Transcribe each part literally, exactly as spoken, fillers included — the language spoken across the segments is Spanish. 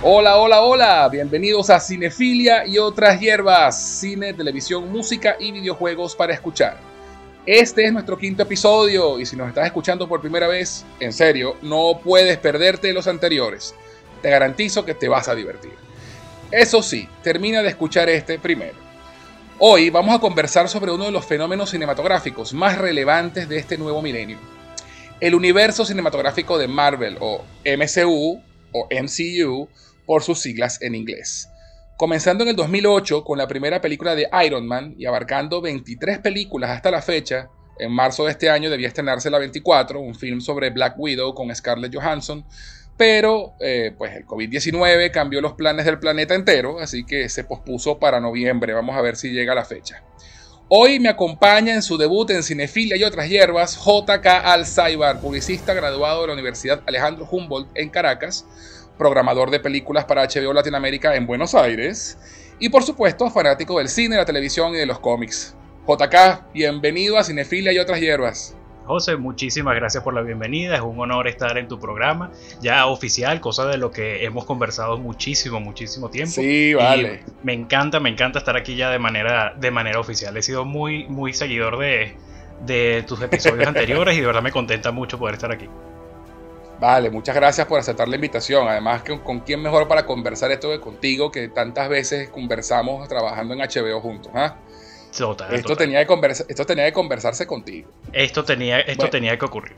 Hola, hola, hola, bienvenidos a Cinefilia y otras hierbas, cine, televisión, música y videojuegos para escuchar. Este es nuestro quinto episodio y si nos estás escuchando por primera vez, en serio, no puedes perderte los anteriores. Te garantizo que te vas a divertir. Eso sí, termina de escuchar este primero. Hoy vamos a conversar sobre uno de los fenómenos cinematográficos más relevantes de este nuevo milenio. El universo cinematográfico de Marvel o M C U o M C U por sus siglas en inglés. Comenzando en el dos mil ocho con la primera película de Iron Man y abarcando veintitrés películas hasta la fecha, en marzo de este año debía estrenarse la veinticuatro, un film sobre Black Widow con Scarlett Johansson, pero eh, pues el COVID diecinueve cambió los planes del planeta entero, así que se pospuso para noviembre, vamos a ver si llega la fecha. Hoy me acompaña en su debut en Cinefilia y otras hierbas J K Alzaibar, publicista graduado de la Universidad Alejandro Humboldt en Caracas, programador de películas para H B O Latinoamérica en Buenos Aires y por supuesto fanático del cine, la televisión y de los cómics. J K, bienvenido a Cinefilia y otras hierbas. José, muchísimas gracias por la bienvenida, es un honor estar en tu programa, ya oficial, cosa de lo que hemos conversado muchísimo, muchísimo tiempo. Sí, vale. Y me encanta, me encanta estar aquí ya de manera, de manera oficial. He sido muy, muy seguidor de, de tus episodios anteriores y de verdad me contenta mucho poder estar aquí. Vale, muchas gracias por aceptar la invitación. Además, que con quién mejor para conversar esto que contigo, que tantas veces conversamos trabajando en H B O juntos, ¿ah? ¿eh? Total, esto, total. Tenía que conversa- esto tenía que conversarse contigo. Esto tenía, esto bueno, tenía que ocurrir.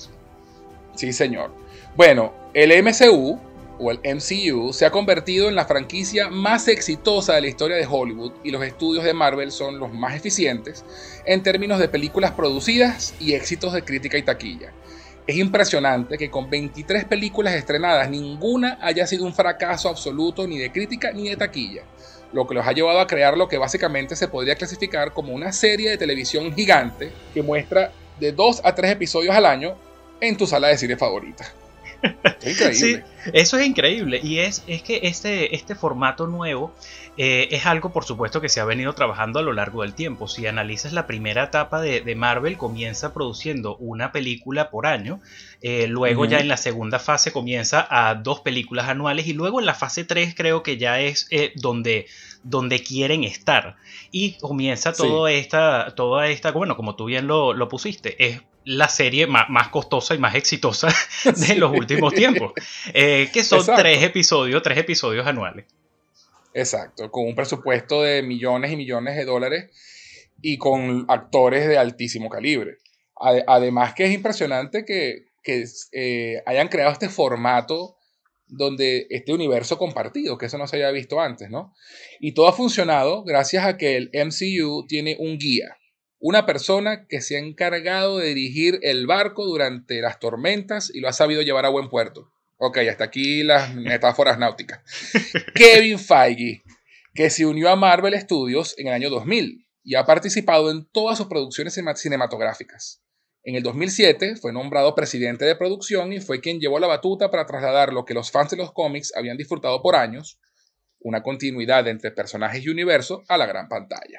Sí, señor. Bueno, el M C U o el M C U se ha convertido en la franquicia más exitosa de la historia de Hollywood y los estudios de Marvel son los más eficientes en términos de películas producidas y éxitos de crítica y taquilla. Es impresionante que con veintitrés películas estrenadas ninguna haya sido un fracaso absoluto ni de crítica ni de taquilla, lo que los ha llevado a crear lo que básicamente se podría clasificar como una serie de televisión gigante que muestra de dos a tres episodios al año en tu sala de cine favorita. Es increíble. Sí, eso es increíble y es, es que este, este formato nuevo eh, es algo por supuesto que se ha venido trabajando a lo largo del tiempo. Si analizas la primera etapa de, de Marvel, comienza produciendo una película por año, eh, luego uh-huh. ya en la segunda fase comienza a dos películas anuales y luego en la fase tres creo que ya es eh, donde, donde quieren estar y comienza toda sí. esta, toda esta, bueno, como tú bien lo, lo pusiste, es la serie más, más costosa y más exitosa de sí. los últimos tiempos, eh, que son Exacto. tres episodios, tres episodios anuales. Exacto, con un presupuesto de millones y millones de dólares y con actores de altísimo calibre. Además que es impresionante que, que eh, hayan creado este formato donde este universo compartido, que eso no se había visto antes, ¿no? Y todo ha funcionado gracias a que el M C U tiene un guía. Una persona que se ha encargado de dirigir el barco durante las tormentas y lo ha sabido llevar a buen puerto. Ok, hasta aquí las metáforas náuticas. Kevin Feige, que se unió a Marvel Studios en el año dos mil y ha participado en todas sus producciones cinematográficas. En el dos mil siete fue nombrado presidente de producción y fue quien llevó la batuta para trasladar lo que los fans de los cómics habían disfrutado por años, una continuidad entre personajes y universo, a la gran pantalla.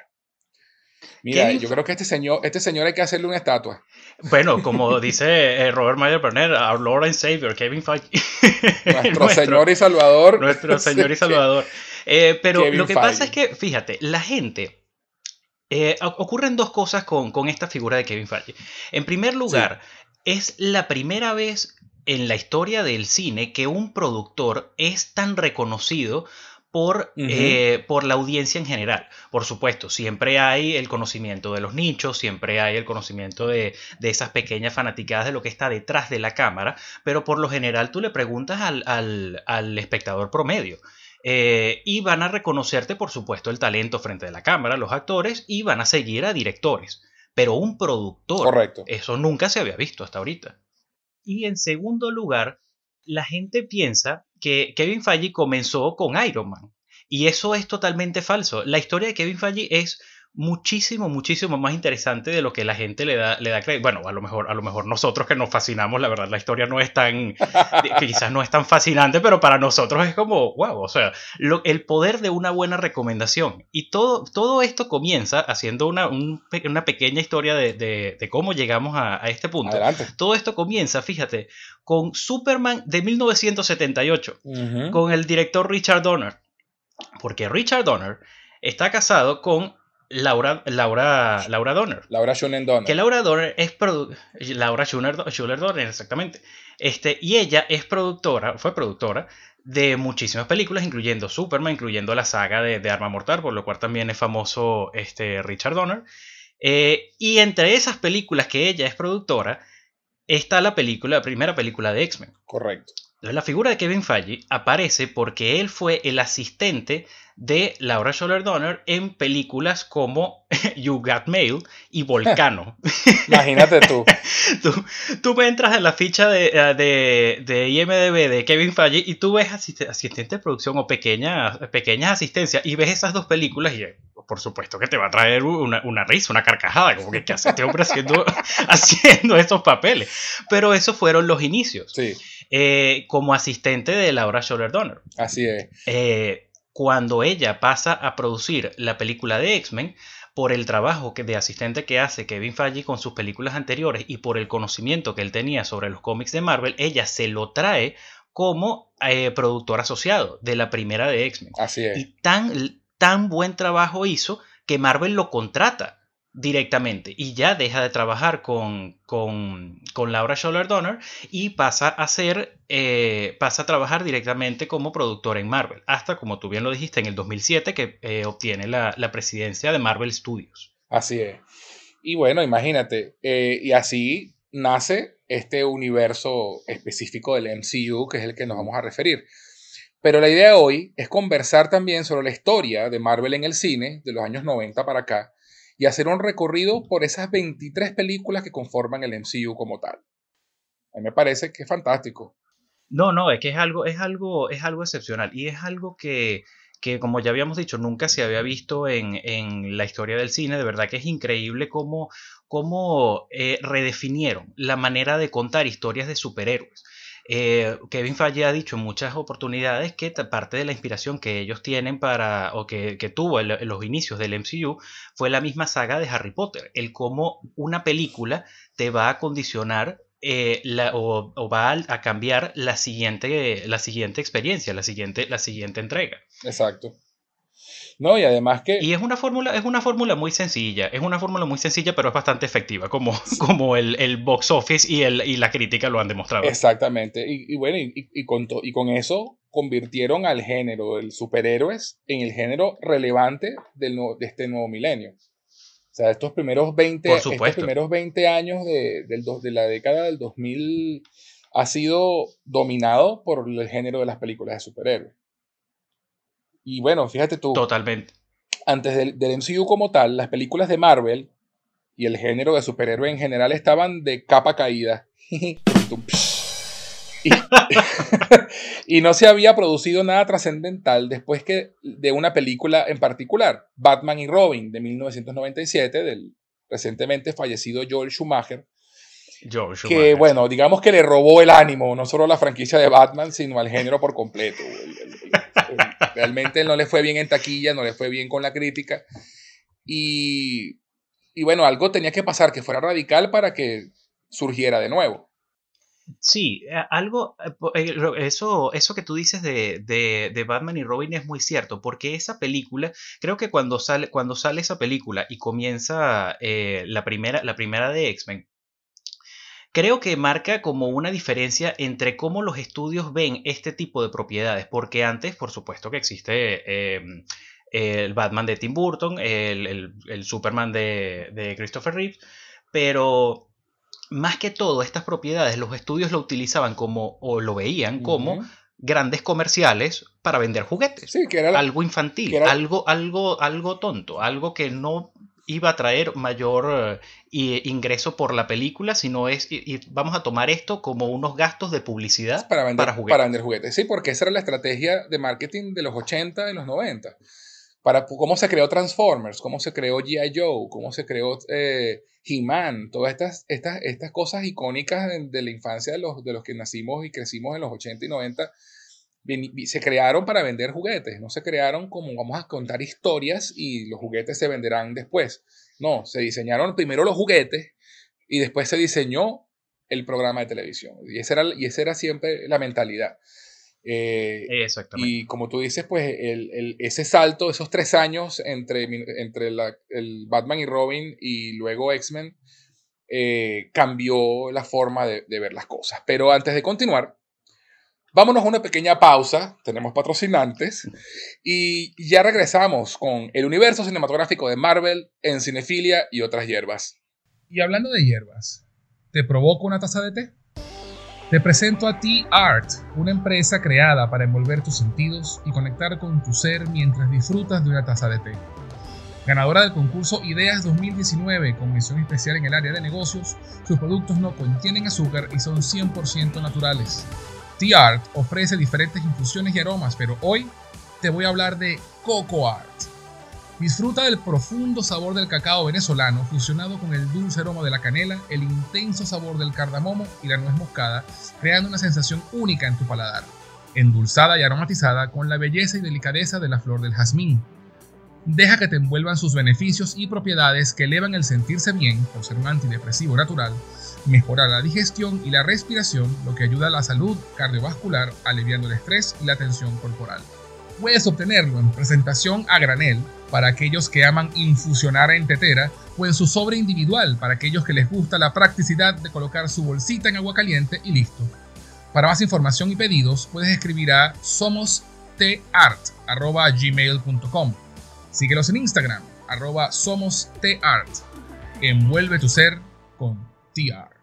Mira, yo creo que este señor, este señor hay que hacerle una estatua. Bueno, como dice eh, Robert Meyer Burnett, our Lord and Savior, Kevin Feige. Nuestro, nuestro Señor y Salvador. Nuestro Señor y Salvador. Eh, pero Kevin lo que Feige. pasa es que, fíjate, la gente... Eh, ocurren dos cosas con, con esta figura de Kevin Feige. En primer lugar, sí. es la primera vez en la historia del cine que un productor es tan reconocido por, uh-huh. eh, por la audiencia en general. Por supuesto, siempre hay el conocimiento de los nichos, siempre hay el conocimiento de, de esas pequeñas fanaticadas de lo que está detrás de la cámara, pero por lo general tú le preguntas al, al, al espectador promedio. Eh, y van a reconocerte, por supuesto, el talento frente a la cámara, los actores, y van a seguir a directores. Pero un productor, Correcto. Eso nunca se había visto hasta ahorita. Y en segundo lugar, la gente piensa que Kevin Feige comenzó con Iron Man. Y eso es totalmente falso. La historia de Kevin Feige es muchísimo, muchísimo más interesante de lo que la gente le da, le da crédito. Bueno, a lo mejor, a lo mejor nosotros que nos fascinamos, la verdad, la historia no es tan, quizás no es tan fascinante, pero para nosotros es como, wow, o sea, lo, el poder de una buena recomendación. Y todo, todo esto comienza haciendo una, un, una pequeña historia de, de, de cómo llegamos a, a este punto. Adelante. Todo esto comienza, fíjate, con Superman de mil novecientos setenta y ocho, uh-huh. con el director Richard Donner. Porque Richard Donner está casado con Laura, Laura, Laura Donner. Laura Schuller Donner. Que Laura Donner es produ- Laura Schuller, Schuller Donner, exactamente. Este, y ella es productora, fue productora de muchísimas películas, incluyendo Superman, incluyendo la saga de, de Arma Mortal, por lo cual también es famoso este, Richard Donner. Eh, y entre esas películas que ella es productora, está la película, la primera película de X-Men. Correcto. La figura de Kevin Feige aparece porque él fue el asistente de Laura Schuller Donner en películas como You Got Mail y Volcano. Imagínate tú. tú. Tú entras en la ficha de, de, de I M D B de Kevin Feige y tú ves asist- asistente de producción o pequeñas pequeñas asistencias y ves esas dos películas y por supuesto que te va a traer una, una risa, una carcajada, como que ¿qué hace este hombre haciendo, haciendo estos papeles? Pero esos fueron los inicios. Sí. Eh, como asistente de Laura Schuller Donner. Así es. Eh, cuando ella pasa a producir la película de X-Men, por el trabajo que, de asistente que hace Kevin Feige con sus películas anteriores y por el conocimiento que él tenía sobre los cómics de Marvel, ella se lo trae como eh, productor asociado de la primera de X-Men. Así es. Y tan, tan buen trabajo hizo que Marvel lo contrata directamente y ya deja de trabajar con, con, con Laura Schuller Donner y pasa a ser eh, pasa a trabajar directamente como productor en Marvel hasta, como tú bien lo dijiste, en el dos mil siete que eh, obtiene la, la presidencia de Marvel Studios. Así es. Y bueno, imagínate, eh, y así nace este universo específico del M C U, que es el que nos vamos a referir. Pero la idea de hoy es conversar también sobre la historia de Marvel en el cine de los años noventa para acá y hacer un recorrido por esas veintitrés películas que conforman el M C U como tal. A mí me parece que es fantástico. No, no, es que es algo, es algo, es algo excepcional y es algo que, que, como ya habíamos dicho, nunca se había visto en, en la historia del cine. De verdad que es increíble cómo, cómo eh, redefinieron la manera de contar historias de superhéroes. Eh, Kevin Feige ha dicho en muchas oportunidades que parte de la inspiración que ellos tienen para, o que, que tuvo en, en los inicios del M C U fue la misma saga de Harry Potter, el cómo una película te va a condicionar eh, la, o, o va a, a cambiar la siguiente, la siguiente experiencia, la siguiente, la siguiente entrega. Exacto. No, y además que... Y es una fórmula, es una fórmula muy sencilla, es una fórmula muy sencilla, pero es bastante efectiva, como, como el, el box office y, el, y la crítica lo han demostrado. Exactamente. Y, y bueno, y, y, con to, y con eso convirtieron al género del superhéroes en el género relevante del nuevo, de este nuevo milenio. O sea, estos primeros veinte, estos primeros veinte años de, del dos, de la década del dos mil ha sido dominado por el género de las películas de superhéroes. Y bueno, fíjate tú. Totalmente. Antes del, del M C U como tal, las películas de Marvel y el género de superhéroe en general estaban de capa caída. y, y no se había producido nada trascendental después que de una película en particular, Batman y Robin, de mil novecientos noventa y siete, del recientemente fallecido Joel Schumacher. Joel Schumacher. Que, bueno, digamos que le robó el ánimo, no solo a la franquicia de Batman, sino al género por completo. El, el, el, realmente no le fue bien en taquilla, no le fue bien con la crítica. Y, y bueno, algo tenía que pasar que fuera radical para que surgiera de nuevo. Sí, algo, eso, eso que tú dices de, de, de Batman y Robin es muy cierto, porque esa película, creo que cuando sale, cuando sale esa película y comienza eh, la, primera, la primera de X-Men, creo que marca como una diferencia entre cómo los estudios ven este tipo de propiedades, porque antes, por supuesto que existe eh, el Batman de Tim Burton, el, el, el Superman de, de Christopher Reeve, pero más que todo estas propiedades los estudios lo utilizaban como, o lo veían como uh-huh. grandes comerciales para vender juguetes, sí, que era la, algo infantil, era... algo, algo, algo tonto, algo que no iba a traer mayor uh, ingreso por la película, sino es, y, y vamos a tomar esto como unos gastos de publicidad para vender, para juguetes. Para vender juguetes. Sí, porque esa era la estrategia de marketing de los ochenta y los noventa. para cómo se creó Transformers, cómo se creó G I. Joe, cómo se creó eh, He-Man, todas estas, estas, estas cosas icónicas de, de la infancia de los, de los que nacimos y crecimos en los ochenta y noventa, se crearon para vender juguetes, no se crearon como vamos a contar historias y los juguetes se venderán después. No, se diseñaron primero los juguetes y después se diseñó el programa de televisión. Y esa era, y esa era siempre la mentalidad. Eh, Exactamente. Y como tú dices, pues el, el, ese salto, esos tres años entre, entre la, el Batman y Robin y luego X-Men, eh, cambió la forma de, de ver las cosas. Pero antes de continuar, vámonos a una pequeña pausa, tenemos patrocinantes, y ya regresamos con el universo cinematográfico de Marvel en Cinefilia y otras hierbas. Y hablando de hierbas, ¿te provoca una taza de té? Te presento a Tea Art, una empresa creada para envolver tus sentidos y conectar con tu ser mientras disfrutas de una taza de té. Ganadora del concurso Ideas dos mil diecinueve con mención especial en el área de negocios, sus productos no contienen azúcar y son cien por ciento naturales. Tea Art ofrece diferentes infusiones y aromas, pero hoy te voy a hablar de Coco Art. Disfruta del profundo sabor del cacao venezolano fusionado con el dulce aroma de la canela, el intenso sabor del cardamomo y la nuez moscada, creando una sensación única en tu paladar, endulzada y aromatizada con la belleza y delicadeza de la flor del jazmín. Deja que te envuelvan sus beneficios y propiedades que elevan el sentirse bien por ser un antidepresivo natural, mejora la digestión y la respiración, lo que ayuda a la salud cardiovascular, aliviando el estrés y la tensión corporal. Puedes obtenerlo en presentación a granel para aquellos que aman infusionar en tetera o en su sobre individual para aquellos que les gusta la practicidad de colocar su bolsita en agua caliente y listo. Para más información y pedidos puedes escribir a somosteart arroba gmail punto com. Síguelos en Instagram, arroba somosteart. Envuelve tu ser con Tea Art.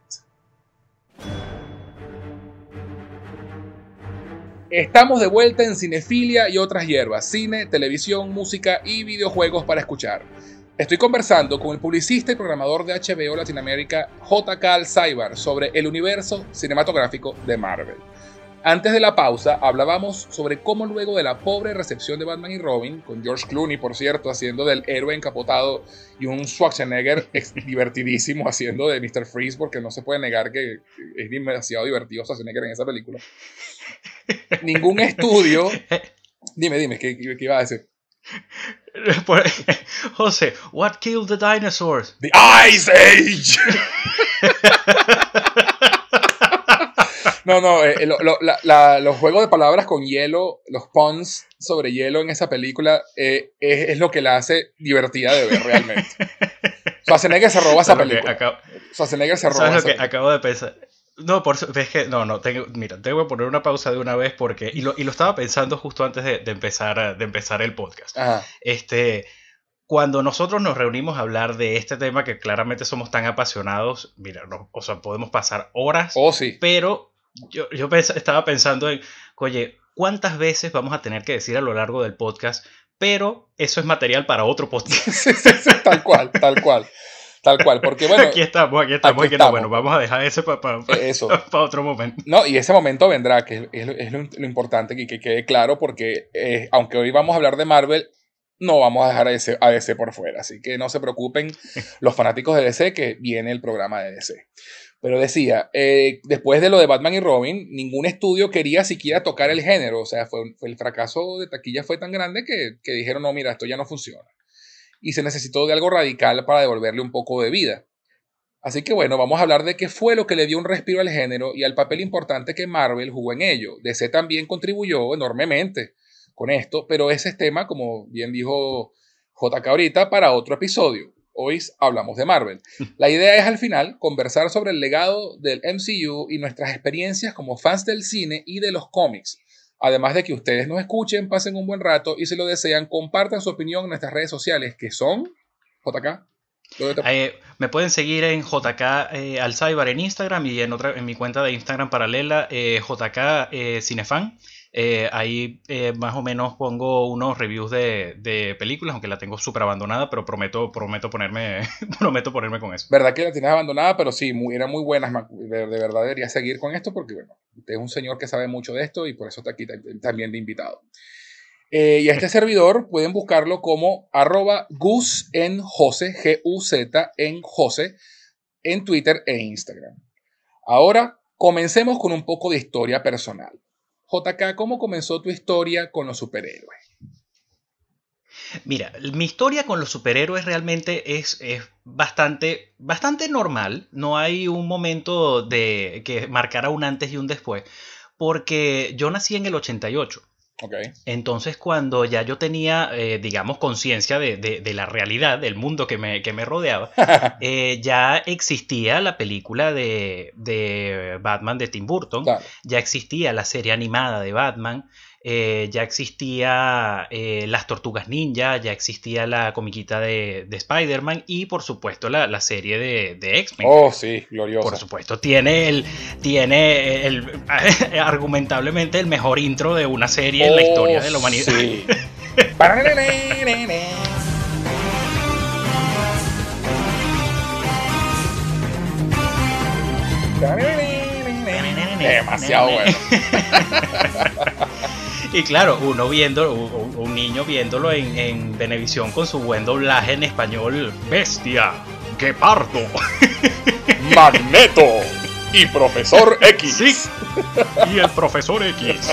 Estamos de vuelta en Cinefilia y otras hierbas, cine, televisión, música y videojuegos para escuchar. Estoy conversando con el publicista y programador de H B O Latinoamérica, J K Alzaibar, sobre el universo cinematográfico de Marvel. Antes de la pausa, hablábamos sobre cómo luego de la pobre recepción de Batman y Robin, con George Clooney, por cierto, haciendo del héroe encapotado y un Schwarzenegger divertidísimo haciendo de míster Freeze, porque no se puede negar que es demasiado divertido Schwarzenegger en esa película. Ningún estudio... Dime, dime, ¿qué, qué iba a decir? José, what killed the dinosaurs? The Ice Age. No, no, eh, lo, lo, la, la, los juegos de palabras con hielo, los puns sobre hielo en esa película, eh, es, es lo que la hace divertida de ver realmente. Schwarzenegger se roba esa película. Acabo, Schwarzenegger se roba ¿sabes esa lo que película? Acabo de pensar? No, por es que no, no, tengo, mira, tengo que poner una pausa de una vez porque, y lo, y lo estaba pensando justo antes de, de, empezar, de empezar el podcast. Ajá. Este, cuando nosotros nos reunimos a hablar de este tema que claramente somos tan apasionados, mira, no, o sea, podemos pasar horas, oh, sí. Pero yo, yo pens estaba pensando en, oye, ¿cuántas veces vamos a tener que decir a lo largo del podcast? Pero eso es material para otro podcast. Sí, sí, sí, tal cual, tal cual. Tal cual, porque bueno... Aquí estamos, aquí estamos. Aquí estamos. No, bueno, vamos a dejar ese para pa, pa, pa otro momento. No, y ese momento vendrá, que es, es, lo, lo importante que, que quede claro, porque eh, aunque hoy vamos a hablar de Marvel, no vamos a dejar a D C, a D C por fuera. Así que no se preocupen los fanáticos de D C, que viene el programa de D C. Pero decía, eh, después de lo de Batman y Robin, ningún estudio quería siquiera tocar el género. O sea, fue, fue el fracaso de taquilla fue tan grande que, que dijeron, no, mira, esto ya no funciona. Y se necesitó de algo radical para devolverle un poco de vida. Así que bueno, vamos a hablar de qué fue lo que le dio un respiro al género y al papel importante que Marvel jugó en ello. D C también contribuyó enormemente con esto, pero ese es tema, como bien dijo J K ahorita, para otro episodio. Hoy hablamos de Marvel. La idea es al final conversar sobre el legado del M C U y nuestras experiencias como fans del cine y de los cómics. Además de que ustedes nos escuchen, pasen un buen rato y si lo desean, compartan su opinión en nuestras redes sociales, que son, J K. Eh, me pueden seguir en J K eh, Alzaibar en Instagram y en, otra, en mi cuenta de Instagram paralela, eh, J K eh, Cinefan. Eh, ahí eh, más o menos pongo unos reviews de, de películas, aunque la tengo súper abandonada, pero prometo, prometo, ponerme, prometo ponerme con eso. Verdad que la tienes abandonada, pero sí, muy, eran muy buenas. De, de verdad debería seguir con esto porque, bueno, usted es un señor que sabe mucho de esto y por eso está aquí también de invitado. Eh, y a este servidor pueden buscarlo como arroba Gus en Jose, G U Z en Jose, en Twitter e Instagram. Ahora, comencemos con un poco de historia personal. J K, ¿cómo comenzó tu historia con los superhéroes? Mira, mi historia con los superhéroes realmente es, es bastante, bastante normal. No hay un momento de que marcara un antes y un después, porque yo nací en el ochenta y ocho. Okay. Entonces, cuando ya yo tenía, eh, digamos, conciencia de, de, de la realidad, del mundo que me, que me rodeaba, eh, ya existía la película de, de Batman de Tim Burton, Claro. ya existía la serie animada de Batman, eh, ya existía eh, las Tortugas Ninja, ya existía la comiquita de, de Spider-Man y, por supuesto, la, la serie de, de X-Men. Oh, sí, gloriosa. Por supuesto, tiene el, tiene el, argumentablemente el mejor intro de una serie oh, en la historia de la humanidad. Sí. Demasiado bueno. Y claro, uno viendo, un, un niño viéndolo en, en Venevisión con su buen doblaje en español. Bestia, Guepardo, Magneto y Profesor X. Sí, y el Profesor X.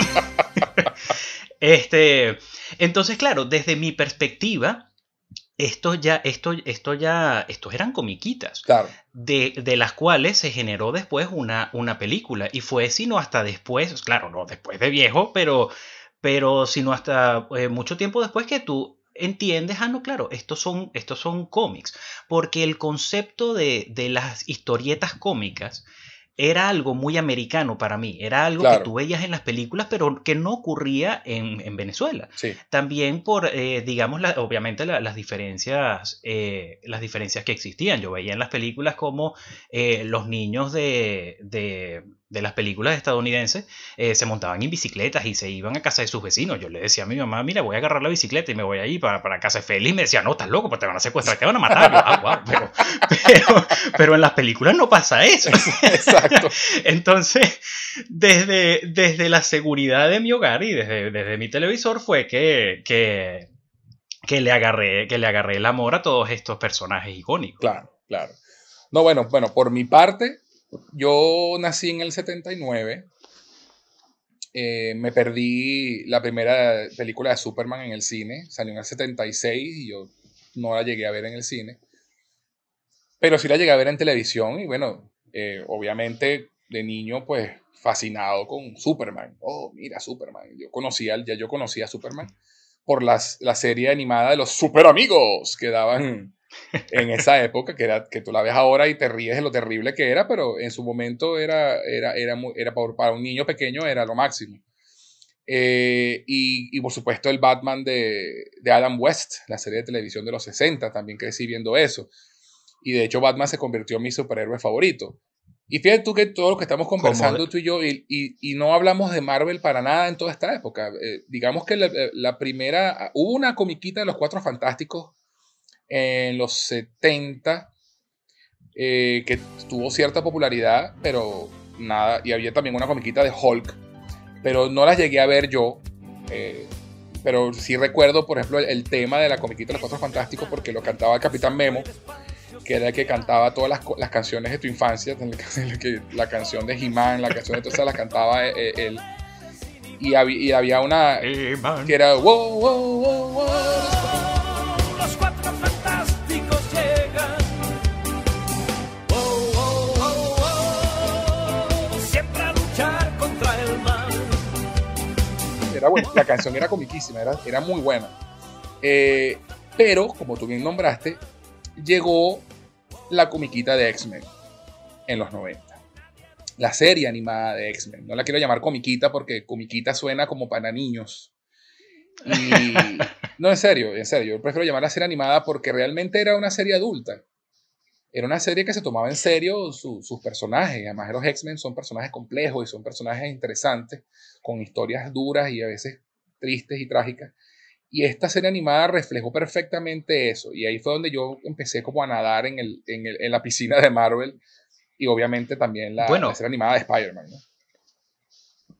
Este, entonces, claro, desde mi perspectiva, esto ya, esto, esto ya, estos eran comiquitas, claro. de, de las cuales se generó después una, una película. Y fue sino hasta después, claro, no después de viejo, pero, pero sino hasta eh, mucho tiempo después que tú entiendes, ah, no, claro, estos son, estos son cómics. Porque el concepto de, de las historietas cómicas era algo muy americano para mí, era algo claro. que tú veías en las películas, pero que no ocurría en, en Venezuela. Sí. También por, eh, digamos, la, obviamente la, las, diferencias, eh, las diferencias que existían. Yo veía en las películas como eh, los niños de, de, de las películas estadounidenses eh, se montaban en bicicletas y se iban a casa de sus vecinos. Yo le decía a mi mamá, mira, voy a agarrar la bicicleta y me voy a ir para, para casa de Félix. Y me decía, no, estás loco, pues te van a secuestrar, te van a matar. Yo, ah, wow, pero, pero, pero en las películas no pasa eso. Exacto. Entonces, desde, desde la seguridad de mi hogar y desde, desde mi televisor fue que, que, que, le agarré, que le agarré el amor a todos estos personajes icónicos. Claro, claro. No, bueno, bueno, por mi parte, yo nací en el setenta y nueve. Eh, me perdí la primera película de Superman en el cine. Salió en el setenta y seis y yo no la llegué a ver en el cine. Pero sí la llegué a ver en televisión y bueno, eh, obviamente de niño pues fascinado con Superman. Oh, mira Superman. Yo conocía, ya yo conocía a Superman por las, la serie animada de los Super Amigos que daban en esa época, que, era, que tú la ves ahora y te ríes de lo terrible que era, pero en su momento era, era, era, muy, era para, para un niño pequeño era lo máximo. Eh, y, y por supuesto el Batman de, de Adam West, la serie de televisión de los sesenta, también crecí viendo eso. Y de hecho Batman se convirtió en mi superhéroe favorito. Y fíjate tú que todo lo que estamos conversando tú y yo, y, y, y no hablamos de Marvel para nada en toda esta época. Eh, digamos que la, la primera, hubo una comiquita de los Cuatro Fantásticos en los setenta eh, que tuvo cierta popularidad, pero nada, y había también una comiquita de Hulk, pero no las llegué a ver yo. Eh, pero sí recuerdo, por ejemplo, el, el tema de la comiquita de los Cuatro Fantásticos porque lo cantaba el Capitán Memo, que era el que cantaba todas las, las canciones de tu infancia, la canción de He-Man, la canción de todas esas las cantaba él. Y había, y había una He-Man. Que era wow, wow, wow, wow. Los Cuatro Fantásticos llegan. Wow, wow, wow, wow. Siempre a luchar contra el mal. Era bueno, la canción era comiquísima, era, era muy buena. Eh, pero, como tú bien nombraste, llegó la comiquita de X-Men en los noventa. La serie animada de X-Men. No la quiero llamar comiquita porque comiquita suena como para niños. Y no, en serio, en serio. Yo prefiero llamar la serie animada porque realmente era una serie adulta. Era una serie que se tomaba en serio su, sus personajes. Además, los X-Men son personajes complejos y son personajes interesantes, con historias duras y a veces tristes y trágicas. Y esta serie animada reflejó perfectamente eso. Y ahí fue donde yo empecé como a nadar en, el, en, el, en la piscina de Marvel. Y obviamente también la, bueno, la serie animada de Spider-Man, ¿no?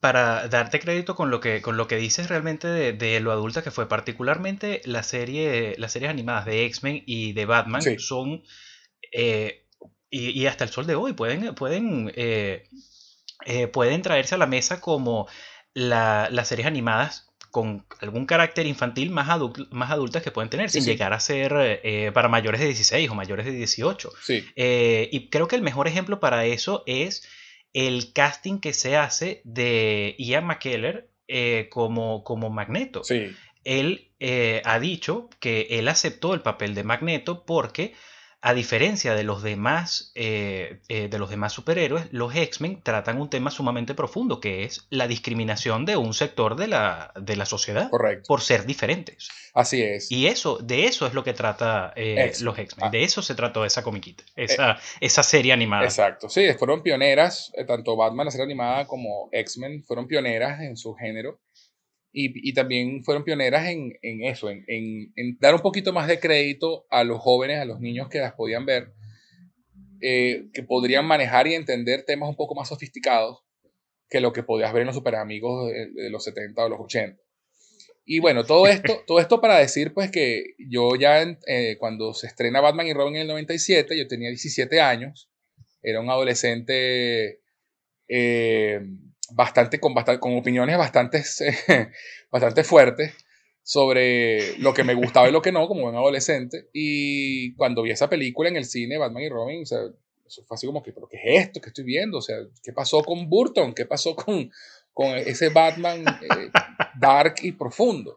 para darte crédito con lo que, con lo que dices realmente de, de lo adulta que fue, particularmente la serie, las series animadas de X-Men y de Batman Sí, son, eh, y, y hasta el sol de hoy, pueden, pueden, eh, eh, pueden traerse a la mesa como la- las series animadas con algún carácter infantil más, adul- más adultas que pueden tener, sí, sin sí, llegar a ser eh, para mayores de dieciséis o mayores de dieciocho. sí, Eh, y creo que el mejor ejemplo para eso es el casting que se hace de Ian McKellen eh, como, como Magneto. sí, Él eh, ha dicho que él aceptó el papel de Magneto porque, a diferencia de los demás, eh, eh, de los demás superhéroes, los X-Men tratan un tema sumamente profundo, que es la discriminación de un sector de la, de la sociedad correcto. por ser diferentes. Así es. Y eso, de eso es lo que trata eh, los X-Men. X-Men. Ah, De eso se trató esa comiquita, eh, esa, esa serie animada. exacto. Sí, fueron pioneras, eh, tanto Batman, la serie animada, como X-Men, fueron pioneras en su género. Y, y también fueron pioneras en, en eso, en, en- en dar un poquito más de crédito a los jóvenes, a los niños que las podían ver, eh, que podrían manejar y entender temas un poco más sofisticados que lo que podías ver en los super amigos de, de los setenta o los ochenta. Y bueno, todo esto, todo esto para decir pues que yo ya eh, cuando se estrena Batman y Robin en el noventa y siete, yo tenía diecisiete años, era un adolescente eh, bastante, con, bastante, con opiniones bastante, eh, bastante fuertes sobre lo que me gustaba y lo que no, como buen adolescente. Y cuando vi esa película en el cine, Batman y Robin, o sea, eso fue así como que, ¿pero qué es esto que estoy viendo? O sea, ¿qué pasó con Burton? ¿Qué pasó con, con ese Batman eh, dark y profundo?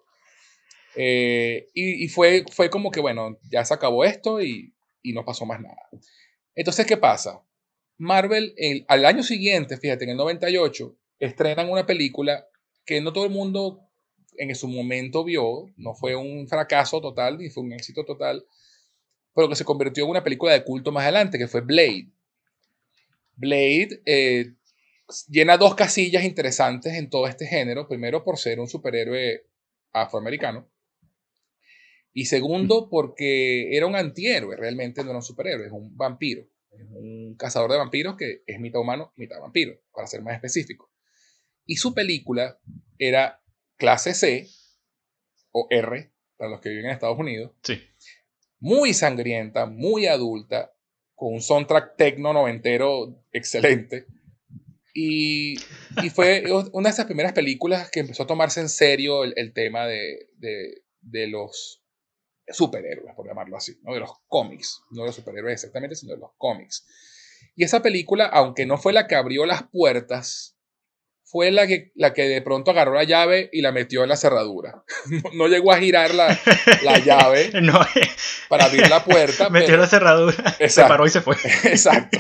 Eh, y y fue, fue como que, bueno, ya se acabó esto y, y no pasó más nada. Entonces, ¿qué pasa? Marvel, el- al año siguiente, fíjate, en el noventa y ocho, estrenan una película que no todo el mundo en su momento vio, no fue un fracaso total, ni fue un éxito total, pero que se convirtió en una película de culto más adelante, que fue Blade. Blade eh, llena dos casillas interesantes en todo este género, primero por ser un superhéroe afroamericano, y segundo porque era un antihéroe, realmente no era un superhéroe, es un vampiro. Es un cazador de vampiros que es mitad humano, mitad vampiro, para ser más específico. Y su película era clase C o R, para los que viven en Estados Unidos, Sí. muy sangrienta, muy adulta, con un soundtrack tecno noventero excelente. Y, y fue una de esas primeras películas que empezó a tomarse en serio el, el tema de, de, de los superhéroes, por llamarlo así, ¿no? De los cómics, no de los superhéroes exactamente, sino de los cómics. Y esa película, aunque no fue la que abrió las puertas, fue la que, la que de pronto agarró la llave y la metió en la cerradura. No, no llegó a girar la, la llave No, para abrir la puerta, metió la pero... cerradura, se paró Exacto, y se fue. exacto.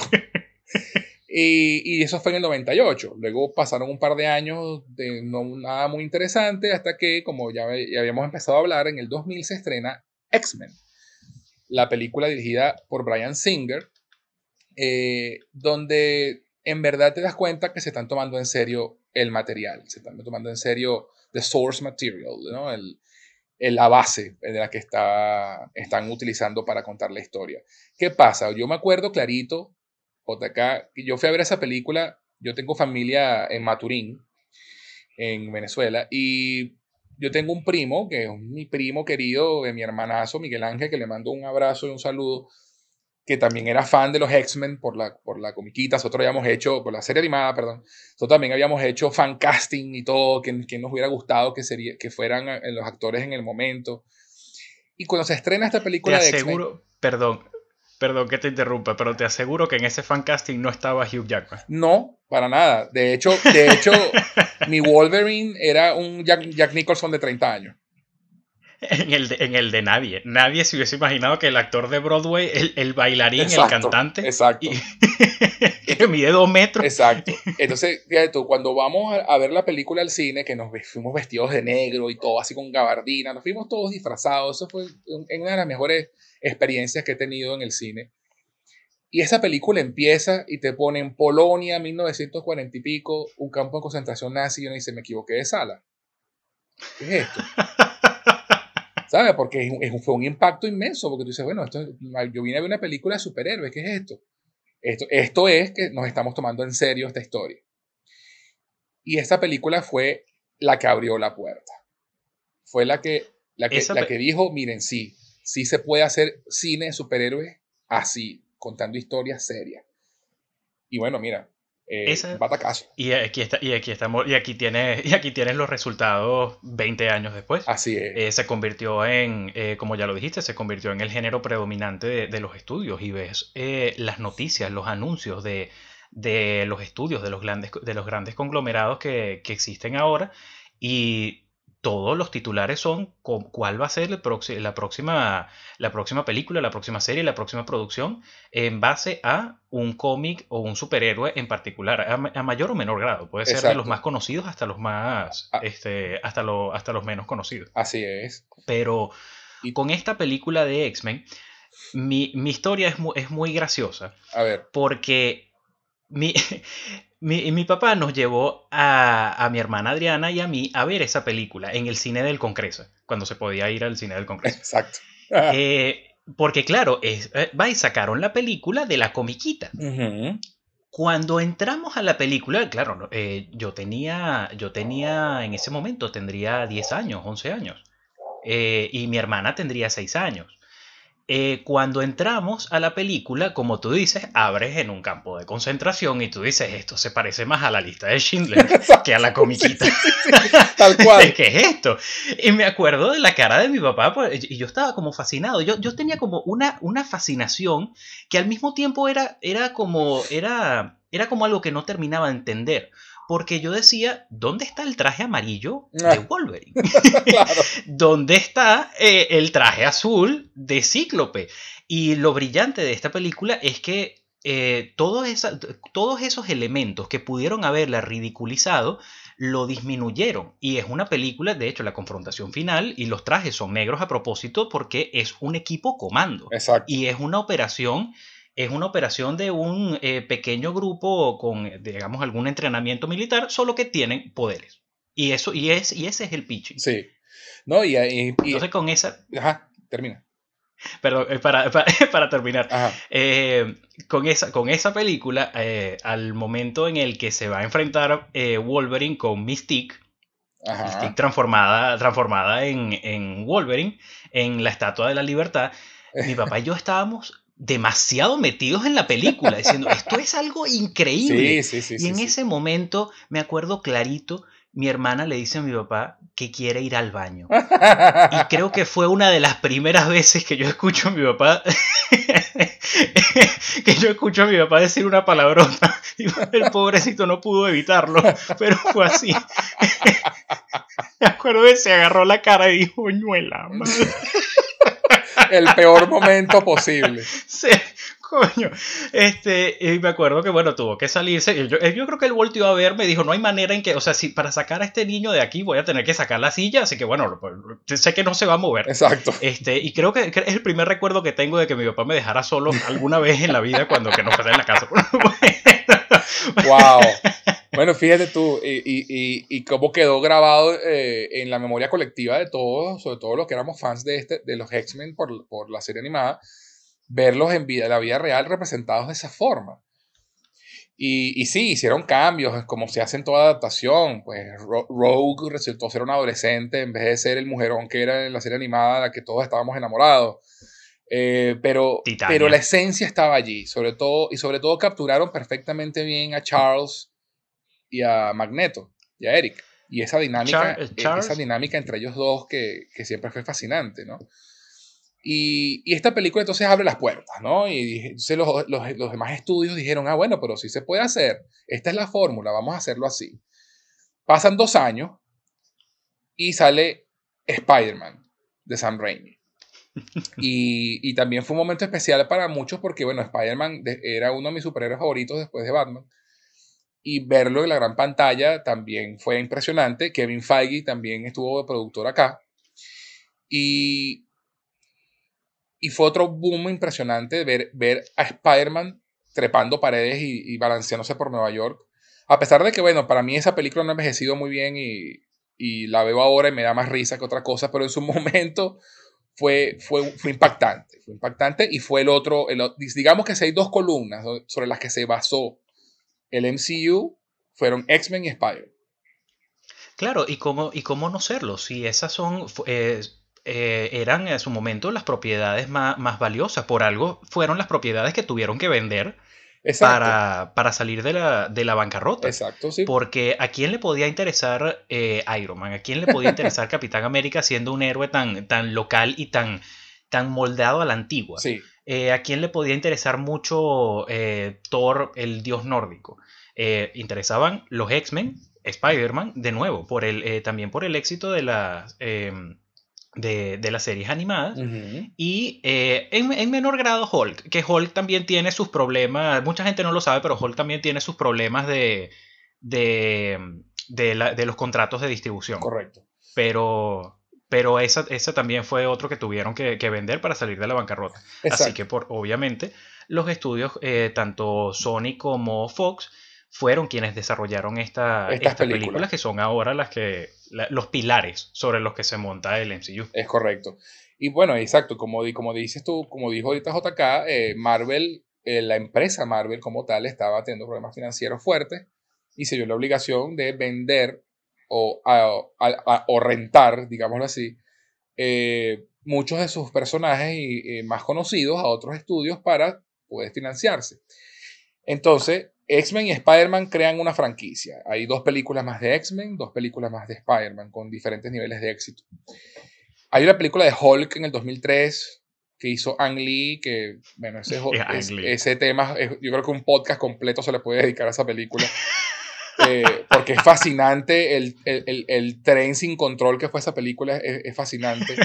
Y, y eso fue en el noventa y ocho. Luego pasaron un par de años de no, nada muy interesante hasta que, como ya, ya habíamos empezado a hablar, en el dos mil se estrena X-Men, la película dirigida por Bryan Singer, eh, donde en verdad te das cuenta que se están tomando en serio el material, se están tomando en serio the source material, ¿no? el, el, la base de la que está, están utilizando para contar la historia. ¿Qué pasa? Yo me acuerdo clarito, J K, que yo fui a ver esa película, yo tengo familia en Maturín, en Venezuela, y yo tengo un primo, que es mi primo querido de mi hermanazo, Miguel Ángel, que le mando un abrazo y un saludo, que también era fan de los X-Men por la, por la comiquita, nosotros habíamos hecho, por la serie animada, perdón, nosotros también habíamos hecho fan casting y todo, que, que nos hubiera gustado que, sería, que fueran los actores en el momento. Y cuando se estrena esta Te película de X-Men, aseguro, perdón, perdón que te interrumpa, pero te aseguro que en ese fan casting no estaba Hugh Jackman. no, para nada. De hecho, de hecho mi Wolverine era un Jack, Jack Nicholson de treinta años. En el, de, en el de nadie. Nadie se hubiese imaginado que el actor de Broadway, el, el bailarín, el Exacto, cantante, exacto. y, que mide dos metros. Exacto. Entonces, fíjate tú, cuando vamos a, a ver la película al cine, que nos fuimos vestidos de negro y todo así con gabardina, nos fuimos todos disfrazados. Eso fue una de las mejores experiencias que he tenido en el cine. Y esa película empieza y te pone en Polonia, mil novecientos cuarenta y pico, un campo de concentración nazi, y uno dice, me equivoqué de sala. ¿Qué es esto? ¿Sabes? Porque es, es, fue un impacto inmenso, porque tú dices, bueno, esto, yo vine a ver una película de superhéroes, ¿qué es esto? Esto, esto es que nos estamos tomando en serio esta historia. Y esta película fue la que abrió la puerta. Fue la que, la que, Esa la pe- que dijo, miren, sí, sí se puede hacer cine de superhéroes así, contando historias serias. Y bueno, mira, eh, esa, batacazo. y aquí está, y aquí estamos, y aquí tienes, y aquí tienes los resultados veinte años después. Así es. Eh, se convirtió en, eh, como ya lo dijiste, se convirtió en el género predominante de, de los estudios. Y ves eh, las noticias, los anuncios de, de los estudios, de los grandes, de los grandes conglomerados que, que existen ahora. Y todos los titulares son cu- cuál va a ser el proxi- la, próxima, la próxima película, la próxima serie, la próxima producción en base a un cómic o un superhéroe en particular, a, ma- a mayor o menor grado. Puede ser de los más Exacto. conocidos hasta los más, A- este, hasta, lo- hasta los menos conocidos. así es. Pero Y, con esta película de X-Men, mi, mi historia es, mu- es muy graciosa a ver, porque mi, mi, mi papá nos llevó a, a mi hermana Adriana y a mí a ver esa película en el cine del Congreso, cuando se podía ir al cine del Congreso. exacto. Eh, porque claro, es, eh, va y sacaron la película de la comiquita. Ujú. Cuando entramos a la película, claro, no, eh, yo tenía, yo tenía, en ese momento tendría diez años, once años, eh, y mi hermana tendría seis años. Eh, cuando entramos a la película, como tú dices, abres en un campo de concentración y tú dices, esto se parece más a la lista de Schindler que a la Sí, comiquita. sí, sí, sí, tal cual. ¿Qué es esto? Y me acuerdo de la cara de mi papá, pues, y yo estaba como fascinado. Yo, yo tenía como una, una fascinación que al mismo tiempo era, era, como, era, era como algo que no terminaba de entender. Porque yo decía, ¿dónde está el traje amarillo de Ah, Wolverine? claro. ¿Dónde está eh, el traje azul de Cíclope? Y lo brillante de esta película es que eh, todo esa- todos esos elementos que pudieron haberla ridiculizado lo disminuyeron. Y es una película, de hecho, la confrontación final y los trajes son negros a propósito porque es un equipo comando. Exacto. Y es una operación. Es una operación de un eh, pequeño grupo con, eh, digamos, algún entrenamiento militar, solo que tienen poderes. Y eso, y es, y ese es el pitching. Sí. No, y, y, y- Entonces con esa, ajá, termina. perdón, eh, para, para, para terminar, Ajá. eh, con, esa, con esa película, eh, al momento en el que se va a enfrentar eh, Wolverine con Mystique, Mystique Ajá. transformada, transformada en, en Wolverine, en la Estatua de la Libertad, mi papá y yo estábamos demasiado metidos en la película, diciendo, esto es algo increíble. Sí, sí, sí, Y sí, en sí. ese momento, me acuerdo clarito, mi hermana le dice a mi papá que quiere ir al baño. Y creo que fue una de las primeras veces que yo escucho a mi papá que yo escucho a mi papá decir una palabrota. Y el pobrecito no pudo evitarlo, pero fue así. Me acuerdo que se agarró la cara y dijo, ñuela, madre". El peor momento posible. Sí, coño. Este, y me acuerdo que, bueno, tuvo que salirse. Y Yo, yo creo que él volteó a ver, me dijo, no hay manera en que, o sea, si para sacar a este niño de aquí voy a tener que sacar la silla, así que, bueno, pues, sé que no se va a mover. Exacto. Este, y creo que, que es el primer recuerdo que tengo de que mi papá me dejara solo alguna vez en la vida cuando que no fuera en la casa. Wow. Bueno, fíjate tú, y, y, y, y cómo quedó grabado eh, en la memoria colectiva de todos, sobre todo los que éramos fans de, este, de los X-Men por, por la serie animada, verlos en vida, la vida real representados de esa forma. Y, y sí, hicieron cambios, como se hace en toda adaptación. Pues Ro- Rogue resultó ser un adolescente en vez de ser el mujerón que era en la serie animada, de la que todos estábamos enamorados. Eh, pero, Titania. pero la esencia estaba allí, sobre todo, y sobre todo capturaron perfectamente bien a Charles y a Magneto y a Eric. Y esa dinámica, Char- eh, Charles, esa dinámica entre ellos dos que, que siempre fue fascinante, ¿no? Y, y esta película entonces abre las puertas, ¿no? Y dije- entonces los, los, los demás estudios dijeron, ah, bueno, pero sí se puede hacer. Esta es la fórmula, vamos a hacerlo así. Pasan dos años y sale Spider-Man de Sam Raimi. Y, y también fue un momento especial para muchos porque, bueno, Spider-Man de- era uno de mis superhéroes favoritos después de Batman. Y verlo en la gran pantalla también fue impresionante. Kevin Feige también estuvo de productor acá. Y, y fue otro boom impresionante ver, ver a Spider-Man trepando paredes y, y balanceándose por Nueva York. A pesar de que, bueno, para mí esa película no ha envejecido muy bien y, y la veo ahora y me da más risa que otra cosa, pero en su momento fue, fue, fue impactante. Fue impactante y fue el otro, el, digamos que si hay dos columnas sobre las que se basó el M C U, fueron X-Men y Spider-Man. Claro, y cómo, y cómo no serlo, si esas son, fu- eh, eh, eran en su momento las propiedades más, más valiosas, por algo fueron las propiedades que tuvieron que vender Exacto, para, para salir de la, de la bancarrota. exacto, sí. Porque ¿a quién le podía interesar eh, Iron Man? ¿A quién le podía interesar Capitán América siendo un héroe tan, tan local y tan, tan moldeado a la antigua? Sí, Eh, ¿a quién le podía interesar mucho eh, Thor, el dios nórdico? Eh, interesaban los X-Men, Spider-Man, de nuevo, por el, eh, también por el éxito de las, eh, de, de las series animadas. ujú, Y eh, en, en menor grado Hulk, que Hulk también tiene sus problemas, mucha gente no lo sabe, pero Hulk también tiene sus problemas de, de, de, la- de los contratos de distribución. correcto. Pero, pero esa, esa también fue otro que tuvieron que, que vender para salir de la bancarrota. Así Exacto. que por, obviamente los estudios, eh, tanto Sony como Fox, fueron quienes desarrollaron esta, Estas estas películas, películas que son ahora las que, la- los pilares sobre los que se monta el M C U. es correcto. Y bueno, exacto, como, di- como dices tú, como dijo ahorita J K, eh, Marvel, eh, la empresa Marvel como tal, estaba teniendo problemas financieros fuertes y se dio la obligación de vender o, a- a- a- o rentar, digámoslo así, eh, muchos de sus personajes y, eh, más conocidos a otros estudios para poder financiarse. Entonces, X-Men y Spider-Man crean una franquicia. Hay dos películas más de X-Men, dos películas más de Spider-Man con diferentes niveles de éxito. Hay una película de Hulk en el dos mil tres que hizo Ang Lee, que, bueno, ese, Ang es- Lee. ese tema, es- yo creo que un podcast completo se le puede dedicar a esa película, eh, porque es fascinante, el, el, el, el tren sin control que fue esa película es, es fascinante.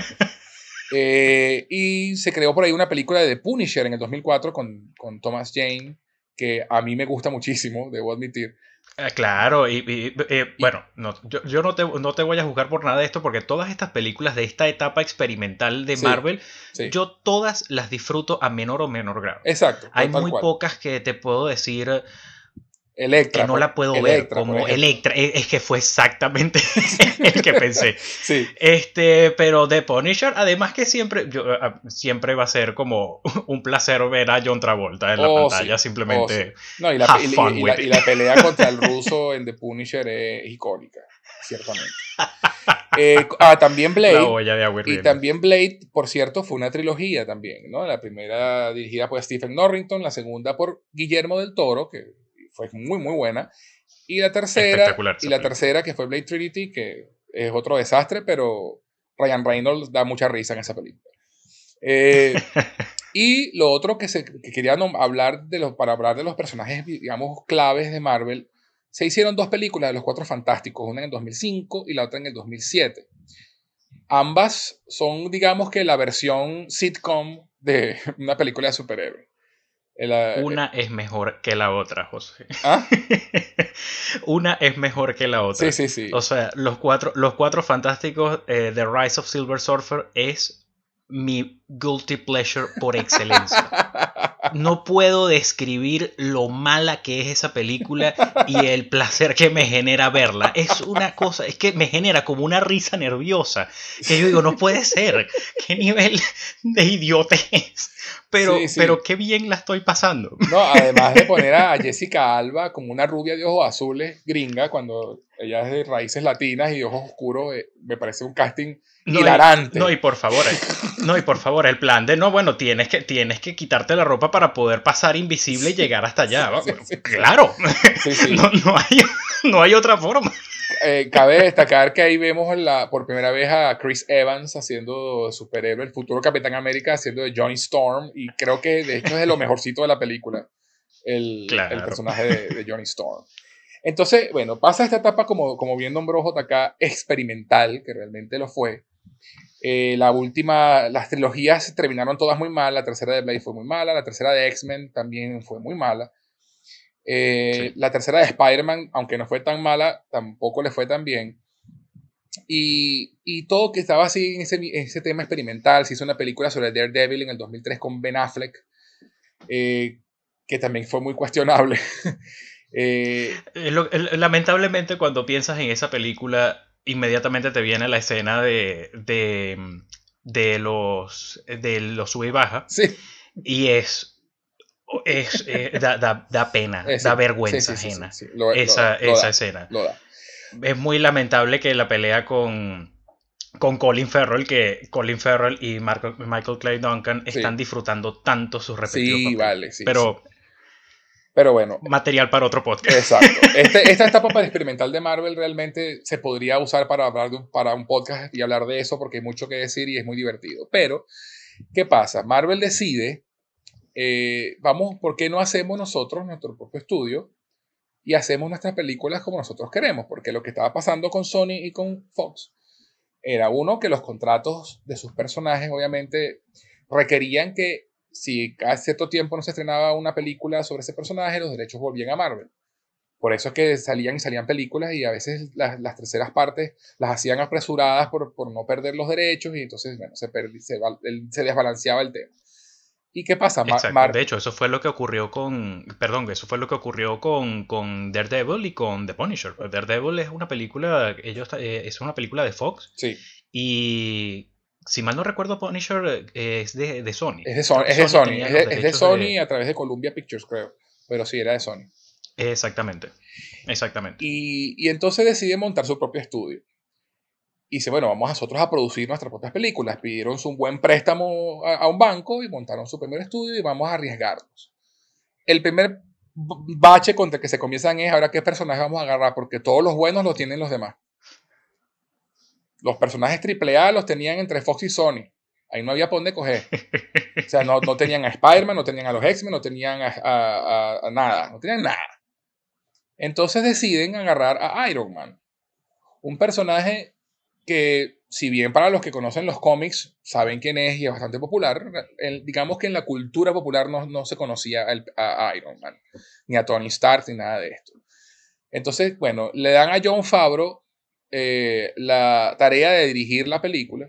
Eh, y se creó por ahí una película de The Punisher en el dos mil cuatro con, con Thomas Jane, que a mí me gusta muchísimo, debo admitir. Ah, claro, y, y, eh, Y, bueno, no, yo, yo no, te, no te voy a juzgar por nada de esto porque todas estas películas de esta etapa experimental de sí, Marvel, sí, yo todas las disfruto a menor o menor grado. exacto, Hay tal, tal muy cual. pocas que te puedo decir que Electra, no por, la puedo ver, Electra, por como ejemplo. Electra, es, es que fue exactamente el que pensé. Sí, Este, pero The Punisher, además que siempre, yo, ah, siempre va a ser como un placer ver a John Travolta en la oh pantalla, sí, oh sí. simplemente No, y la, have y, fun y- y with la, y it. la pelea contra el ruso en The Punisher es icónica, ciertamente. Eh, ah, también La Blade. olla de agua Y hirviendo. también Blade, por cierto, fue una trilogía también, ¿no? La primera dirigida por Stephen Norrington, la segunda por Guillermo del Toro, que fue muy, muy buena. Y la tercera, Espectacular y esa la película. tercera que fue Blade Trinity, que es otro desastre, pero Ryan Reynolds da mucha risa en esa película. Eh, y lo otro que, se, que quería nom- hablar de los, para hablar de los personajes, digamos, claves de Marvel, se hicieron dos películas de los Cuatro Fantásticos, una en el dos mil cinco y la otra en el dos mil siete. Ambas son, digamos que la versión sitcom de una película de superhéroes. El, eh, Una es mejor que la otra, José. ¿ah? Una es mejor que la Sí, otra. sí, sí. O sea, los cuatro, los cuatro fantásticos, eh, The Rise of Silver Surfer es mi guilty pleasure por excelencia. No puedo describir lo mala que es esa película y el placer que me genera verla. Es una cosa, es que me genera como una risa nerviosa. Que yo digo, no puede ser. ¿Qué nivel de idiotez? Pero, Sí, sí. pero qué bien la estoy pasando. No, además de poner a Jessica Alba como una rubia de ojos azules gringa, cuando ella es de raíces latinas y de ojos oscuros, eh, me parece un casting No, y, hilarante. no, y por favor, eh, no, y por favor, el plan de no, bueno, tienes que, tienes que quitarte la ropa para poder pasar invisible y llegar hasta allá. Sí, Va, sí, sí. claro, Sí, sí. no, no hay, no hay otra forma. Eh, cabe destacar que ahí vemos la, por primera vez a Chris Evans haciendo de superhéroe, el futuro Capitán América haciendo de Johnny Storm, y creo que de hecho es de lo mejorcito de la película, el, Claro. el personaje de, de Johnny Storm. Entonces, bueno, pasa esta etapa, como, como bien nombró J K, experimental, que realmente lo fue. Eh, la última, las trilogías terminaron todas muy mal, la tercera de Blade fue muy mala, la tercera de X-Men también fue muy mala. Eh, Sí. La tercera de Spider-Man, aunque no fue tan mala, tampoco le fue tan bien. Y, y todo que estaba así en ese, en ese tema experimental. Se hizo una película sobre Daredevil en el dos mil tres con Ben Affleck, eh, que también fue muy cuestionable. eh, Eh, lo- el- Lamentablemente, cuando piensas en esa película, inmediatamente te viene la escena de, de, de los, de los sube y baja, sí, y es. Es, eh, da, da- da pena, eh, sí, da sí, vergüenza sí, sí, sí, ajena sí, lo, lo esa, da, lo esa da, escena. lo da. es muy lamentable que la pelea con, con Colin Farrell, que Colin Farrell y Marco- Michael Clay Duncan están Sí, disfrutando tanto sus respectivos sí, papeles. vale, sí, sí. Pero Pero bueno, material para otro podcast. exacto. Este, esta etapa para experimental de Marvel realmente se podría usar para hablar de un, para un podcast y hablar de eso porque hay mucho que decir y es muy divertido. Pero, ¿qué pasa? Marvel decide, eh, vamos, ¿por qué no hacemos nosotros nuestro propio estudio y hacemos nuestras películas como nosotros queremos? Porque lo que estaba pasando con Sony y con Fox era uno que los contratos de sus personajes obviamente requerían que si cada cierto tiempo no se estrenaba una película sobre ese personaje, los derechos volvían a Marvel. Por eso es que salían y salían películas y a veces las, las terceras partes las hacían apresuradas por, por no perder los derechos y entonces, bueno, se, perdi- se, val- el- se desbalanceaba el tema. ¿Y qué pasa? Mar, Exacto. Mar- De hecho, eso fue lo que ocurrió con. Perdón, eso fue lo que ocurrió con, con Daredevil y con The Punisher. Daredevil es una película. Ellos, eh, es una película de Fox. sí, Y si mal no recuerdo, Punisher eh, es de, de Sony. es de Sony, Creo que es de Sony Sony, tenía es de, los es de derechos Sony de. a través de Columbia Pictures, creo. Pero sí, era de Sony. Exactamente. Exactamente. Y, y entonces decide montar su propio estudio. Y dice, bueno, vamos nosotros a producir nuestras propias películas. Pidieron un buen préstamo a, a un banco y montaron su primer estudio y vamos a arriesgarnos. El primer bache contra el que se comienzan es ahora qué personajes vamos a agarrar, porque todos los buenos los tienen los demás. Los personajes triple A los tenían entre Fox y Sony. Ahí no había por dónde coger. O sea, no, no tenían a Spider-Man, no tenían a los X-Men, no tenían a, a, a, a nada, no tenían nada. Entonces deciden agarrar a Iron Man, un personaje que, si bien para los que conocen los cómics saben quién es y es bastante popular, el, digamos que en la cultura popular no, no se conocía el, a, a Iron Man, ni a Tony Stark, ni nada de esto. Entonces, bueno, le dan a Jon Favreau eh, la tarea de dirigir la película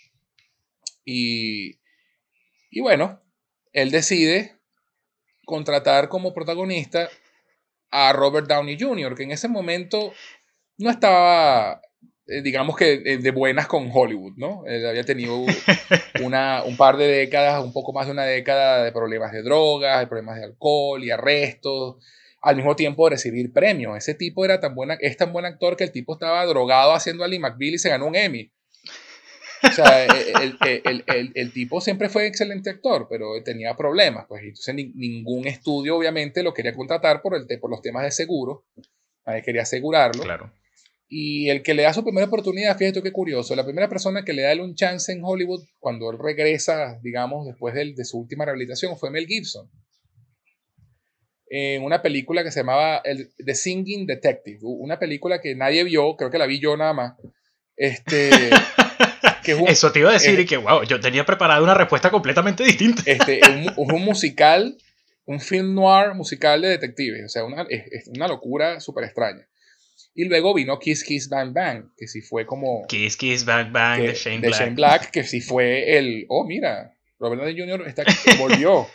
y, y bueno, él decide contratar como protagonista a Robert Downey junior, que en ese momento no estaba, eh, digamos que eh, de buenas con Hollywood, ¿no? Él había tenido una, un par de décadas, un poco más de una década de problemas de drogas, de problemas de alcohol y arrestos, al mismo tiempo de recibir premios. Ese tipo era tan buena, es tan buen actor que el tipo estaba drogado haciendo a Lee McBeal y se ganó un Emmy. O sea, el, el, el, el, el tipo siempre fue excelente actor, pero tenía problemas. Pues, entonces ni, ningún estudio obviamente lo quería contratar por, el, por los temas de seguro. Nadie quería asegurarlo. Claro. Y el que le da su primera oportunidad, fíjate qué curioso, la primera persona que le da un chance en Hollywood cuando él regresa, digamos, después de, de su última rehabilitación, fue Mel Gibson. En una película que se llamaba el, The Singing Detective, una película que nadie vio, creo que la vi yo nada más. Este, que es un, Eso te iba a decir es, y que, wow, yo tenía preparada una respuesta completamente distinta. Este, es un, es un musical, un film noir musical de detectives, o sea, una, es, es una locura súper extraña. Y luego vino Kiss Kiss Bang Bang, que sí fue como... Kiss Kiss Bang Bang que, de Shane de Black. Shane Black, que sí fue el... Oh, mira, Robert Downey junior Está, volvió.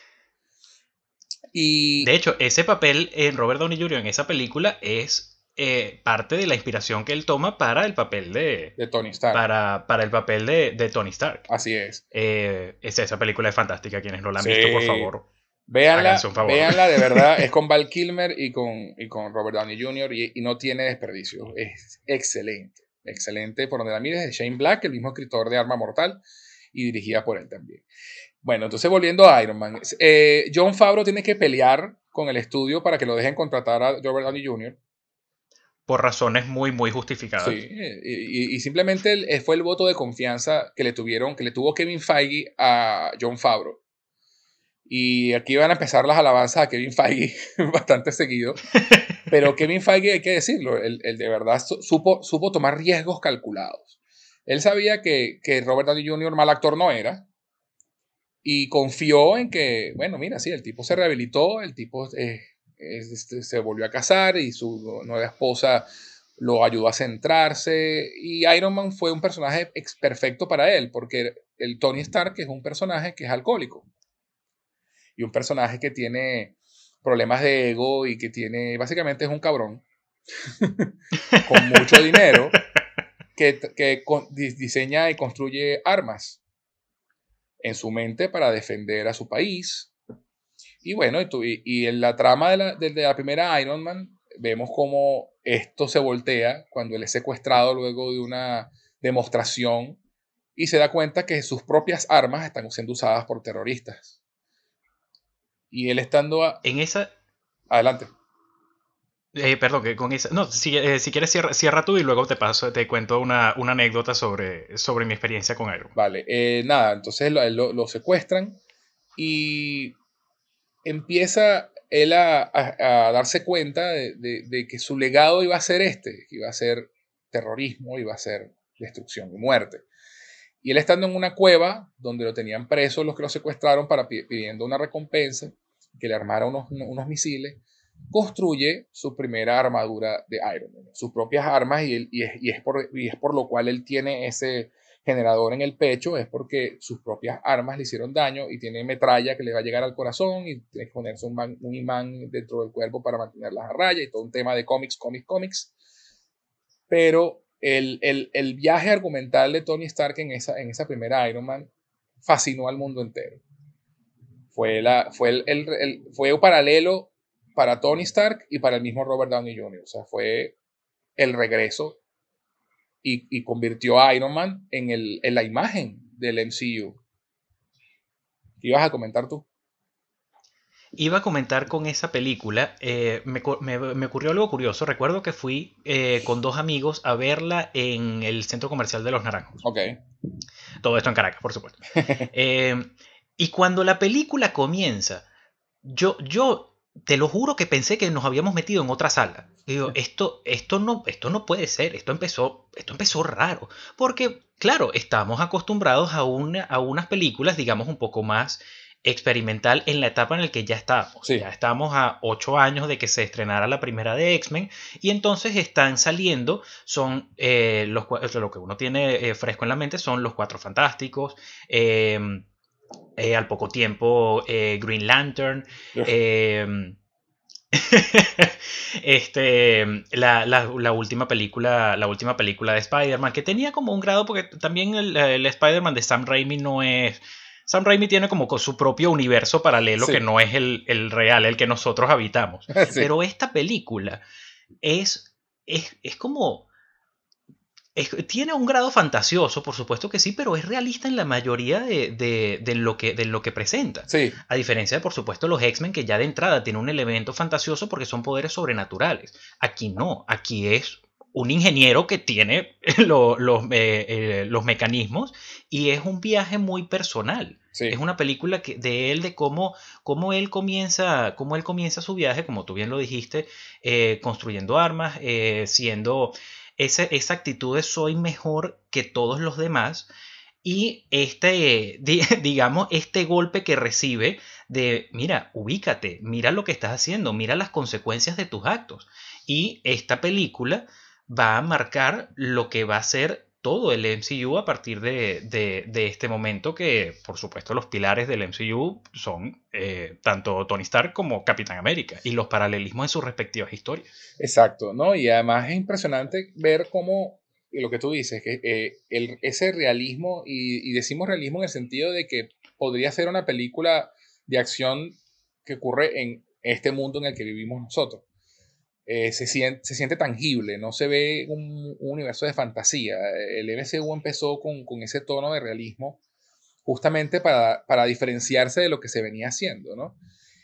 Y... De hecho, ese papel en Robert Downey junior en esa película es eh, parte de la inspiración que él toma para el papel de... De Tony Stark. Para, para el papel de, de Tony Stark. Así es. Eh, esa, esa película es fantástica. Quienes no la han Sí. visto, por favor, véanla, háganse un favor. véanla, de verdad, es con Val Kilmer y con, y con Robert Downey junior y, y no tiene desperdicio. Es excelente, excelente por donde la mires, de Shane Black, el mismo escritor de Arma Mortal, y dirigida por él también. Bueno, entonces volviendo a Iron Man, eh, Jon Favreau tiene que pelear con el estudio para que lo dejen contratar a Robert Downey junior Por razones muy, muy justificadas. Sí, y, y, y simplemente el, fue el voto de confianza que le tuvieron, que le tuvo Kevin Feige a Jon Favreau. Y aquí van a empezar las alabanzas a Kevin Feige bastante seguido. Pero Kevin Feige, hay que decirlo, él, él de verdad supo, supo tomar riesgos calculados. Él sabía que, que Robert Downey junior mal actor no era. Y confió en que, bueno, mira, sí, el tipo se rehabilitó, el tipo eh, este, se volvió a casar y su nueva esposa lo ayudó a centrarse. Y Iron Man fue un personaje perfecto para él, porque el Tony Stark es un personaje que es alcohólico. Y un personaje que tiene problemas de ego y que tiene, básicamente es un cabrón, con mucho dinero, que, que con, diseña y construye armas en su mente para defender a su país. Y bueno, y, tu, y, y en la trama de la, de, de la primera Iron Man, vemos cómo esto se voltea cuando él es secuestrado luego de una demostración y se da cuenta que sus propias armas están siendo usadas por terroristas. Y él estando a... En esa, Adelante. eh, perdón, que con esa, no, si, eh, si quieres cierra, cierra tú y luego te paso, te cuento una, una anécdota sobre, sobre mi experiencia con Iron Man. Vale, eh, nada, entonces lo, lo, lo secuestran y empieza él a, a, a darse cuenta de, de, de que su legado iba a ser este, que iba a ser terrorismo, iba a ser destrucción y muerte. Y él estando en una cueva donde lo tenían preso los que lo secuestraron para pidiendo una recompensa, que le armara unos, unos misiles, construye su primera armadura de Iron Man, sus propias armas, y, él, y, es, y, es por, y es por lo cual él tiene ese generador en el pecho, es porque sus propias armas le hicieron daño y tiene metralla que le va a llegar al corazón y tiene que ponerse un, man, un imán dentro del cuerpo para mantenerlas a raya y todo un tema de cómics, cómics, cómics. Pero el, el, el viaje argumental de Tony Stark en esa, en esa primera Iron Man fascinó al mundo entero. Fue, la, fue, el, el, el, fue un paralelo para Tony Stark y para el mismo Robert Downey junior O sea, fue el regreso y, y convirtió a Iron Man en, el, en la imagen del M C U. ¿Qué ibas a comentar tú? Iba a comentar con esa película, eh, me, me, me ocurrió algo curioso. Recuerdo que fui eh, con dos amigos a verla en el Centro Comercial de Los Naranjos. Ok. Todo esto en Caracas, por supuesto. eh, y cuando la película comienza, yo, yo te lo juro que pensé que nos habíamos metido en otra sala. Y digo, esto, esto, no, esto no puede ser, esto empezó, esto empezó raro. Porque, claro, estamos acostumbrados a, una, a unas películas, digamos, un poco más experimental en la etapa en la que ya estábamos. Sí. Ya estamos a ocho años de que se estrenara la primera de X-Men y entonces están saliendo, son eh, los, lo que uno tiene eh, fresco en la mente son los Cuatro Fantásticos, eh, eh, al poco tiempo eh, Green Lantern, eh, este, la, la, la, última película, la última película de Spider-Man, que tenía como un grado, porque también el, el Spider-Man de Sam Raimi no es... Sam Raimi tiene como su propio universo paralelo, sí, que no es el, el real, el que nosotros habitamos. Sí. Pero esta película es, es, es como... Es, tiene un grado fantasioso, por supuesto que sí, pero es realista en la mayoría de, de, de, lo, que, de lo que presenta. Sí. A diferencia de, por supuesto, los X-Men, que ya de entrada tienen un elemento fantasioso porque son poderes sobrenaturales. Aquí no, aquí es un ingeniero que tiene lo, lo, eh, eh, los mecanismos y es un viaje muy personal. Sí. Es una película que, de él, de cómo, cómo, él comienza, cómo él comienza su viaje, como tú bien lo dijiste, eh, construyendo armas, eh, siendo... Esa, esa actitud de soy mejor que todos los demás y este, digamos, este golpe que recibe de, mira, ubícate, mira lo que estás haciendo, mira las consecuencias de tus actos. Y esta película va a marcar lo que va a ser todo el M C U a partir de, de, de este momento, que por supuesto los pilares del M C U son eh, tanto Tony Stark como Capitán América y los paralelismos en sus respectivas historias. Exacto, ¿no? Y además es impresionante ver cómo, lo que tú dices, que eh, el, ese realismo, y, y decimos realismo en el sentido de que podría ser una película de acción que ocurre en este mundo en el que vivimos nosotros. Eh, se, siente, se siente tangible, no se ve un, un universo de fantasía. El M C U empezó con, con ese tono de realismo justamente para, para diferenciarse de lo que se venía haciendo, ¿no?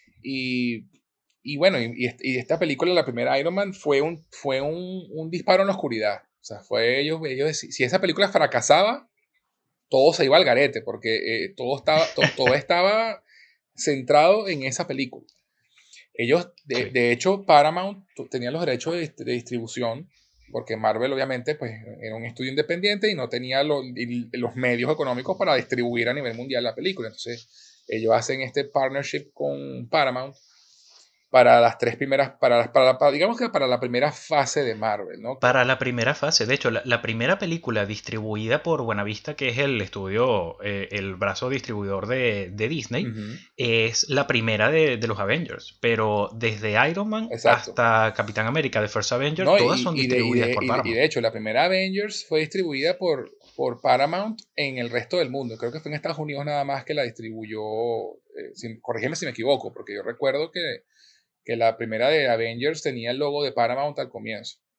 Y, y bueno, y, y esta película, la primera Iron Man, fue un, fue un, un disparo en la oscuridad. O sea, fue ellos, ellos si esa película fracasaba, todo se iba al garete, porque eh, todo, estaba, todo, todo estaba centrado en esa película. Ellos, de, sí. de hecho, Paramount tenía los derechos de, de distribución, porque Marvel obviamente pues, era un estudio independiente y no tenía lo, y los medios económicos para distribuir a nivel mundial la película. Entonces, ellos hacen este partnership con Paramount para las tres primeras, para, las, para, para digamos que para la primera fase de Marvel, ¿no? Para la primera fase, de hecho, la, la primera película distribuida por Buenavista, que es el estudio, eh, el brazo distribuidor de, de Disney, uh-huh. es la primera de, de los Avengers, pero desde Iron Man Exacto. hasta Capitán América, The First Avenger, no, todas y, son distribuidas y de, y de, por Paramount. Y de hecho, la primera Avengers fue distribuida por, por Paramount en el resto del mundo. Creo que fue en Estados Unidos nada más que la distribuyó, eh, sin, corrígeme si me equivoco, porque yo recuerdo que que la primera de Avengers tenía el logo de Paramount al comienzo.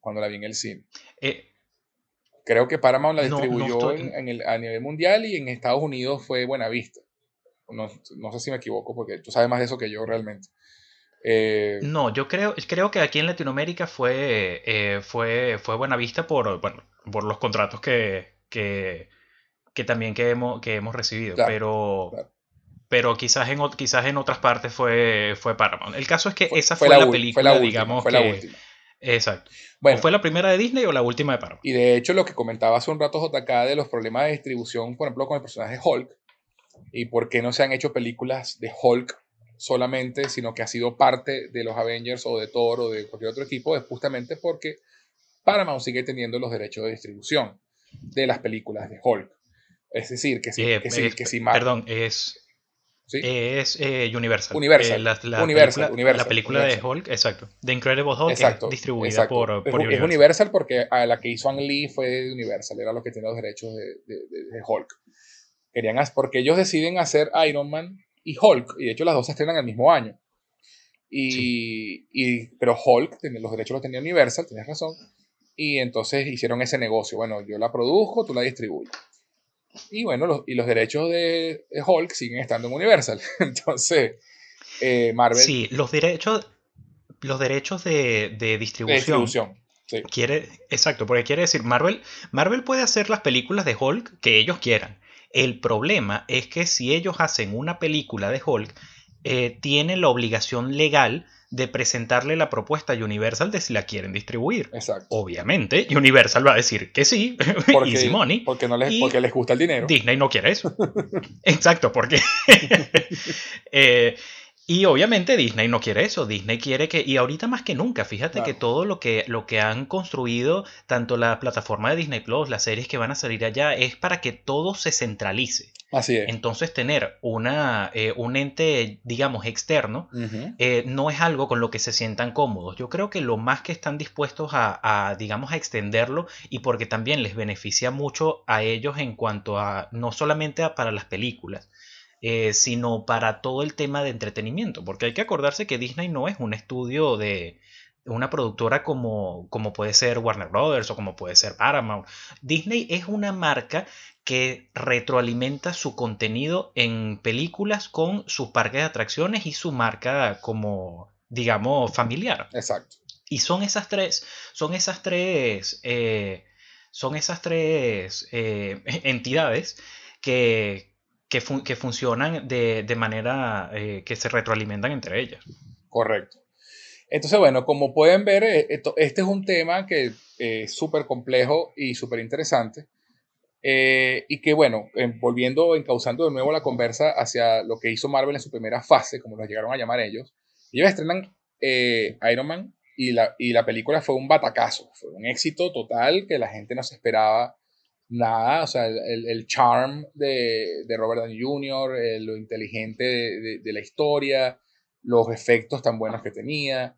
cuando la vi en el cine. Eh, Creo que Paramount la no, no distribuyó estoy... en, en el, a nivel mundial y en Estados Unidos fue Buenavista. No, no sé si me equivoco porque tú sabes más de eso que yo realmente. Eh, No, yo creo, creo que aquí en Latinoamérica fue, eh, fue, fue Buenavista por, bueno, por los contratos que, que, que también que hemos, que hemos recibido, claro, pero, claro. pero quizás en, ot- quizás en otras partes fue, fue Paramount. El caso es que Fue, esa fue fue la, la ul- fue la película, última, digamos fue la que... última. Exacto. O Bueno, fue la primera de Disney o la última de Paramount. y de hecho lo que comentaba hace un rato J K de los problemas de distribución, por ejemplo, con el personaje Hulk, y por qué no se han hecho películas de Hulk solamente, sino que ha sido parte de los Avengers o de Thor o de cualquier otro equipo, es justamente porque Paramount sigue teniendo los derechos de distribución de las películas de Hulk. Es decir, que si, Eh, que si, es- que si Mar- perdón, es... ¿sí? Es eh, Universal. Eh, Universal, la, la Universal, película, la Universal, película de Universal. Hulk, exacto. The Incredible Hulk es Exacto, distribuida exacto. por, Es, por es Universal. Universal porque a la que hizo Ang Lee fue de Universal, era lo que tiene los derechos de, de, de, de Hulk. Querían hacer, porque ellos deciden hacer Iron Man y Hulk, y de hecho las dos se estrenan el mismo año. Sí. Y, y, pero Hulk, los derechos los tenía Universal, tienes razón, y entonces hicieron ese negocio. Bueno, yo la produzco, tú la distribuyes. Y bueno, los, y los derechos de, de Hulk siguen estando en Universal. Entonces, eh, Marvel... Sí, los derechos, los derechos de, de De distribución distribución, sí. quiere, exacto, porque quiere decir, Marvel, Marvel puede hacer las películas de Hulk que ellos quieran. El problema es que si ellos hacen una película de Hulk, eh, tienen la obligación legal de presentarle la propuesta a Universal de si la quieren distribuir. Exacto. Obviamente, Universal va a decir que sí, Porque, easy money, porque, no les, y porque les gusta el dinero. Disney no quiere eso. Exacto, porque... eh, y obviamente Disney no quiere eso, Disney quiere que, y ahorita más que nunca, fíjate Claro. que todo lo que, lo que han construido, tanto la plataforma de Disney Plus, las series que van a salir allá, es para que todo se centralice. Así es. Entonces tener una, eh, un ente, digamos, externo, Uh-huh. eh, no es algo con lo que se sientan cómodos. Yo creo que lo más que están dispuestos a, a, digamos, a extenderlo, y porque también les beneficia mucho a ellos en cuanto a, no solamente a, para las películas, eh, sino para todo el tema de entretenimiento, porque hay que acordarse que Disney no es un estudio de una productora como, como puede ser Warner Brothers o como puede ser Paramount. Disney es una marca que retroalimenta su contenido en películas con sus parques de atracciones y su marca como, digamos, familiar. Exacto. Y son esas tres, son esas tres, eh, son esas tres eh, entidades que, que, fun- que funcionan de, de manera eh, que se retroalimentan entre ellas. Correcto. Entonces, bueno, como pueden ver, eh, esto- este es un tema que eh, es súper complejo y súper interesante. Eh, y que, bueno, eh, volviendo, encauzando de nuevo la conversa hacia lo que hizo Marvel en su primera fase, como lo llegaron a llamar ellos. Ellos estrenan eh, Iron Man y la, y la película fue un batacazo, fue un éxito total que la gente no se esperaba nada. O sea, el, el- el charm de, de Robert Downey junior, eh, lo inteligente de, de- de la historia, los efectos tan buenos que tenía.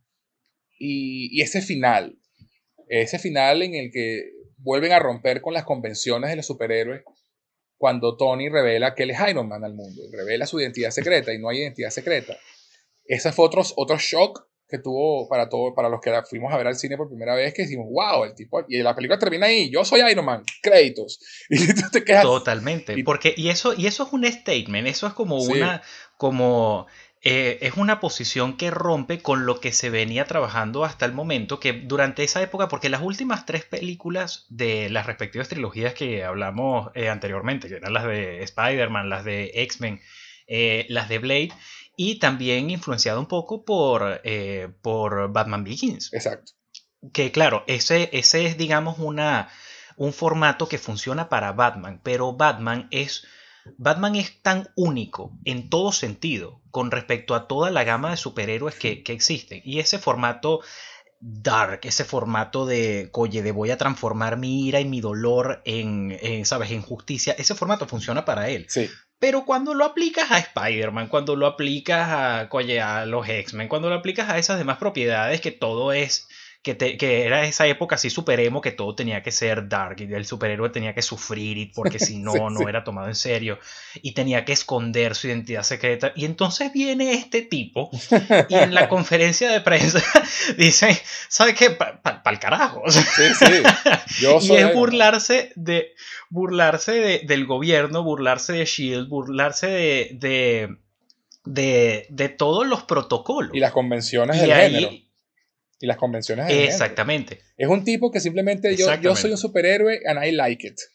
Y, y ese final, ese final en el que vuelven a romper con las convenciones de los superhéroes cuando Tony revela que él es Iron Man al mundo, revela su identidad secreta y no hay identidad secreta. Ese fue otro, otro shock que tuvo para, todo, para los que la fuimos a ver al cine por primera vez, que decimos, wow, el tipo, y la película termina ahí, yo soy Iron Man, créditos. Y tú te quedas... Totalmente, y- porque y eso, y eso es un statement, eso es como sí, una, como eh, es una posición que rompe con lo que se venía trabajando hasta el momento, que durante esa época, porque las últimas tres películas de las respectivas trilogías que hablamos eh, anteriormente, que eran las de Spider-Man, las de X-Men, eh, las de Blade, y también influenciado un poco por, eh, por Batman Begins. exacto. Que claro, ese, ese es, digamos, una, un formato que funciona para Batman, pero Batman es, Batman es tan único en todo sentido con respecto a toda la gama de superhéroes que, que existen. Y ese formato dark, ese formato de, oye, de voy a transformar mi ira y mi dolor en, en, ¿sabes?, en justicia, ese formato funciona para él. Sí, Pero cuando lo aplicas a Spider-Man, cuando lo aplicas a, oye, a los X-Men, cuando lo aplicas a esas demás propiedades que todo es, que, te, que era esa época así super emo que todo tenía que ser dark y el superhéroe tenía que sufrir y porque si no, Sí, no sí. era tomado en serio y tenía que esconder su identidad secreta. Y entonces viene este tipo y en la conferencia de prensa dice, ¿sabe qué? Para pa, pa el carajo. O sea, Sí, sí. Yo y soy es Iron Man. burlarse de burlarse de, del gobierno, burlarse de Shield, burlarse de, de, de, de todos los Y protocolos. las convenciones Y del género. ahí, Y las convenciones del género. exactamente, Es un tipo que simplemente yo, yo soy un exactamente. superhéroe and I like it.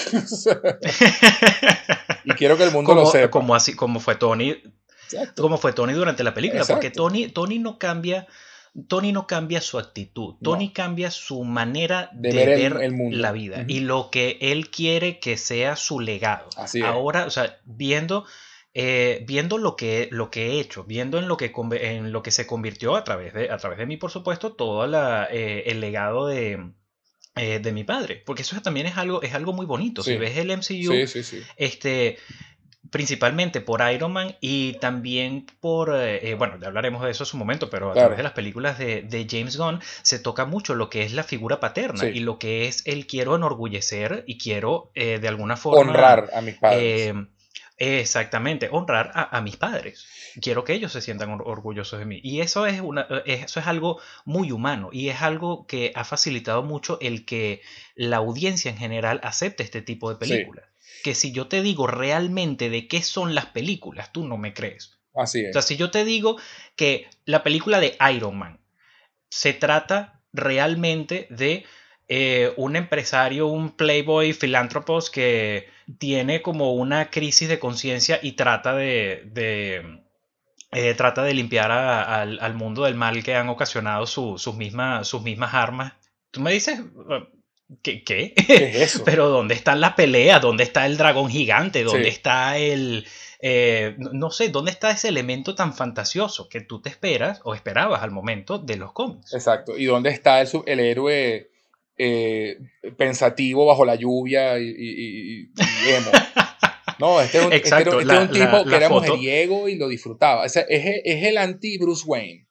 Y quiero que el mundo lo como, sepa. como, así, como fue Tony, Exacto. como fue Tony durante la película, porque Exacto. Tony, Tony no cambia, Tony no cambia su actitud, Tony No. cambia su manera De de ver el, ver el mundo. la vida Ujú. y lo que él quiere que sea su legado. Así es. Ahora, o sea, viendo, eh, viendo lo que, lo que he hecho, viendo en lo que, conve- en lo que se convirtió a través de, a través de mí, por supuesto, todo la, eh, el legado de, eh, de mi padre, porque eso también es algo, es algo muy bonito. Si Sí. ves el M C U, Sí, sí, sí. este, principalmente por Iron Man y también por, eh, bueno, ya hablaremos de eso en su momento, pero a Claro. través de las películas de, de James Gunn se toca mucho lo que es la figura paterna Sí. y lo que es el quiero enorgullecer y quiero eh, de alguna forma... Honrar a mis padres. eh, exactamente, honrar a, a mis padres. Quiero que ellos se sientan or- orgullosos de mí. Y eso es, una, eso es algo muy humano y es algo que ha facilitado mucho el que la audiencia en general acepte este tipo de Sí. películas. Que si yo te digo realmente de qué son las películas, tú no me crees. Así O sea, es. si yo te digo que la película de Iron Man se trata realmente de eh, un empresario, un playboy filántropos que tiene como una crisis de conciencia y trata de, de, eh, trata de limpiar a- al, al mundo del mal que han ocasionado su- sus, mismas, sus mismas armas. Tú me dices, uh, ¿qué? ¿Qué? ¿Qué es eso? Pero ¿dónde están las peleas? ¿Dónde está el dragón gigante? ¿Dónde Sí. está el... eh, no, no sé, ¿dónde está ese elemento tan fantasioso que tú te esperas o esperabas al momento de los cómics? Exacto. ¿Y dónde está el, su- el héroe eh, pensativo bajo la lluvia y, y- y- y emo? No, este es un, este era, Exacto, este era la, un tipo la, que la era foto, mujeriego y lo disfrutaba. O sea, es, el- es el anti-Bruce Wayne.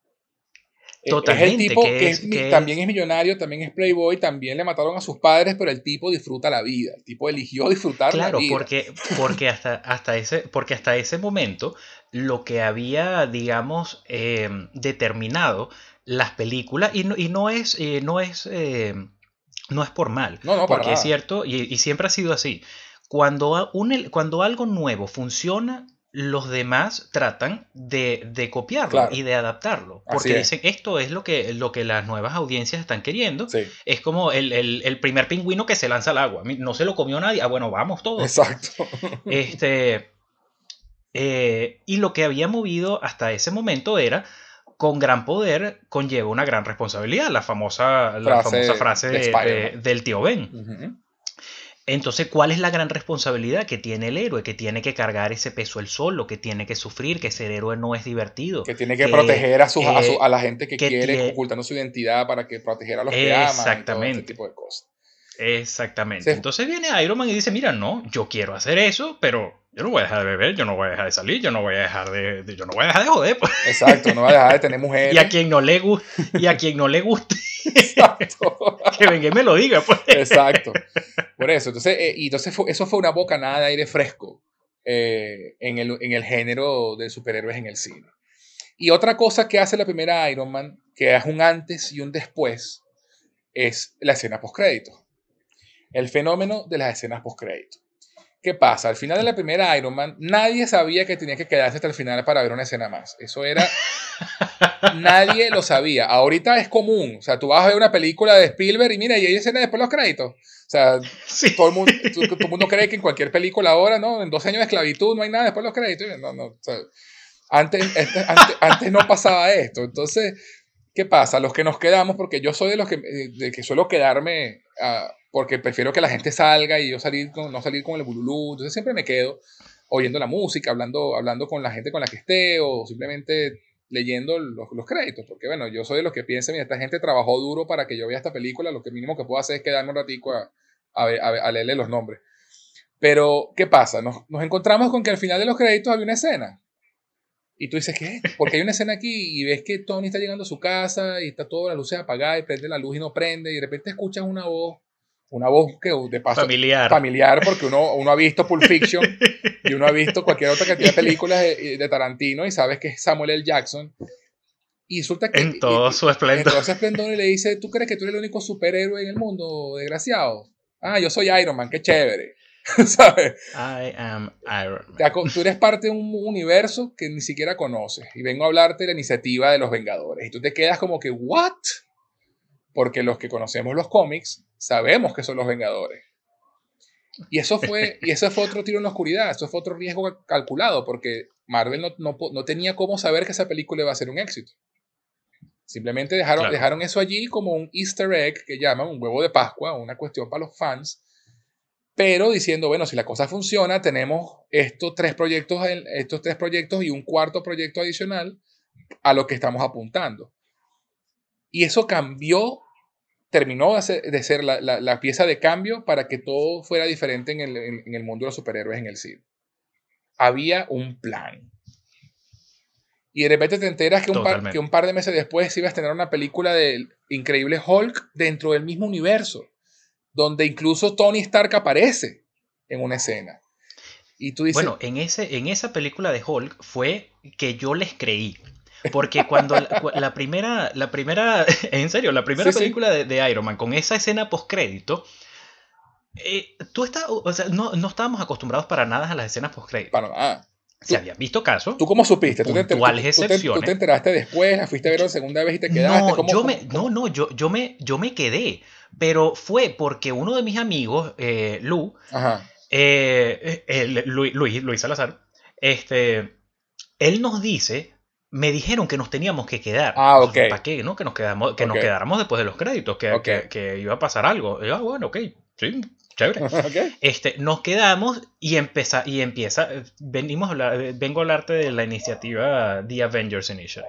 Eh, Es el totalmente, tipo que que es, es, mi- que también es es millonario, también es playboy, también le mataron a sus padres, pero el tipo disfruta la vida. El tipo eligió disfrutar la claro, vida. porque, porque, hasta, hasta ese, porque hasta ese momento lo que había, digamos, eh, determinado las películas, y no, y no es, eh, no es, eh, no es por mal, No, no, para porque es nada. cierto, y, y siempre ha sido así. Cuando, a- un el- cuando algo nuevo funciona, los demás tratan de, de copiarlo Claro, y de adaptarlo, así porque es. dicen, esto es lo que, lo que las nuevas audiencias están queriendo. Sí, Es como el, el- el primer pingüino que se lanza al agua. No se lo comió nadie. Ah, bueno, vamos todos, pues. exacto. Este, eh, y lo que había movido hasta ese momento era, con gran poder conlleva una gran responsabilidad, la famosa, la famosa Frase frase de de- de- Spider-Man. del tío Ben. Ujú. Entonces, ¿cuál es la gran responsabilidad que tiene el héroe? Que tiene que cargar ese peso él solo, que tiene que sufrir, que ser héroe no es divertido, Que tiene que que, proteger a, sus, a, su- a eh, la gente que que quiere, tie- ocultando su identidad para que proteger a los que aman y todo este exactamente. tipo de cosas. Exactamente. Sí, Entonces viene Iron Man y dice, mira, no, yo quiero hacer eso, pero yo no voy a dejar de beber, yo no voy a dejar de salir, yo no voy a dejar de, de- yo no voy a dejar de joder, pues. exacto, no va a dejar de tener Y a mujeres. quien no le guste, y a quien no le guste, Exacto. que venga y me lo diga, pues. Exacto. Por eso, entonces, eh, y entonces fue- eso fue una bocanada de aire fresco eh, en, el, en el género de superhéroes en el cine. Y otra cosa que hace la primera Iron Man, que es un antes y un después, es la escena postcrédito. El fenómeno de las escenas postcrédito. ¿Qué pasa? Al final de la primera Iron Man, nadie sabía que tenía que quedarse hasta el final para ver una escena más. Eso era... Nadie lo sabía. Ahorita es común. O sea, tú vas a ver una película de Spielberg y mira, y hay escena después de los créditos. O sea, Sí. todo el mundo, todo, todo el mundo cree que en cualquier película ahora, ¿no? En doce años de esclavitud no hay nada después de los créditos. No, no. O sea, antes, este- antes, antes no pasaba esto. Entonces, ¿qué pasa? Los que nos quedamos, porque yo soy de los que, eh, de que suelo quedarme, ah, porque prefiero que la gente salga y yo salir con, no salir con el bululú. Entonces siempre me quedo oyendo la música, hablando, hablando con la gente con la que esté o simplemente leyendo los, los créditos, porque bueno, yo soy de los que piensan, mira, esta gente trabajó duro para que yo vea esta película, lo que mínimo que puedo hacer es quedarme un ratico a, a, ver- a, ver- a leerle los nombres. Pero, ¿qué pasa? Nos, nos encontramos con que al final de los créditos había una escena. Y tú dices, ¿qué es esto? Porque hay una escena aquí y ves que Tony está llegando a su casa y está todas las luces apagadas y prende la luz y no prende. Y de repente escuchas una voz, una voz que de paso Familiar. familiar porque uno, uno ha visto Pulp Fiction y uno ha visto cualquier otra cantidad de películas de, de Tarantino y sabes que es Samuel L. Jackson. Y resulta que... En todo y, su esplendor. En todo su esplendor y le dice, ¿tú crees que tú eres el único superhéroe en el mundo, desgraciado? Ah, yo soy Iron Man, qué chévere. ¿Sabes? I am Iron Man. Tú eres parte de un universo que ni siquiera conoces y vengo a hablarte de la iniciativa de los Vengadores y tú te quedas como que ¿what? Porque los que conocemos los cómics sabemos que son los Vengadores y eso fue y eso fue otro tiro en la oscuridad, eso fue otro riesgo calculado porque Marvel no, no, no tenía cómo saber que esa película iba a ser un éxito. Simplemente dejaron, Claro. dejaron eso allí como un easter egg que llaman un huevo de Pascua, una cuestión para los fans. Pero diciendo, bueno, si la cosa funciona, tenemos estos tres proyectos, estos tres proyectos y un cuarto proyecto adicional a lo que estamos apuntando. Y eso cambió, terminó de ser, de ser la, la, la pieza de cambio para que todo fuera diferente en el, en, en el mundo de los superhéroes en el cine. Había un plan. Y de repente te enteras que un, par, que un par de meses después ibas a tener una película del Increíble Hulk dentro del mismo universo, donde incluso Tony Stark aparece en una escena. Y tú dices... Bueno, en, ese, en esa película de Hulk fue que yo les creí. Porque cuando la, la primera, la primera, en serio, la primera sí, película sí. De, de Iron Man, con esa escena postcrédito, eh, tú estás, o sea, no, no estábamos acostumbrados para nada a las escenas postcrédito. Para nada. Se habían visto casos. ¿Tú cómo supiste? ¿Tú te, tú, puntuales tú, excepciones. Tú te, tú te enteraste después, la fuiste a ver la segunda vez y te quedaste. No, ¿Cómo, yo cómo, me, cómo? no, no, yo, yo, me, yo me quedé. Pero fue porque uno de mis amigos, eh, Lu, Ajá. Eh, eh, Luis, Luis, Luis Salazar, este, él nos dice, me dijeron que nos teníamos que quedar. Ah, ok. ¿Para qué? ¿No? Que nos quedamos, que okay. nos quedáramos después de los créditos, que, okay. que, que iba a pasar algo. Y yo, ah, bueno, ok, sí, chévere. okay. Este, nos quedamos y empieza, y empieza, venimos a hablar, vengo a hablarte de la iniciativa The Avengers Initiative.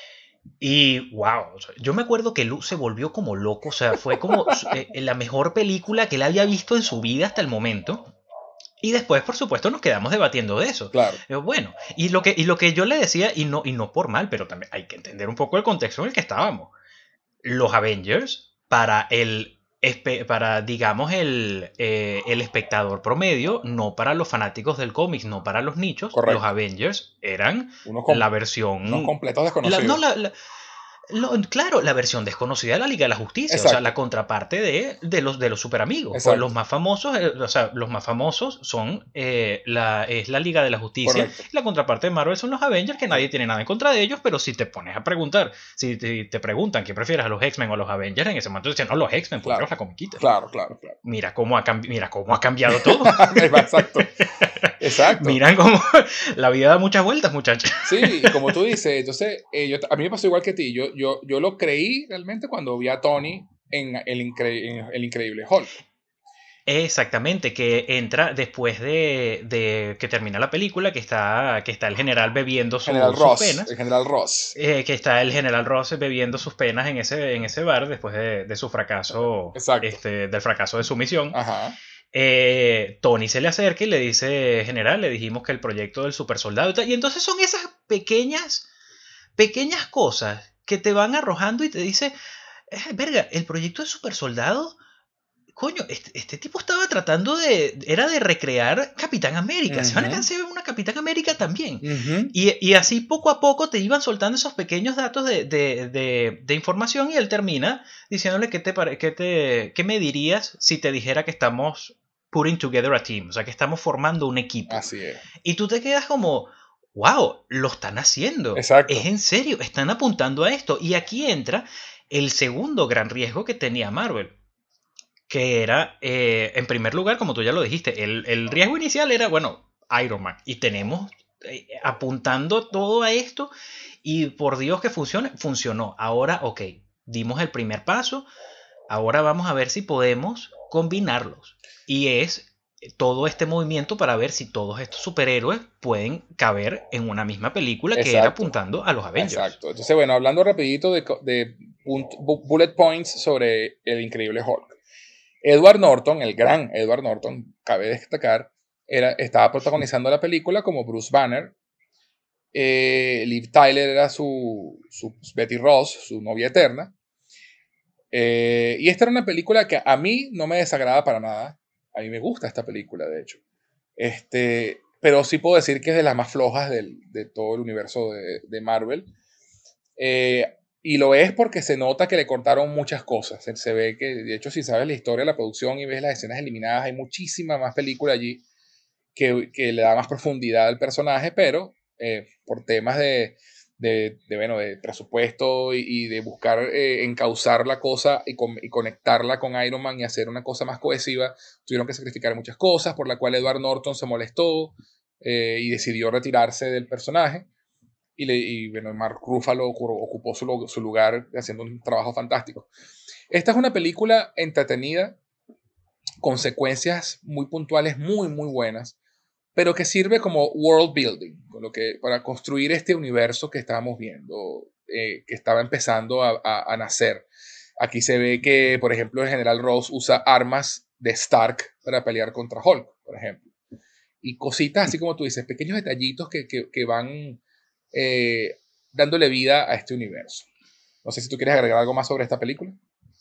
Y wow, o sea, yo me acuerdo que Lu se volvió como loco, o sea, fue como eh, la mejor película que él había visto en su vida hasta el momento. Y después, por supuesto, nos quedamos debatiendo de eso. Claro. Pero bueno, y lo que, y lo que yo le decía, y no, y no por mal, pero también hay que entender un poco el contexto en el que estábamos. Los Avengers, para el para, digamos, el, eh, el espectador promedio, no para los fanáticos del cómic, no para los nichos, correcto. Los Avengers eran unos com- la versión... Unos completos desconocidos. La, no, la, la, lo, claro, la versión desconocida de la Liga de la Justicia, exacto. O sea, la contraparte de, de los de los super amigos. Pues los más famosos, eh, o sea, los más famosos son eh, la, es la Liga de la Justicia. Correcto. Y la contraparte de Marvel son los Avengers, que nadie tiene nada en contra de ellos, pero si te pones a preguntar, si te, te preguntan qué prefieres, a los X-Men o a los Avengers, en ese momento dicen, no, los X-Men, claro. la comiquita. Claro, claro, claro. Mira cómo ha, cambi- mira cómo ha cambiado todo. Exacto. Exacto. Miran cómo la vida da muchas vueltas, muchachos. Sí, como tú dices, entonces eh, yo, a mí me pasó igual que a ti. Yo, yo, yo lo creí realmente cuando vi a Tony en el, incre- en el Increíble Hulk. Exactamente, que entra después de, de que termina la película, que está, que está el general bebiendo su, general sus Ross, penas. El general Ross. Eh, que está el general Ross bebiendo sus penas en ese, en ese bar después de, de su fracaso, este, del fracaso de su misión. Ajá. Eh, Tony se le acerca y le dice, general, le dijimos que el proyecto del super soldado y tal. Y entonces son esas pequeñas, pequeñas cosas que te van arrojando y te dice, eh, verga, el proyecto del super soldado... Coño, este, este tipo estaba tratando de... Era de recrear Capitán América. Uh-huh. Se van a hacer una Capitán América también. Uh-huh. Y, y así poco a poco te iban soltando esos pequeños datos de, de, de, de información y él termina diciéndole qué te, qué te qué me dirías si te dijera que estamos putting together a team. O sea, que estamos formando un equipo. Así es. Y tú te quedas como... Wow, lo están haciendo. Exacto. Es en serio, están apuntando a esto. Y aquí entra el segundo gran riesgo que tenía Marvel. Que era, eh, en primer lugar, como tú ya lo dijiste, el, el riesgo inicial era, bueno, Iron Man. Y tenemos eh, apuntando todo a esto y por Dios que funcione, funcionó. Ahora, ok, dimos el primer paso, ahora vamos a ver si podemos combinarlos. Y es todo este movimiento para ver si todos estos superhéroes pueden caber en una misma película. Exacto. Que era apuntando a los Avengers. Exacto. Entonces, bueno, hablando rapidito de, de bullet points sobre el Increíble Hulk. Edward Norton, el gran Edward Norton, cabe destacar, era, estaba protagonizando la película como Bruce Banner Eh, Liv Tyler era su, su Betty Ross, su novia eterna. Eh, y esta era una película que a mí no me desagrada para nada. A mí me gusta esta película, de hecho. Este, pero sí puedo decir que es de las más flojas del, de todo el universo de, de Marvel. Eh, y lo es porque se nota que le cortaron muchas cosas. Se, se ve que, de hecho, si sabes la historia de la producción y ves las escenas eliminadas, hay muchísima más película allí que, que le da más profundidad al personaje, pero eh, por temas de, de, de, bueno, de presupuesto y, y de buscar eh, encauzar la cosa y, con, y conectarla con Iron Man y hacer una cosa más cohesiva, tuvieron que sacrificar muchas cosas, por la cual Edward Norton se molestó eh, y decidió retirarse del personaje. Y, le, y bueno, Mark Ruffalo ocupó su, su lugar haciendo un trabajo fantástico. Esta es una película entretenida, con secuencias muy puntuales, muy, muy buenas, pero que sirve como world building, con lo que, para construir este universo que estábamos viendo, eh, que estaba empezando a, a, a nacer. Aquí se ve que, por ejemplo, el general Ross usa armas de Stark para pelear contra Hulk, por ejemplo. Y cositas así como tú dices, pequeños detallitos que, que, que van eh, dándole vida a este universo. No sé si tú quieres agregar algo más sobre esta película.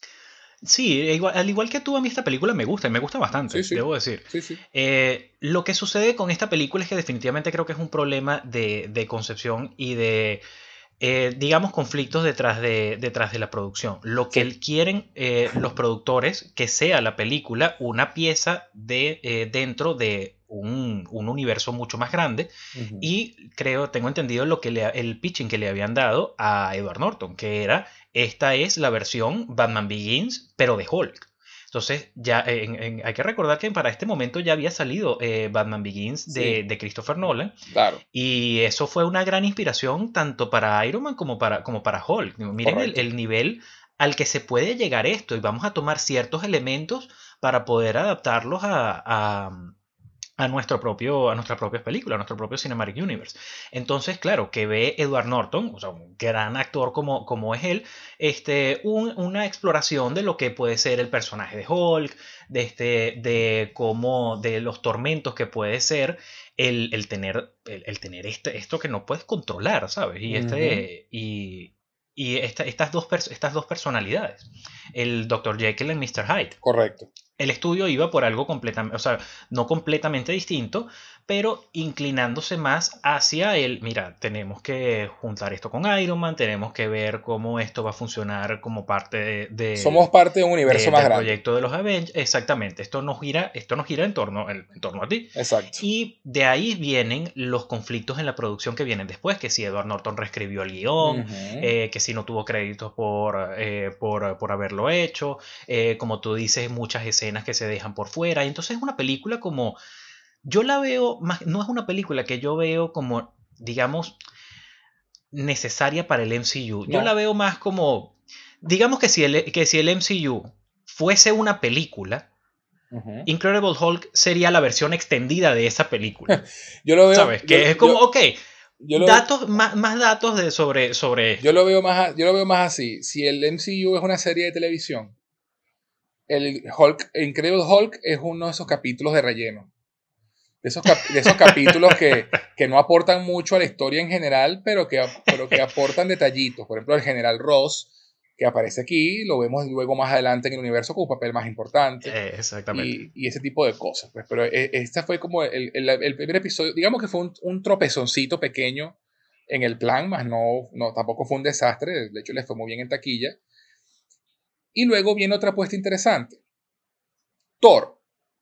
Sí, igual, al igual que tú, a mí esta película me gusta, y me gusta bastante, Sí, sí. debo decir. Sí, sí. Eh, lo que sucede con esta película es que definitivamente creo que es un problema de, de concepción y de, eh, digamos, conflictos detrás de, detrás de la producción. Lo que Sí. quieren eh, los productores, que sea la película una pieza de, eh, dentro de un, un universo mucho más grande. Uh-huh. Y creo, tengo entendido lo que le, el pitching que le habían dado a Edward Norton, que era, esta es la versión Batman Begins, pero de Hulk. Entonces, ya en, en, hay que recordar que para este momento ya había salido eh, Batman Begins de, Sí. de Christopher Nolan. Claro. Y eso fue una gran inspiración tanto para Iron Man como para, como para Hulk. Miren el, el nivel al que se puede llegar esto, y vamos a tomar ciertos elementos para poder adaptarlos a, a, a, nuestro propio, a nuestra propia película, a nuestro propio Cinematic Universe. Entonces, claro, que ve Edward Norton, o sea, un gran actor como, como es él, este, un, una exploración de lo que puede ser el personaje de Hulk, de, este, de cómo, de los tormentos que puede ser el, el tener, el, el tener este, esto que no puedes controlar, ¿sabes? Y, este, uh-huh. y, y esta, estas, dos estas dos personalidades, el doctor Jekyll y mister Hyde. Correcto. El estudio iba por algo completamente, o sea, no completamente distinto, pero inclinándose más hacia el, mira, tenemos que juntar esto con Iron Man, tenemos que ver cómo esto va a funcionar como parte de... de Somos parte de un universo de, más del grande. proyecto de los Avengers. Exactamente, esto nos gira, esto nos gira en torno, en, en torno a ti. Exacto. Y de ahí vienen los conflictos en la producción que vienen después, que si Edward Norton reescribió el guión, uh-huh. eh, que si no tuvo créditos por, eh, por, por haberlo hecho, eh, como tú dices, muchas escenas que se dejan por fuera. Y entonces es una película como, yo la veo más, no es una película que yo veo como, digamos, necesaria para el M C U. No. Yo la veo más como, digamos que si el, que si el M C U fuese una película, uh-huh. Incredible Hulk sería la versión extendida de esa película. Yo lo veo, ¿sabes? Que yo, es como, yo, ok, yo lo datos, veo, más, más datos de sobre, sobre yo lo veo más, yo lo veo más así. Si el M C U es una serie de televisión, el Hulk, el Incredible Hulk es uno de esos capítulos de relleno. De esos, cap, de esos capítulos que, que no aportan mucho a la historia en general, pero que, pero que aportan detallitos. Por ejemplo, el general Ross, que aparece aquí, lo vemos luego más adelante en el universo con un papel más importante. Eh, exactamente. Y, y ese tipo de cosas. Pues, pero este fue como el, el, el primer episodio, digamos que fue un, un tropezoncito pequeño en el plan, más no, no, tampoco fue un desastre. De hecho, le fue muy bien en taquilla. Y luego viene otra apuesta interesante. Thor.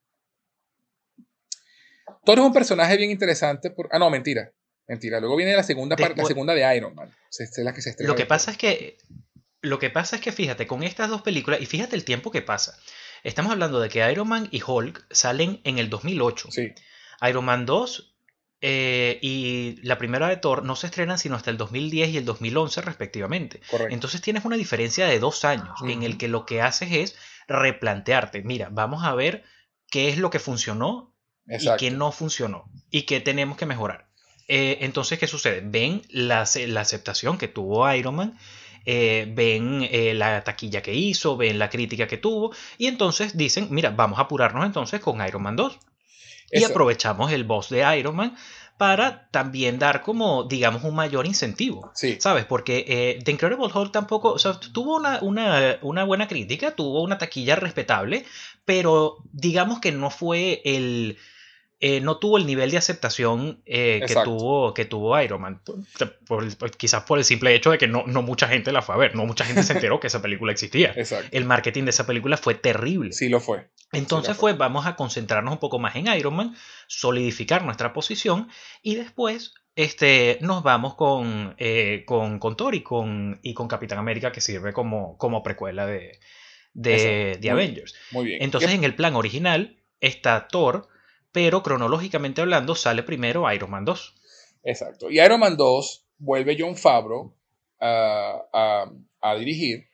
Thor es un personaje bien interesante. Por... Ah, no, mentira. Mentira. Luego viene la segunda, Después, la segunda de Iron Man. Es la que se estrena. Lo que pasa es que, lo que pasa es que, fíjate, con estas dos películas, y fíjate el tiempo que pasa. Estamos hablando de que Iron Man y Hulk salen en el dos mil ocho. Sí. Iron Man dos eh, y la primera de Thor no se estrenan sino hasta el dos mil diez y el dos mil once respectivamente. Correcto. Entonces tienes una diferencia de dos años uh-huh. en el que lo que haces es replantearte. Mira, vamos a ver qué es lo que funcionó Exacto. y qué no funcionó y qué tenemos que mejorar. Eh, entonces, ¿qué sucede? Ven la, la aceptación que tuvo Iron Man, eh, ven eh, la taquilla que hizo, ven la crítica que tuvo y entonces dicen, mira, vamos a apurarnos entonces con Iron Man dos. Eso. Y aprovechamos el boss de Iron Man para también dar como, digamos, un mayor incentivo. Sí. ¿Sabes? Porque eh, The Incredible Hulk tampoco, o sea, tuvo una, una, una buena crítica, tuvo una taquilla respetable, pero digamos que no fue el... Eh, no tuvo el nivel de aceptación eh, que, Exacto. tuvo, que tuvo Iron Man. Por- por- por- quizás por el simple hecho de que no, no mucha gente la fue a ver, no mucha gente se enteró que esa película existía. Exacto. El marketing de esa película fue terrible. Sí lo fue. Entonces Sí lo fue, vamos a concentrarnos un poco más en Iron Man, solidificar nuestra posición y después este, nos vamos con, eh, con, con Thor y con, y con Capitán América, que sirve como, como precuela de, de, Exacto. de Muy- Avengers. Muy bien. Entonces Y- en el plan original está Thor, pero cronológicamente hablando sale primero Iron Man dos. Exacto. Y Iron Man dos vuelve Jon Favreau a, a- a dirigir.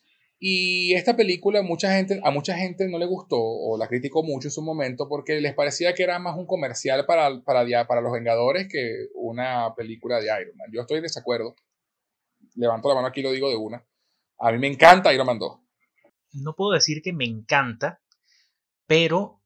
Y esta película mucha gente, a mucha gente no le gustó o la criticó mucho en su momento porque les parecía que era más un comercial para, para, dia- para los Vengadores que una película de Iron Man. Yo estoy en desacuerdo. Levanto la mano aquí y lo digo de una. A mí me encanta Iron Man dos. No puedo decir que me encanta, pero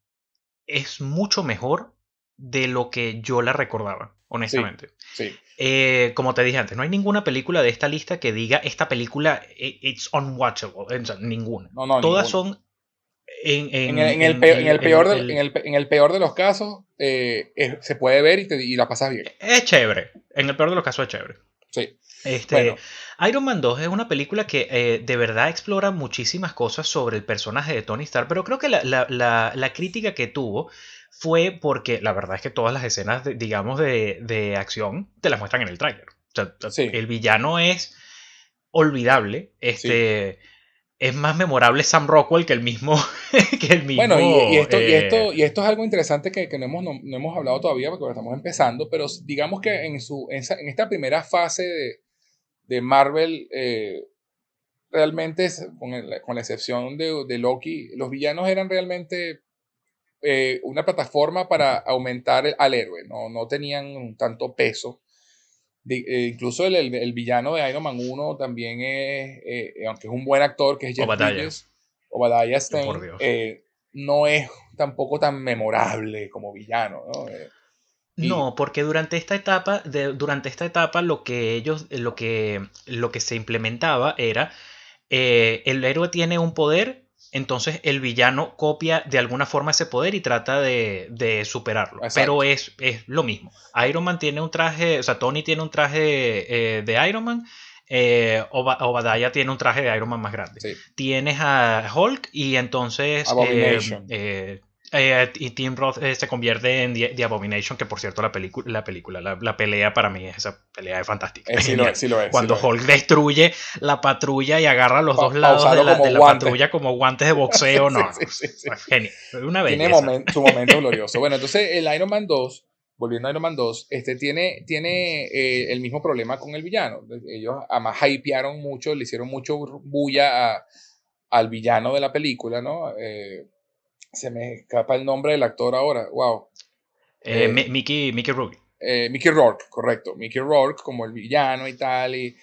es mucho mejor de lo que yo la recordaba, honestamente. Sí. Eh, como te dije antes, no hay ninguna película de esta lista que diga esta película i- it's unwatchable. O sea, ninguna. No, no, Todas ninguna. son en, en- En el, en el en peor, en el- el peor, el- de, en el, pe- en el peor de los casos, eh, es- se puede ver y, te, y la pasas bien. es chévere. En el peor de los casos es chévere. Sí. Este, Bueno, Iron Man dos es una película que eh, de verdad explora muchísimas cosas sobre el personaje de Tony Stark, pero creo que la, la- la- la crítica que tuvo fue porque la verdad es que todas las escenas, de- digamos, de, de acción te las muestran en el tráiler. O sea, Sí. el villano es olvidable. Este, Es más memorable Sam Rockwell que el mismo. que el mismo bueno y, y esto, y, eh, esto, y esto es algo interesante que, que no, hemos, no, no hemos hablado todavía porque estamos empezando, pero digamos que en, su, en, esa- en esta primera fase de, de Marvel, eh, realmente, es- con, el- con la excepción de, de Loki, los villanos eran realmente eh, una plataforma para aumentar el- al héroe, no, no tenían tanto peso. Di- eh, incluso el, el- el villano de Iron Man uno también es, eh, eh, aunque es un buen actor, que es Jeff Obadiah. Bridges, Obadiah Oh, Stane, por Dios. eh, no es tampoco tan memorable como villano, ¿no? Eh, y- No, porque durante esta etapa, de- durante esta etapa lo que ellos, lo que, lo que se implementaba era eh, el héroe tiene un poder, entonces el villano copia de alguna forma ese poder y trata de, de superarlo. Exacto. Pero es, es lo mismo. Iron Man tiene un traje, o sea, Tony tiene un traje eh, de Iron Man. Eh, Oba- Obadiah tiene un traje de Iron Man más grande. sí, Tienes a Hulk y entonces Abomination. eh, eh, eh, y Tim Roth eh, se convierte en The, The Abomination, que por cierto la, pelicu- la película, la, la pelea para mí, esa pelea es fantástica. Eh, es sí, lo genial. es, sí lo es. Cuando sí lo es. Hulk destruye la patrulla y agarra los Pa- dos pa lados usarlo de la, como de la guante. patrulla como guantes de boxeo, no, Sí, sí, sí, sí. es genial, es una Tiene belleza. momen- su momento glorioso. Bueno, entonces el Iron Man dos, volviendo a Iron Man dos, este, tiene, tiene eh, el mismo problema con el villano. Ellos además hypearon mucho, le hicieron mucho bulla a- al villano de la película, ¿no? Eh, se me escapa el nombre del actor ahora, wow. Eh, eh, Mi- Mickey, Mickey Rourke. Eh, Mickey Rourke, correcto. Mickey Rourke como el villano y tal. Y,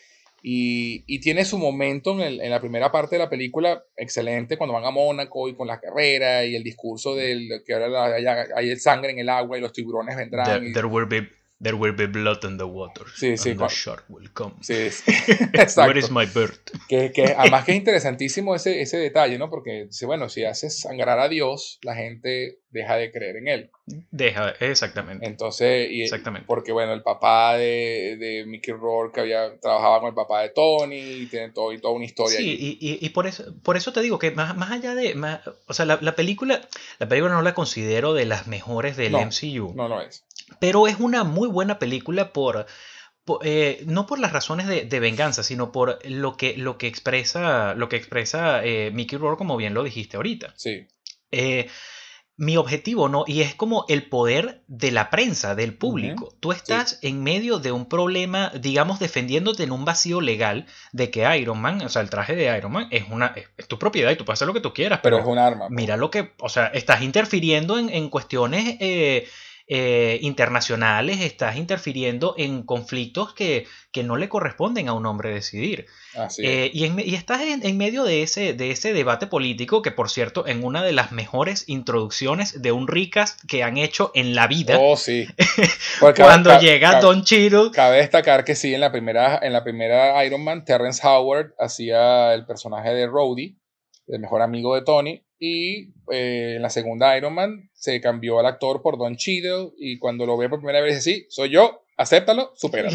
y, y tiene su momento en, el- en la primera parte de la película excelente cuando van a Mónaco y con la carrera y el discurso del que ahora la- hay, hay sangre en el agua y los tiburones vendrán. There, y- there will be, there will be blood in the water. Sí, sí, and the cuan- shark will come. sí, sí. Where is Exacto. my bird? Que, que además que es interesantísimo ese, ese detalle, ¿no? Porque dice, bueno, si haces sangrar a Dios, la gente deja de creer en él. Deja, exactamente. Entonces, y, Exactamente. porque bueno, el papá de, de Mickey Rourke había trabajaba con el papá de Tony y tiene todo, y toda una historia. Sí, allí. y, y, y por eso por eso te digo que más, más allá de... más- o sea, la, la película la película no la considero de las mejores del No, M C U, No, no es. pero es una muy buena película por... por- eh, no por las razones de, de venganza, sino por lo que, lo que expresa, lo que expresa eh, Mickey Rourke, como bien lo dijiste ahorita. Sí, Eh, mi objetivo, ¿no? Y es como el poder de la prensa, del público. Tú estás en medio de un problema, digamos, defendiéndote en un vacío legal de que Iron Man, o sea, el traje de Iron Man es una es, es tu propiedad y tú puedes hacer lo que tú quieras, pero pero, es un arma. pues. mira lo que, o sea, estás interfiriendo en, en cuestiones eh, eh, internacionales, estás interfiriendo en conflictos que, que no le corresponden a un hombre decidir. Así es. Eh, y, en, y estás en, en medio de ese, de ese debate político que, por cierto, en una de las mejores introducciones de un recast que han hecho en la vida, Oh, sí. Porque cuando cabe, llega cabe, Don Cheadle. Cabe destacar que sí, en la primera, en la primera Iron Man, Terrence Howard hacía el personaje de Rhodey, el mejor amigo de Tony, y eh, en la segunda Iron Man se cambió al actor por Don Cheadle, y cuando lo ve por primera vez dice, sí, soy yo, acéptalo, supéralo.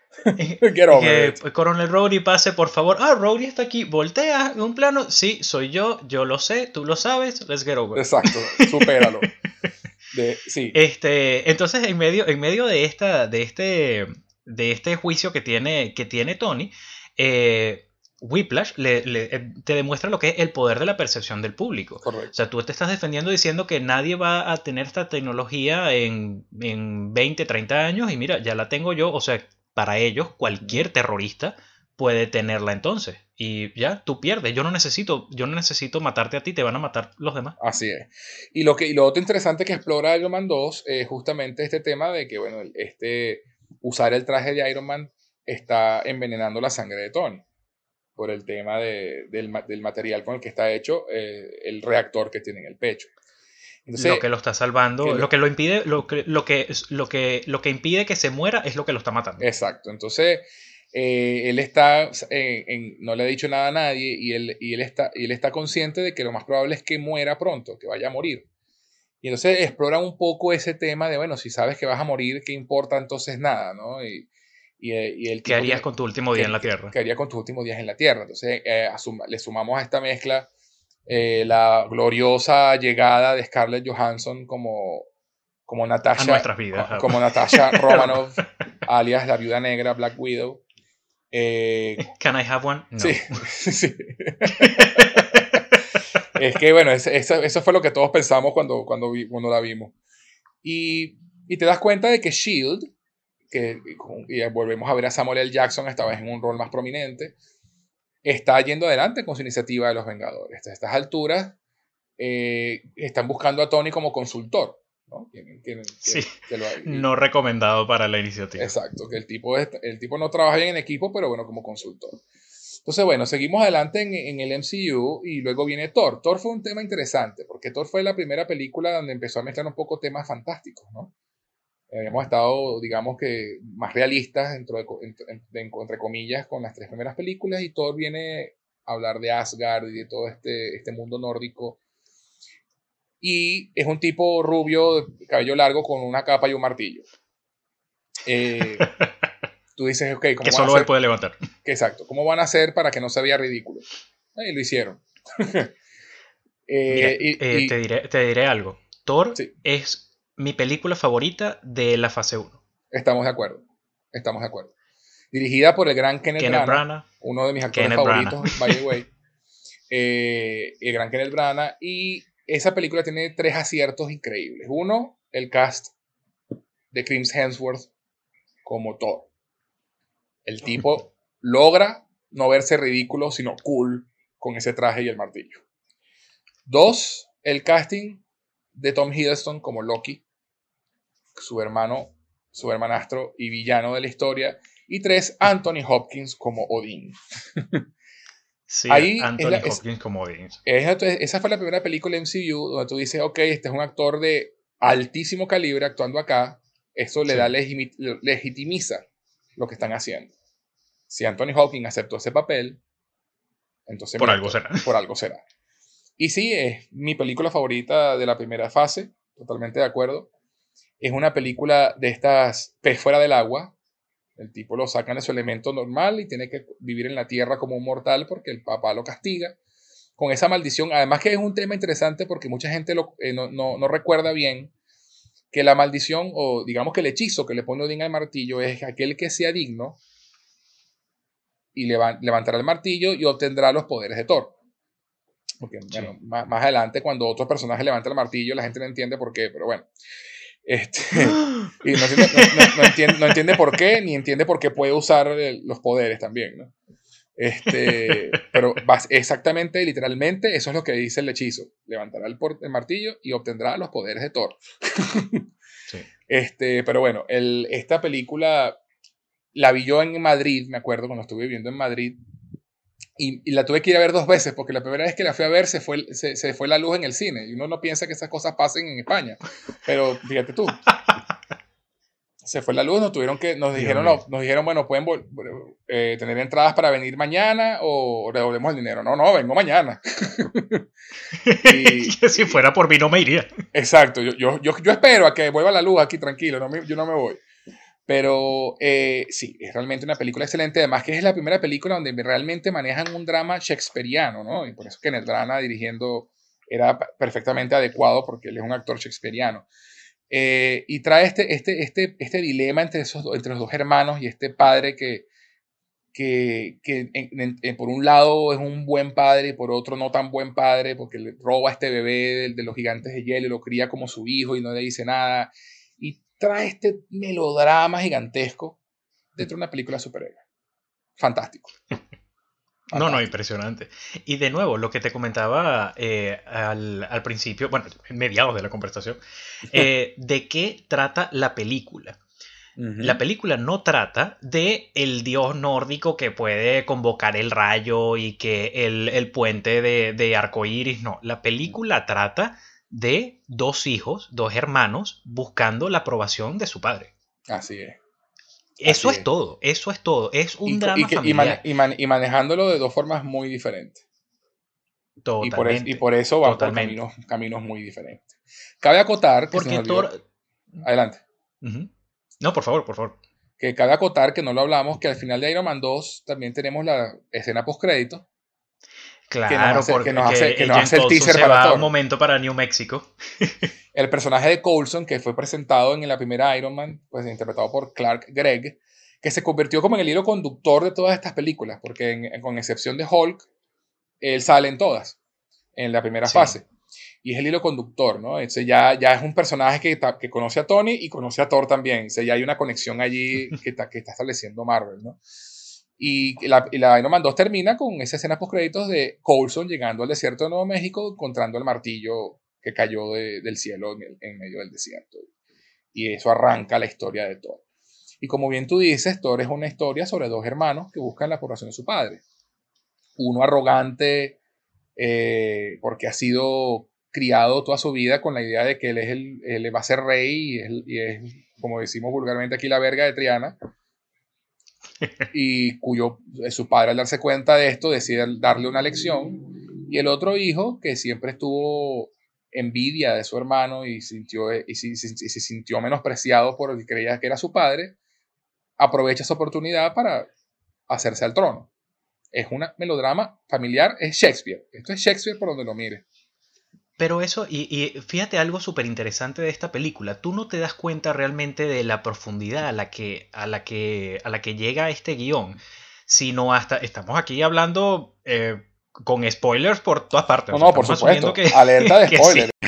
Get over Que it. Coronel Rhodey pase, por favor. Ah, Rhodey está aquí. Voltea en un plano. Sí, soy yo. Yo lo sé. Tú lo sabes. Let's get over it. Exacto, supéralo. De, sí. Este, entonces, en medio, en medio de, esta, de, este, de este juicio que tiene, que tiene Tony, eh, Whiplash le, le, te demuestra lo que es el poder de la percepción del público. Correcto. O sea, tú te estás defendiendo diciendo que nadie va a tener esta tecnología en, en veinte, treinta años y mira, ya la tengo yo. O sea, para ellos, cualquier terrorista puede tenerla entonces. Y ya, tú pierdes. Yo no necesito, yo no necesito matarte a ti, te van a matar los demás. Así es. Y lo, que, y lo otro interesante que explora Iron Man dos es justamente este tema de que, bueno, este, usar el traje de Iron Man está envenenando la sangre de Tony por el tema de, del, del material con el que está hecho eh, el reactor que tiene en el pecho. Entonces, lo que lo está salvando, que lo, lo que lo impide, lo que, lo, que, lo, que, lo que impide que se muera es lo que lo está matando. Exacto. Entonces, eh, él está, en, en, no le ha dicho nada a nadie y él, y, él está, y él está consciente de que lo más probable es que muera pronto, que vaya a morir. Y entonces explora un poco ese tema de, bueno, si sabes que vas a morir, ¿qué importa entonces nada? ¿No? Y, y, y el ¿Qué harías con tu último día ¿qué, en la Tierra? ¿Qué harías con tus últimos días en la Tierra? Entonces eh, asuma, le sumamos a esta mezcla eh, la gloriosa llegada de Scarlett Johansson como, como Natasha, a nuestras vidas, como, como Natasha Romanoff, alias la Viuda Negra, Black Widow. Eh, Can I have one? No. Sí, sí. Es que, bueno, eso, eso fue lo que todos pensamos cuando, cuando, vi, cuando la vimos. Y, y te das cuenta de que S H I E L D, que, y volvemos a ver a Samuel L. Jackson, esta vez en un rol más prominente, está yendo adelante con su iniciativa de los Vengadores. A estas alturas, eh, están buscando a Tony como consultor, ¿no? Que, que, que, sí, que lo, y, no recomendado para la iniciativa. Exacto, que el tipo, es, el tipo no trabaja bien en equipo, pero bueno, como consultor. Entonces, bueno, seguimos adelante en, en el M C U y luego viene Thor. Thor fue un tema interesante, porque Thor fue la primera película donde empezó a mezclar un poco temas fantásticos, ¿no? Habíamos estado, digamos que, más realistas, dentro de, entre, entre comillas, con las tres primeras películas, y Thor viene a hablar de Asgard y de todo este, este mundo nórdico. Y es un tipo rubio, de cabello largo, con una capa y un martillo. Eh, tú dices, ok, ¿cómo que solo él puede levantar. Exacto, ¿cómo van a hacer para que no se vea ridículo? Y lo hicieron. eh, Mira, y, eh, y, te, diré, te diré algo. Thor sí. es mi película favorita de la fase uno. Estamos de acuerdo. Estamos de acuerdo. Dirigida por el gran Kenneth, Kenneth Branagh, Branagh, uno de mis actores Kenneth favoritos, Branagh. by the way. Eh, el gran Kenneth Branagh. Y esa película tiene tres aciertos increíbles. Uno, el cast de Chris Hemsworth como Thor. El tipo logra no verse ridículo, sino cool con ese traje y el martillo. Dos, el casting de Tom Hiddleston como Loki, su hermano, su hermanastro y villano de la historia. Y tres, Anthony Hopkins como Odín. Sí, Ahí Anthony la, Hopkins es, como Odín. Es, esa fue la primera película M C U donde tú dices, ok, este es un actor de altísimo calibre actuando acá. Eso le sí. da legitimi, legitimiza lo que están haciendo. Si Anthony Hopkins aceptó ese papel, entonces por algo será. Por algo será. Y sí, es mi película favorita de la primera fase, totalmente de acuerdo. Es una película de estas pez fuera del agua. El tipo lo sacan de su elemento normal y tiene que vivir en la tierra como un mortal porque el papá lo castiga con esa maldición. Además que es un tema interesante porque mucha gente lo, eh, no, no, no recuerda bien que la maldición, o digamos que el hechizo que le pone Odín al martillo, es aquel que sea digno y levantará el martillo y obtendrá los poderes de Thor. Porque sí. bueno, más, más adelante, cuando otros personajes levantan el martillo, la gente no entiende por qué, pero bueno. Este, y no entiende, no, no, no, entiende, no entiende por qué, ni entiende por qué puede usar el, los poderes también, ¿no? Este, pero exactamente, literalmente, eso es lo que dice el hechizo. Levantará el, por, el martillo y obtendrá los poderes de Thor. Sí. Este, pero bueno, el, esta película la vi yo en Madrid, me acuerdo, cuando estuve viviendo en Madrid. Y, y la tuve que ir a ver dos veces, porque la primera vez que la fui a ver se fue, se, se fue la luz en el cine. Y uno no piensa que esas cosas pasen en España. Pero fíjate tú, se fue la luz, nos tuvieron que, nos Dios dijeron, mío. no, nos dijeron, bueno, pueden vol- eh, tener entradas para venir mañana o devolvemos el dinero. No, no, vengo mañana. y, Si fuera por mí no me iría. exacto, yo, yo, yo, yo espero a que vuelva la luz aquí tranquilo, no me, yo no me voy. Pero eh, sí, es realmente una película excelente. Además que es la primera película donde realmente manejan un drama shakespeariano, ¿no? Y por eso que Kenneth Branagh dirigiendo era perfectamente adecuado porque él es un actor shakespeariano. Eh, y trae este, este, este, este dilema entre, esos, entre los dos hermanos y este padre que, que, que en, en, en, por un lado es un buen padre y por otro no tan buen padre porque le roba a este bebé de, de los gigantes de hielo y lo cría como su hijo y no le dice nada. Y trae este melodrama gigantesco dentro de una película de superhéroes. Fantástico. No, no, Fantástico. impresionante. Y de nuevo, lo que te comentaba eh, al, al principio, bueno, en mediados de la conversación, eh, de qué trata la película. Uh-huh. La película no trata de el dios nórdico que puede convocar el rayo y que el, el puente de, de arcoíris, no. La película trata de dos hijos, dos hermanos, buscando la aprobación de su padre. Así es. Eso Así es, es todo, eso es todo. Es un y, drama y, que, y, familiar. man, y, man, y manejándolo de dos formas muy diferentes. Y por, es, y Totalmente. por eso van Totalmente. por caminos, caminos muy diferentes. Cabe acotar que Porque se nos olvidó. Thor... Adelante. Uh-huh. No, por favor, por favor. Que cabe acotar que no lo hablamos, que al final de Iron Man dos también tenemos la escena post-crédito. Claro, que nos hace, porque que nos hace, que nos Agent hace el Coulson teaser se para va Thor. un momento para New Mexico. El personaje de Coulson, que fue presentado en la primera Iron Man, pues interpretado por Clark Gregg, que se convirtió como en el hilo conductor de todas estas películas, porque en, con excepción de Hulk, él sale en todas, en la primera Sí. fase. Y es el hilo conductor, ¿no? Entonces ya, ya es un personaje que, que conoce a Tony y conoce a Thor también. Entonces ya hay una conexión allí que está, que está estableciendo Marvel, ¿no? Y la, y la Iron Man dos termina con esa escena post-créditos de Coulson llegando al desierto de Nuevo México, encontrando el martillo que cayó de, del cielo en, el, en medio del desierto. Y eso arranca la historia de Thor. Y como bien tú dices, Thor es una historia sobre dos hermanos que buscan la aprobación de su padre. Uno arrogante eh, porque ha sido criado toda su vida con la idea de que él, es el, él va a ser rey y es, y es, como decimos vulgarmente aquí, la verga de Triana. Y cuyo su padre, al darse cuenta de esto, decide darle una lección. Y el otro hijo, que siempre estuvo envidia de su hermano y, sintió, y, se, y se sintió menospreciado por el que creía que era su padre, aprovecha esa oportunidad para hacerse al trono. Es un melodrama familiar, es Shakespeare. Esto es Shakespeare por donde lo mire. Pero eso, y, y fíjate algo súper interesante de esta película, tú no te das cuenta realmente de la profundidad a la que, a la que, a la que llega este guión, sino hasta, estamos aquí hablando eh, con spoilers por todas partes. No, o sea, no, por supuesto. Que, Alerta de spoiler. Que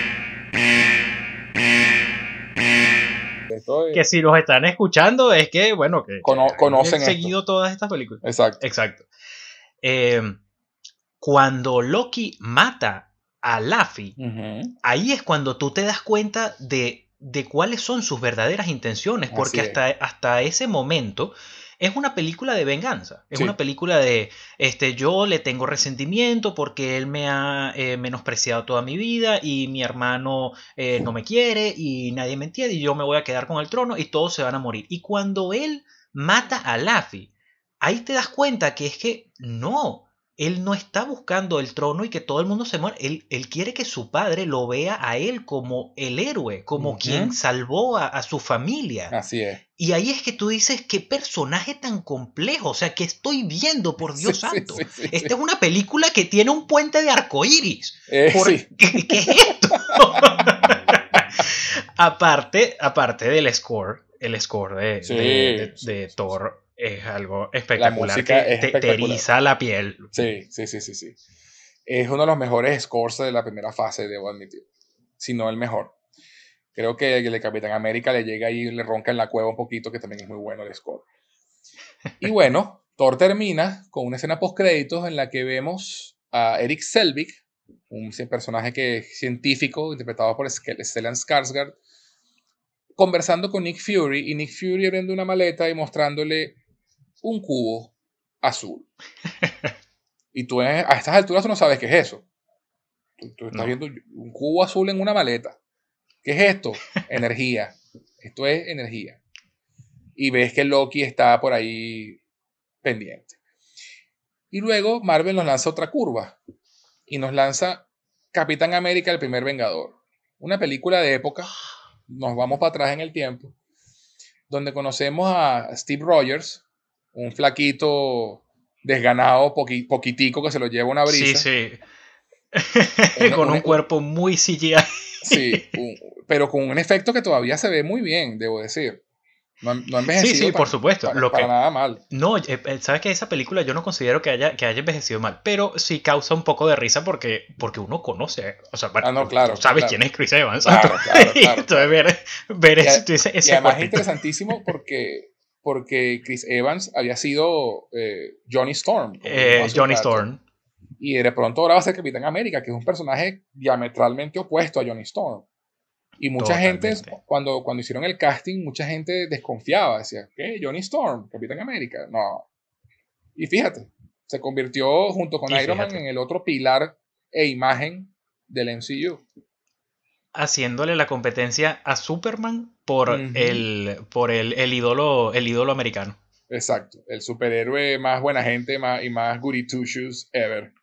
sí. Que si los están escuchando es que, bueno, que, Cono que conocen han seguido esto. todas estas películas. Exacto. Exacto. Eh, cuando Loki mata a Laffy, uh-huh. ahí es cuando tú te das cuenta de, de cuáles son sus verdaderas intenciones, porque hasta, hasta ese momento es una película de venganza, es sí. una película de este, yo le tengo resentimiento porque él me ha eh, menospreciado toda mi vida y mi hermano eh, no me quiere y nadie me entiende y yo me voy a quedar con el trono y todos se van a morir. Y cuando él mata a Laffy, ahí te das cuenta que es que no, él no está buscando el trono y que todo el mundo se muera. Él, él quiere que su padre lo vea a él como el héroe, como uh-huh. quien salvó a, a su familia. Así es. Y ahí es que tú dices, qué personaje tan complejo, o sea, ¿qué estoy viendo, por Dios sí, santo? Sí, sí, sí, Esta sí. es una película que tiene un puente de arcoíris. Eh, por... sí. ¿Qué, ¿Qué es esto? aparte, aparte del score, el score de, sí, de, de, sí, de sí, Thor es algo espectacular que es te, espectacular. te eriza la piel. Sí, sí, sí, sí, sí. Es uno de los mejores scores de la primera fase, debo admitir. Si no el mejor. Creo que el de Capitán América le llega y le ronca en la cueva un poquito, que también es muy bueno el score. Y bueno, Thor termina con una escena post-créditos en la que vemos a Eric Selvig, un personaje que es científico, interpretado por Stellan Skarsgård, conversando con Nick Fury y Nick Fury abriendo una maleta y mostrándole un cubo azul. Y tú a estas alturas tú no sabes qué es eso. Tú, tú estás No. viendo un cubo azul en una maleta. ¿Qué es esto? Energía. Esto es energía. Y ves que Loki está por ahí pendiente. Y luego Marvel nos lanza otra curva. Y nos lanza Capitán América, el primer Vengador. Una película de época. Nos vamos para atrás en el tiempo. Donde conocemos a Steve Rogers, un flaquito desganado, poqui, poquitico que se lo lleva una brisa. Sí, sí. Una- Con una- un cuerpo muy C G I. Sí, un- pero con un efecto que todavía se ve muy bien, debo decir. No, ha- no ha Sí, envejecido sí, por pa- supuesto. pa- Lo para que, nada mal. no, eh, eh, sabes que esa película yo no considero que haya, que haya envejecido mal, pero sí causa un poco de risa porque, porque uno conoce, o sea, bueno, Ah, no, tú- claro, tú sabes claro. quién es Chris Evans. Claro, ¿sabes? claro, Y claro, entonces claro. ver, ver Y, a- ese, ese, y ese además es cuerpito. interesantísimo porque, porque Chris Evans había sido eh, Johnny Storm, como Eh, dijimos hace un Johnny rato. Storm. Y de pronto ahora va a ser Capitán América, que es un personaje diametralmente opuesto a Johnny Storm. Y mucha gente, Totalmente. cuando, cuando hicieron el casting, mucha gente desconfiaba. Decía, ¿qué? Johnny Storm, Capitán América. No. Y fíjate, se convirtió junto con Y Iron Man fíjate, en el otro pilar e imagen del M C U. haciéndole la competencia a Superman por Ujú. el, por el, el ídolo, el ídolo americano. Exacto. El superhéroe más buena gente más, y más goody two shoes ever.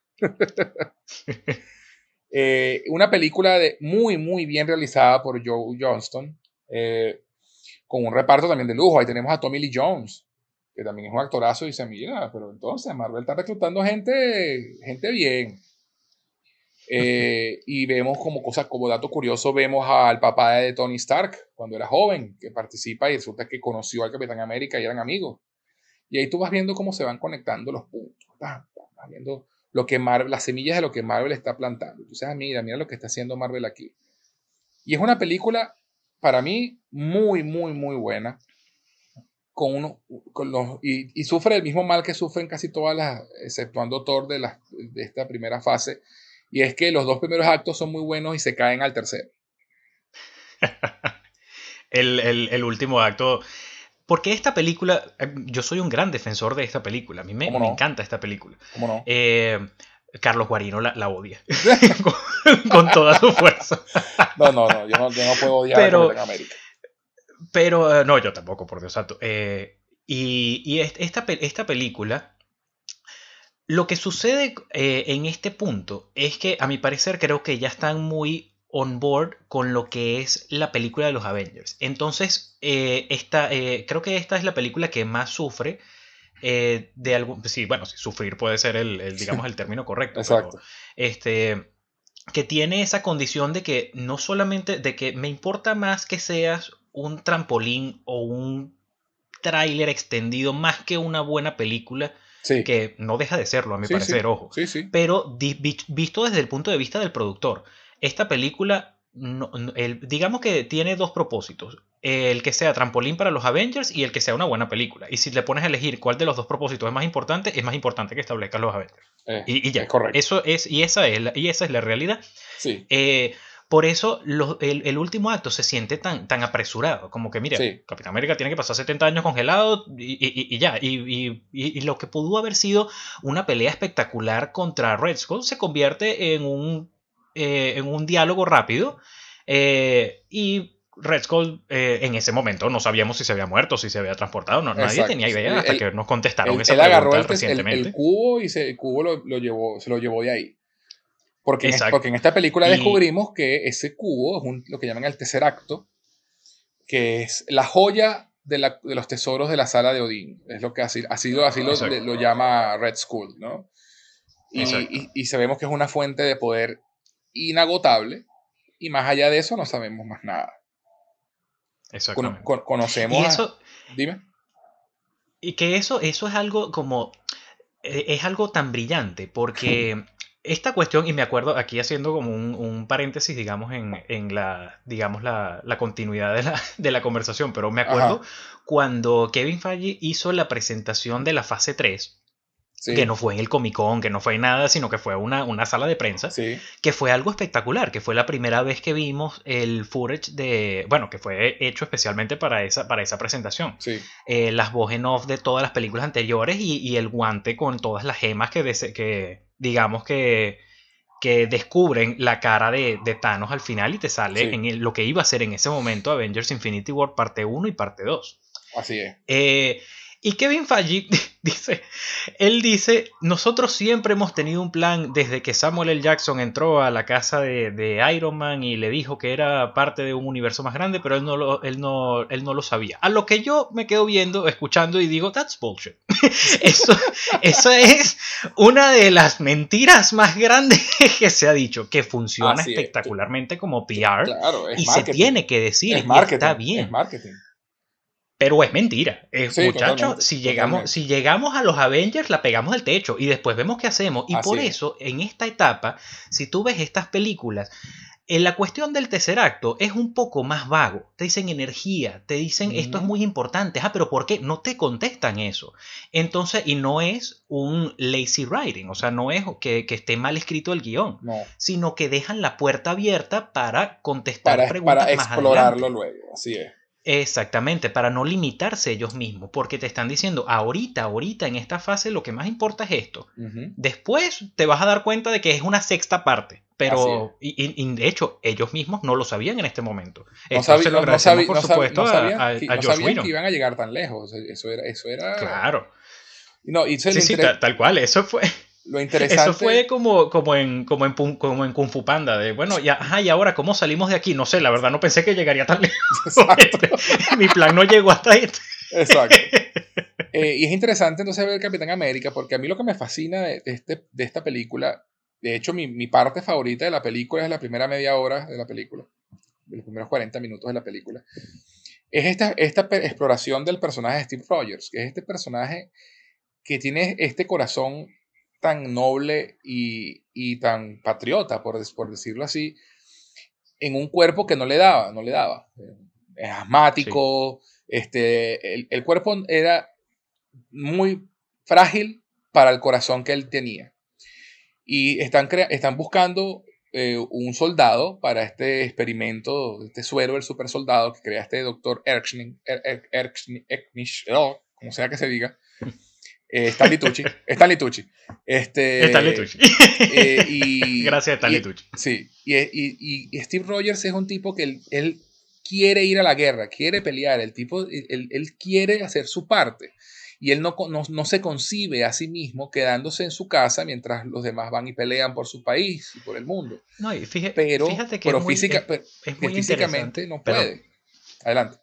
Eh, una película de, muy, muy bien realizada por Joe Johnston, eh, con un reparto también de lujo. Ahí tenemos a Tommy Lee Jones, que también es un actorazo, y dice, mira, pero entonces Marvel está reclutando gente, gente bien. Eh, y vemos como cosas, como dato curioso, vemos al papá de Tony Stark, cuando era joven, que participa y resulta que conoció al Capitán América y eran amigos. Y ahí tú vas viendo cómo se van conectando los puntos. Vas viendo lo que Marvel, las semillas de lo que Marvel está plantando. Entonces, ah, mira, mira lo que está haciendo Marvel aquí. Y es una película, para mí, muy, muy, muy buena. Con uno, con los, y, y sufre el mismo mal que sufren casi todas las, exceptuando Thor de, las, de esta primera fase. Y es que los dos primeros actos son muy buenos y se caen al tercero. El, el, el último acto. Porque esta película, eh, yo soy un gran defensor de esta película. A mí me, ¿Cómo me no? encanta esta película. ¿Cómo no? Eh, Carlos Guarino la, la odia con, con toda su fuerza. No, no, no. Yo no, yo no puedo odiar Pero- a Capitán América. Pero eh, no, yo tampoco, por Dios santo. Eh, y y est- esta, pe- esta película, lo que sucede eh, en este punto es que, a mi parecer, creo que ya están muy on board con lo que es la película de los Avengers. Entonces, eh, esta, eh, creo que esta es la película que más sufre eh, de algún... Sí, bueno, sí, sufrir puede ser el, el, digamos, el término correcto. Exacto. Pero, este, que tiene esa condición de que no solamente, de que me importa más que seas un trampolín o un tráiler extendido más que una buena película, Sí. que no deja de serlo, a mi Sí, parecer, sí. ojo. Sí, sí. Pero di- vi- visto desde el punto de vista del productor, esta película, no- no- el- digamos que tiene dos propósitos. El que sea trampolín para los Avengers y el que sea una buena película. Y si le pones a elegir cuál de los dos propósitos es más importante, es más importante que establezcas los Avengers. Eh, Y, y ya, es correcto. eso es, y esa es la, y esa es la realidad. Sí. Eh, por eso los- el, el último acto se siente tan, tan apresurado. Como que, mira, Sí. Capitán América tiene que pasar setenta años congelado y, y- y ya. Y, y- y- y lo que pudo haber sido una pelea espectacular contra Red Skull se convierte en un, eh, en un diálogo rápido. eh, y Red Skull eh, en ese momento no sabíamos si se había muerto, si se había transportado. No, nadie Exacto. tenía idea Él- hasta él- que nos contestaron Él, esa él agarró pregunta el, tes- el- recientemente. el cubo y se, el cubo lo, lo llevó, se lo llevó de ahí. Porque en, Exacto. porque en esta película Y- descubrimos que ese cubo es un- lo que llaman el tercer acto, que es la joya de, la- de los tesoros de la sala de Odín. Es lo que así, así, lo, así lo, Exacto. le- lo llama Red Skull, ¿no? Y, Exacto. y, y sabemos que es una fuente de poder inagotable. Y más allá de eso no sabemos más nada. Con- Exactamente. con- conocemos Y a- eso, Dime. y que eso, eso es algo como, eh, es algo tan brillante, porque esta cuestión, y me acuerdo aquí haciendo como un, un paréntesis, digamos, en, en la, digamos, la, la continuidad de la, de la conversación, pero me acuerdo Ajá. cuando Kevin Feige hizo la presentación de la fase tres, Sí, que no fue en el Comic Con, que no fue en nada, sino que fue una, una sala de prensa, sí, que fue algo espectacular, que fue la primera vez que vimos el footage de, bueno, que fue hecho especialmente para esa, para esa presentación. sí, Eh, las voz en off de todas las películas anteriores y, y el guante con todas las gemas que, dese- que digamos que, que descubren la cara de, de Thanos al final y te sale sí, en el- lo que iba a ser en ese momento Avengers Infinity War parte uno y parte dos. así es. Eh, y Kevin Feige dice, él dice, nosotros siempre hemos tenido un plan desde que Samuel L. Jackson entró a la casa de, de Iron Man y le dijo que era parte de un universo más grande, pero él no, lo, él, no, él no lo sabía. A lo que yo me quedo viendo, escuchando y digo, that's bullshit. Eso, eso es una de las mentiras más grandes que se ha dicho, que funciona Así es. Cl- espectacularmente como P R Claro, es y se marketing. tiene que decir Es y está marketing, es bien. marketing. Pero es mentira. Eh, Sí, muchachos, totalmente, si llegamos, totalmente. si llegamos a los Avengers, la pegamos del techo y después vemos qué hacemos. Y Así por es. eso, en esta etapa, si tú ves estas películas, en la cuestión del tercer acto es un poco más vago. Te dicen energía, te dicen esto es Ujú. muy importante. Ah, pero ¿por qué? No te contestan eso. Entonces, y no es un lazy writing, o sea, no es que, que esté mal escrito el guión, No, sino que dejan la puerta abierta para contestar para, para preguntas más explorarlo adelante. luego, así es. Exactamente, para no limitarse ellos mismos, porque te están diciendo, ahorita, ahorita, en esta fase, lo que más importa es esto. Ujú. Después te vas a dar cuenta de que es una sexta parte, Así es. pero, y, y- y de hecho, ellos mismos no lo sabían en este momento. No, Esto se sabí- lo no, no, agradecemos, sabí- por no, sab- supuesto, no a, sabían a, que, a no Joss sabían que Whedon. iban a llegar tan lejos. Eso era, eso era. Claro. No, y eso es Sí, lo, sí, intere- tal, tal cual, eso fue. lo Eso fue interesante. como, como, en, como, en, Pum- como en Kung Fu Panda, de bueno, ya, ajá, y ahora, ¿cómo salimos de aquí? No sé, la verdad no pensé que llegaría tan lejos. Exacto, Mi plan no llegó hasta este. exacto. Eh, y es interesante entonces ver Capitán América, porque a mí lo que me fascina de, de este, de esta película, de hecho, mi, mi parte favorita de la película es la primera media hora de la película, de los primeros cuarenta minutos de la película, es esta, esta pe- exploración del personaje de Steve Rogers, que es este personaje que tiene este corazón tan noble y, y tan patriota, por, des- por decirlo así, en un cuerpo que no le daba, no le daba. Es Sí, asmático, este, el, el cuerpo era muy frágil para el corazón que él tenía. Y están, crea- están buscando eh, un soldado para este experimento, este suero del super soldado que crea este doctor Erskine, Er- Er- Erskine- Erknish, oh, como sea que se diga, eh, Stanley Tucci, Stanley Tucci. Stanley Este, Tucci. eh, y, Gracias, Stanley y, Tucci. sí, y, y- y Steve Rogers es un tipo que él, él quiere ir a la guerra, quiere pelear, el tipo, él, él quiere hacer su parte. Y él no, no, no se concibe a sí mismo quedándose en su casa mientras los demás van y pelean por su país y por el mundo. No, y fíjate, Pero, fíjate que es pero, muy, es, física, pero es que muy interesante. físicamente no Perdón. puede. Adelante.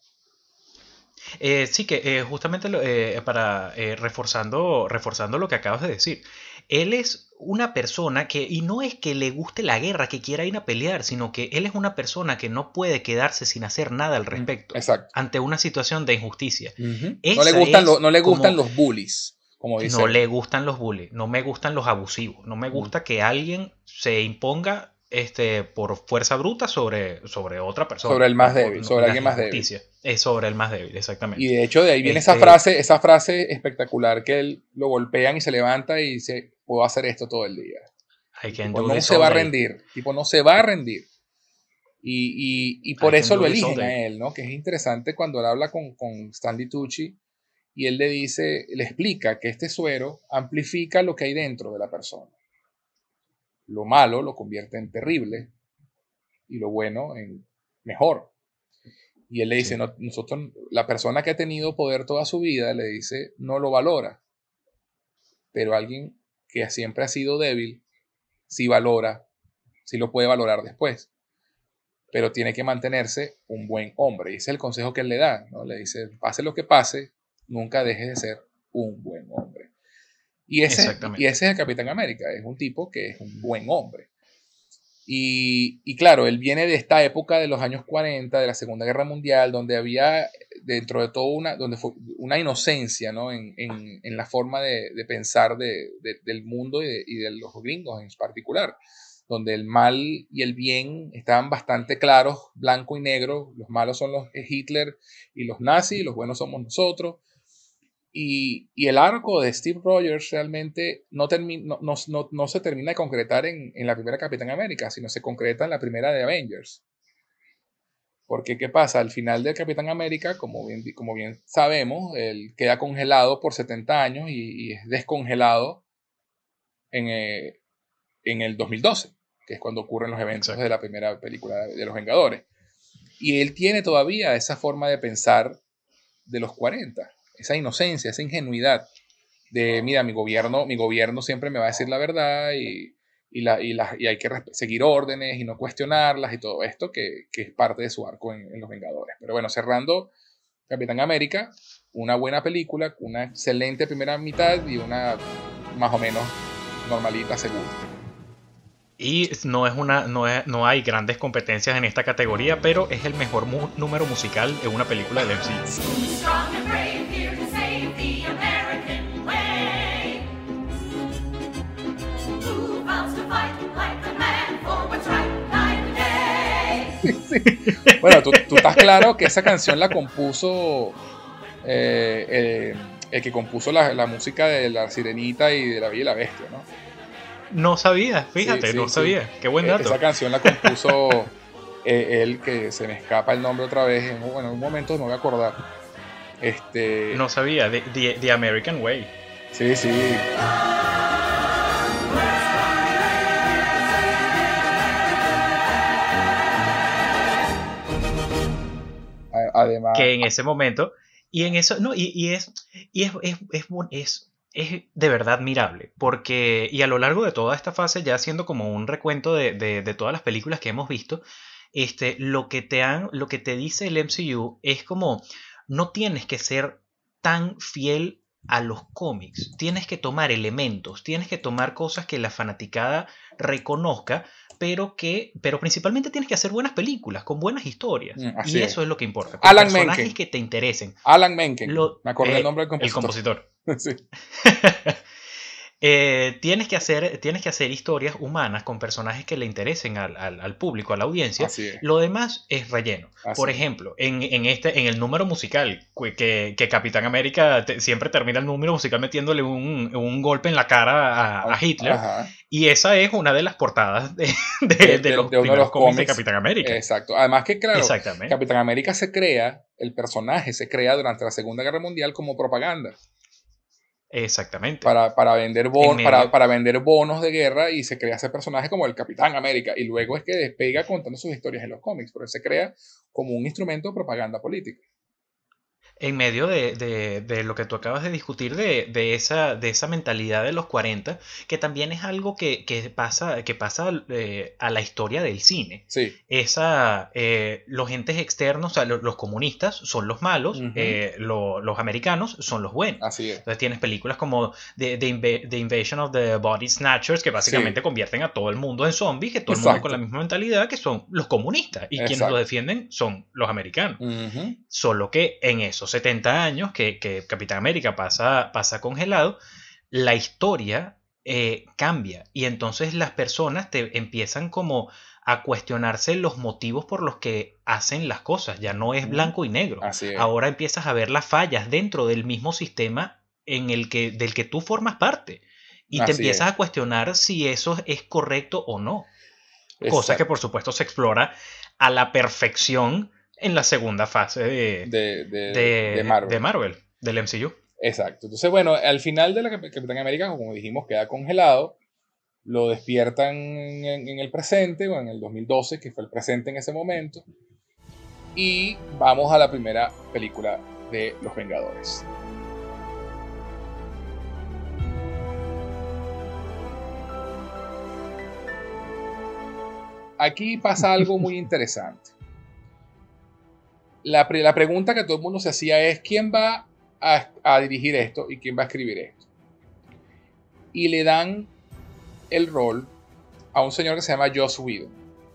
Eh, sí, que eh, justamente lo- eh, para eh, reforzando, reforzando lo que acabas de decir. Él es una persona que, y no es que le guste la guerra, que quiera ir a pelear, sino que él es una persona que no puede quedarse sin hacer nada al Mm, respecto exacto. ante una situación de injusticia. Ujú. No le Esa gustan, lo- es no le gustan como los bullies, como dice no él. le gustan los bullies, no me gustan los abusivos, no me Mm. gusta que alguien se imponga este, por fuerza bruta sobre, sobre otra Sobre persona. el No, más o débil, no- sobre las alguien más débil. injusticias. Es sobre el más débil, Y exactamente. de hecho de ahí viene esa Este, frase, esa frase espectacular que él lo golpean y se levanta y dice, puedo hacer esto todo el día. I El can tipo do no this se all va a day. rendir, el tipo no se va a rendir. Y, y, y I por can eso lo do this all eligen day. a él, ¿no? Que es interesante cuando él habla con, con Stanley Tucci y él le dice, le explica que este suero amplifica lo que hay dentro de la persona. Lo malo lo convierte en terrible y lo bueno en mejor. Y él le dice, Sí, no, nosotros, la persona que ha tenido poder toda su vida, le dice, no lo valora. Pero alguien que siempre ha sido débil, sí valora, sí lo puede valorar después. Pero tiene que mantenerse un buen hombre. Y ese es el consejo que él le da, ¿no? Le dice, pase lo que pase, nunca dejes de ser un buen hombre. Y ese, y exactamente. ese es el Capitán América, es un tipo que es un buen hombre. Y, y claro, él viene de esta época de los años cuarenta, de la Segunda Guerra Mundial, donde había dentro de todo una, donde fue una inocencia, ¿no? en, en, en la forma de, de pensar de, de, del mundo y de, y de los gringos en particular, donde el mal y el bien estaban bastante claros, blanco y negro, los malos son los Hitler y los nazis, y los buenos somos nosotros. Y, y el arco de Steve Rogers realmente no, termi- no, no, no, no se termina de concretar en, en la primera Capitán América, sino se concreta en la primera de Avengers. Porque, ¿qué pasa? Al final del Capitán América, como bien, como bien sabemos, él queda congelado por setenta años y, y es descongelado en, eh, en el dos mil doce, que es cuando ocurren los eventos Exacto. de la primera película de Los Vengadores. Y él tiene todavía esa forma de pensar de los cuarenta, esa inocencia, esa ingenuidad de, mira, mi gobierno, mi gobierno siempre me va a decir la verdad y, y, la, y, la, y hay que seguir órdenes y no cuestionarlas y todo esto que, que es parte de su arco en, en Los Vengadores. Pero bueno, cerrando Capitán América, una buena película, una excelente primera mitad y una más o menos normalita segunda. Y no, es una, no, es, no hay grandes competencias en esta categoría, pero es el mejor mu- número musical en una película del M C U. Strong and brave, here to save the American way. Who vows to fight like a man for what's right night and day. Sí. Bueno, tú, tú estás claro que esa canción la compuso eh, eh, el que compuso la, la música de La Sirenita y de La Bella y la Bestia, ¿no? No sabía, fíjate, Sí, sí, no sí. sabía. Qué buen Eh, dato. Esa canción la compuso eh, él, que se me escapa el nombre otra vez. En, bueno, en un momento me voy a acordar. Este, No sabía, The, the, the American Way. Sí, sí. A- Además, Que en ese momento, y en eso, no, y, y es, y es, es, es, bu- es, es de verdad admirable, porque, y a lo largo de toda esta fase, ya haciendo como un recuento de, de, de todas las películas que hemos visto, este, lo que te han, lo que te dice el M C U es como, no tienes que ser tan fiel a los cómics, tienes que tomar elementos, tienes que tomar cosas que la fanaticada reconozca, pero que, pero principalmente tienes que hacer buenas películas, con buenas historias, mm, así y es. eso es lo que importa, con Alan personajes Menken. que te interesen. Alan Menken. Lo- Me acordé eh, el nombre del el compositor. compositor. Sí. Eh, tienes que hacer, tienes que hacer historias humanas con personajes que le interesen al, al- al público, a la audiencia. Así es. Lo demás es relleno. Así Por es. ejemplo, en, en este, en el número musical, que, que- que Capitán América te- siempre termina el número musical metiéndole un, un golpe en la cara a, a Hitler. Ajá. Y esa es una de las portadas de, de- De, de de- los de uno de primeros los cómics de cómics. Capitán América. Exacto. Además que, claro, Exactamente. Capitán América se crea, el personaje se crea durante la Segunda Guerra Mundial como propaganda. Exactamente. Para, para, vender En bon, medio. para, para vender bonos de guerra y se crea ese personaje como el Capitán América. Y luego es que despega contando sus historias en los cómics, pero se crea como un instrumento de propaganda política. En medio de, de- de lo que tú acabas de discutir, de, de esa, de esa mentalidad de los cuarenta, que también es algo que, que pasa, que pasa eh, a la historia del cine. Sí. Esa, eh, los entes externos, o sea, lo- los comunistas son los malos, Ujú. eh, lo- los americanos son los buenos. Así es. Entonces tienes películas como The, The Inva- The Invasion of the Body Snatchers, que básicamente Sí. convierten a todo el mundo en zombies, que todo el mundo Exacto. con la misma mentalidad, que son los comunistas, y quienes Exacto. lo defienden son los americanos. Ujú. Solo que en esos setenta años que, que Capitán América pasa, pasa congelado, la historia eh, cambia. Y entonces las personas te empiezan como a cuestionarse los motivos por los que hacen las cosas. Ya no es Ujú. blanco y negro. Así es. Ahora empiezas a ver las fallas dentro del mismo sistema en el que, del que tú formas parte. Y te Así empiezas es. a cuestionar si eso es correcto o no. Cosa Exacto. que por supuesto se explora a la perfección en la segunda fase de, de, de, de, de Marvel. de Marvel, del M C U. Exacto. Entonces, bueno, al final de la Cap- Capitán América, como dijimos, queda congelado. Lo despiertan en, en el presente, o en el dos mil doce, que fue el presente en ese momento. Y vamos a la primera película de Los Vengadores. Aquí pasa algo muy interesante. La, pre- la pregunta que todo el mundo se hacía es: ¿quién va a, a dirigir esto y quién va a escribir esto? Y le dan el rol a un señor que se llama Joss Whedon.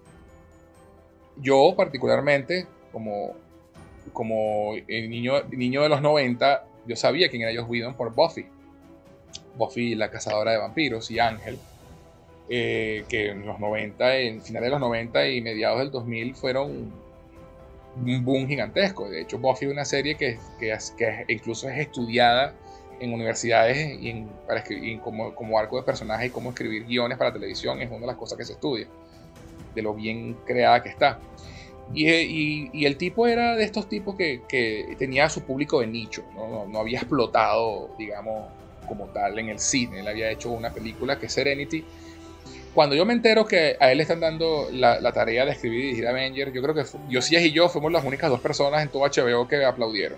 Yo particularmente, como, como el niño, niño de los noventa, yo sabía quién era Joss Whedon por Buffy. Buffy, la cazadora de vampiros, y Ángel. Eh, que en los noventa, en finales de los noventa y mediados del dos mil fueron un boom gigantesco. De hecho, Buffy es una serie que, que, que incluso es estudiada en universidades y, en, para escribir, y como, como arco de personaje y cómo escribir guiones para televisión. Es una de las cosas que se estudia, de lo bien creada que está. Y, y, y el tipo era de estos tipos que, que tenía su público de nicho, ¿no? No, no había explotado, digamos, como tal en el cine. Él había hecho una película que es Serenity. Cuando yo me entero que a él le están dando la, la tarea de escribir y dirigir Avengers, yo creo que Josías y yo fuimos las únicas dos personas en todo H B O que aplaudieron.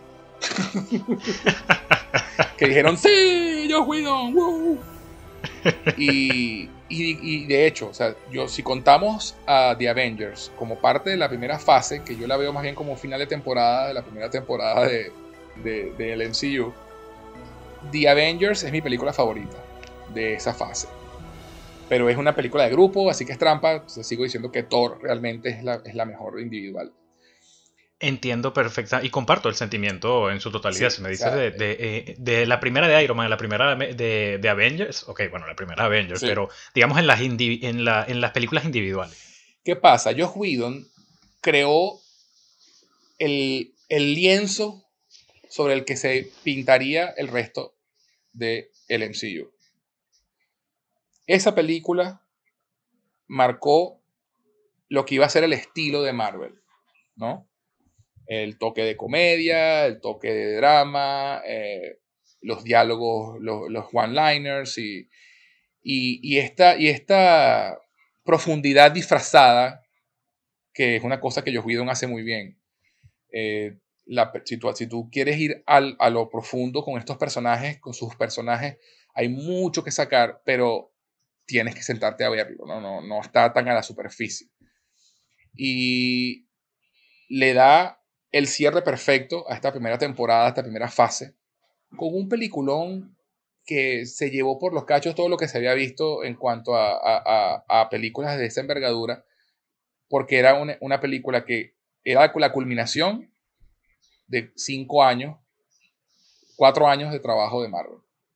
Que dijeron, ¡sí! ¡Joss Whedon! ¡Woo! Y, y, y de hecho, o sea, yo, si contamos a The Avengers como parte de la primera fase, que yo la veo más bien como final de temporada, de la primera temporada de, de, del M C U, The Avengers es mi película favorita de esa fase. Pero es una película de grupo, así que es trampa. Entonces sigo diciendo que Thor realmente es la, es la mejor individual. Entiendo perfecta y comparto el sentimiento en su totalidad. Sí, si me o dices sea, de, de, eh, de la primera de Iron Man, la primera de, de Avengers, ok, bueno, la primera de Avengers, sí. pero digamos en las, indivi- en, la, en las películas individuales. ¿Qué pasa? Joss Whedon creó el, el lienzo sobre el que se pintaría el resto del M C U. Esa película marcó lo que iba a ser el estilo de Marvel, ¿no? El toque de comedia, el toque de drama, eh, los diálogos, los, los one-liners y, y, y, esta, y esta profundidad disfrazada, que es una cosa que Joss Whedon hace muy bien. Eh, la, si, tú, si tú quieres ir al, a lo profundo con estos personajes, con sus personajes, hay mucho que sacar, pero tienes que sentarte a verlo, ¿no? No, no está tan a la superficie. Y le da el cierre perfecto a esta primera temporada, a esta primera fase, con un peliculón que se llevó por los cachos todo lo que se había visto en cuanto a, a, a, a películas de esa envergadura, porque era una, una película que era la culminación de cinco años, cuatro años de trabajo de Marvel.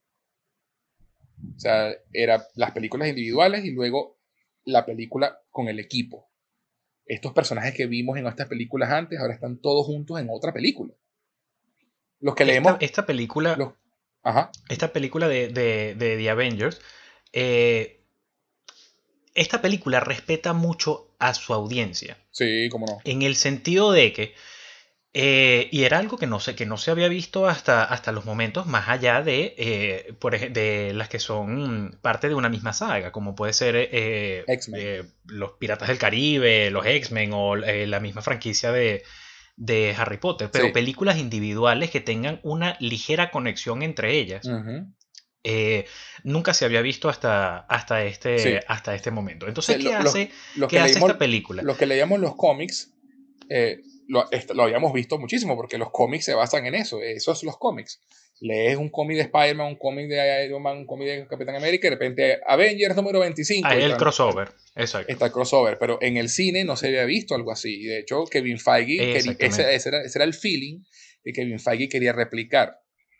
O sea, eran las películas individuales y luego la película con el equipo. Estos personajes que vimos en estas películas antes ahora están todos juntos en otra película. Los que Esta, leemos... esta película, Los, ajá. esta película de, de, de The Avengers, eh, esta película respeta mucho a su audiencia. Sí, cómo no. En el sentido de que Eh, y era algo que no, se, que no se había visto hasta, hasta los momentos más allá de, eh, por ej- de las que son parte de una misma saga, como puede ser eh, X-Men. eh, los Piratas del Caribe, los X-Men o eh, la misma franquicia de, de Harry Potter, pero Sí. películas individuales que tengan una ligera conexión entre ellas. Uh-huh. Eh, nunca se había visto hasta, hasta, este, Sí. hasta este momento. Entonces, Sí, ¿qué lo- lo- hace, los ¿qué que hace leímos- esta película? Los que leíamos los cómics, eh, lo, est- lo habíamos visto muchísimo, porque los cómics se basan en eso. Eso es los cómics. Lees un cómic de Spider-Man, un cómic de Iron Man, un cómic de Capitán América, y de repente Avengers número veinticinco. Ah, y el tal. crossover, exacto. Está el crossover, pero en el cine no se había visto algo así. De hecho, Kevin Feige, quería, Exactamente. ese, ese, era, ese era el feeling que Kevin Feige quería replicar.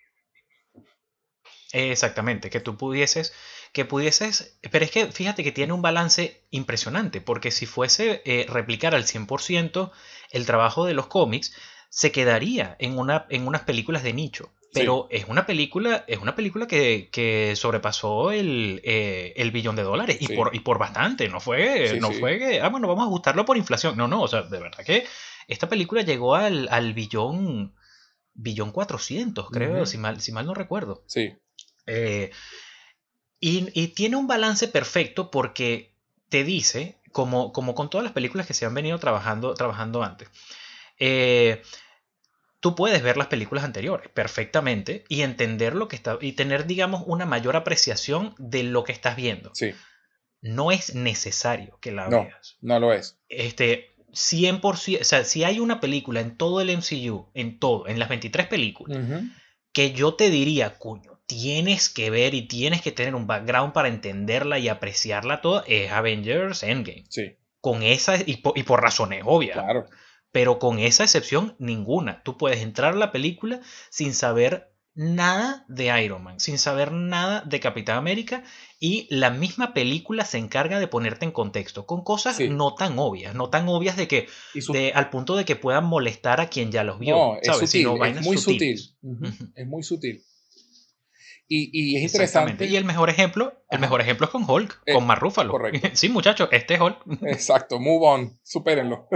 Exactamente, que tú pudieses, que pudieses, pero es que fíjate que tiene un balance impresionante, porque si fuese eh, replicar al cien por ciento el trabajo de los cómics, se quedaría en, una, en unas películas de nicho. Pero es una película, es una película que, que sobrepasó el, eh, el billón de dólares y, Sí. por, y por bastante. No fue, Sí, no sí. fue que, ah, bueno, vamos a ajustarlo por inflación. No, no, o sea, de verdad que esta película llegó al, al billón, billón cuatrocientos, creo, Ujú. si mal, si mal no recuerdo. Sí. Eh, y, y tiene un balance perfecto porque te dice, como, como con todas las películas que se han venido trabajando, trabajando antes, eh, tú puedes ver las películas anteriores perfectamente y entender lo que está y tener, digamos, una mayor apreciación de lo que estás viendo. Sí. No es necesario que la No, veas. no lo es. Este, cien por ciento, o sea, si hay una película en todo el M C U, en todo, en las veintitrés películas, Ujú. que yo te diría, coño, tienes que ver y tienes que tener un background para entenderla y apreciarla toda, es Avengers Endgame. Sí, Con esa, y por, y por razones obvias, claro. pero con esa excepción, ninguna. Tú puedes entrar a la película sin saber nada de Iron Man, sin saber nada de Capitán América, y la misma película se encarga de ponerte en contexto con cosas Sí. no tan obvias, no tan obvias de que Y su- de, al punto de que puedan molestar a quien ya los vio, no, es ¿sabes? Sino sutil, es vainas muy sutiles. sutil. Ujú, Ujú. es muy sutil. Y, y es Exactamente. Y interesante. el mejor ejemplo, el Ajá. mejor ejemplo es con Hulk, Eh, con Mark Ruffalo. correcto. Sí, muchachos, este es Hulk. Exacto, move on, supérenlo.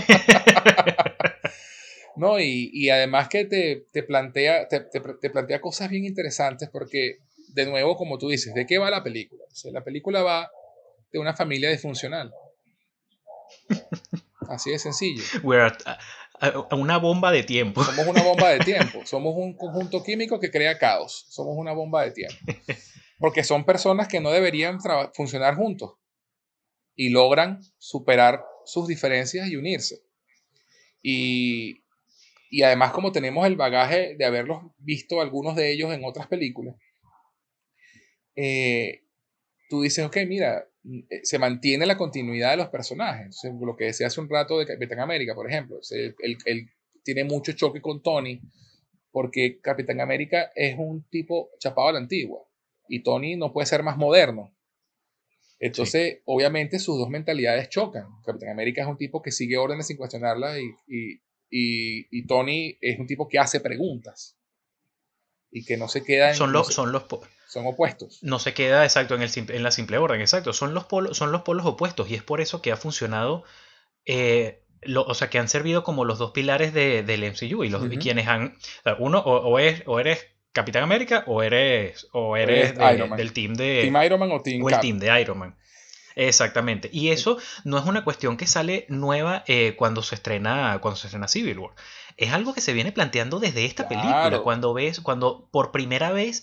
No, y, y además que te, te plantea, te, te- te plantea cosas bien interesantes porque, de nuevo, como tú dices, ¿de qué va la película? O sea, la película va de una familia disfuncional. Así de sencillo. We're at- a- a- una bomba de tiempo. Somos una bomba de tiempo. Somos un conjunto químico que crea caos. Somos una bomba de tiempo. Porque son personas que no deberían traba- funcionar juntos y logran superar sus diferencias y unirse. Y, y además, como tenemos el bagaje de haberlos visto algunos de ellos en otras películas, eh, tú dices, ok, mira, eh, se mantiene la continuidad de los personajes. Entonces, lo que decía hace un rato de Capitán América, por ejemplo, o sea, él, él- él tiene mucho choque con Tony porque Capitán América es un tipo chapado a la antigua y Tony no puede ser más moderno. Sí. Entonces, obviamente, sus dos mentalidades chocan. Capitán América es un tipo que sigue órdenes sin cuestionarlas y, y, y, y Tony es un tipo que hace preguntas y que no se queda en... Son No los, se- son los, po- son opuestos. no se queda exacto en, el, simple- en la simple orden, exacto. Son los polos, son los polos opuestos y es por eso que ha funcionado, eh, lo- o sea, que han servido como los dos pilares de- del M C U y, los, y Ujú. quienes han, o sea, uno o, o es, o eres Capitán América o eres, o Es eres Iron de- Man. del team Team de, Iron Man o Team o el Cap. team de Iron Man. Exactamente. Y eso no es una cuestión que sale nueva eh, cuando se estrena, cuando se estrena Civil War. Es algo que se viene planteando desde esta película. Claro. Cuando ves, cuando por primera vez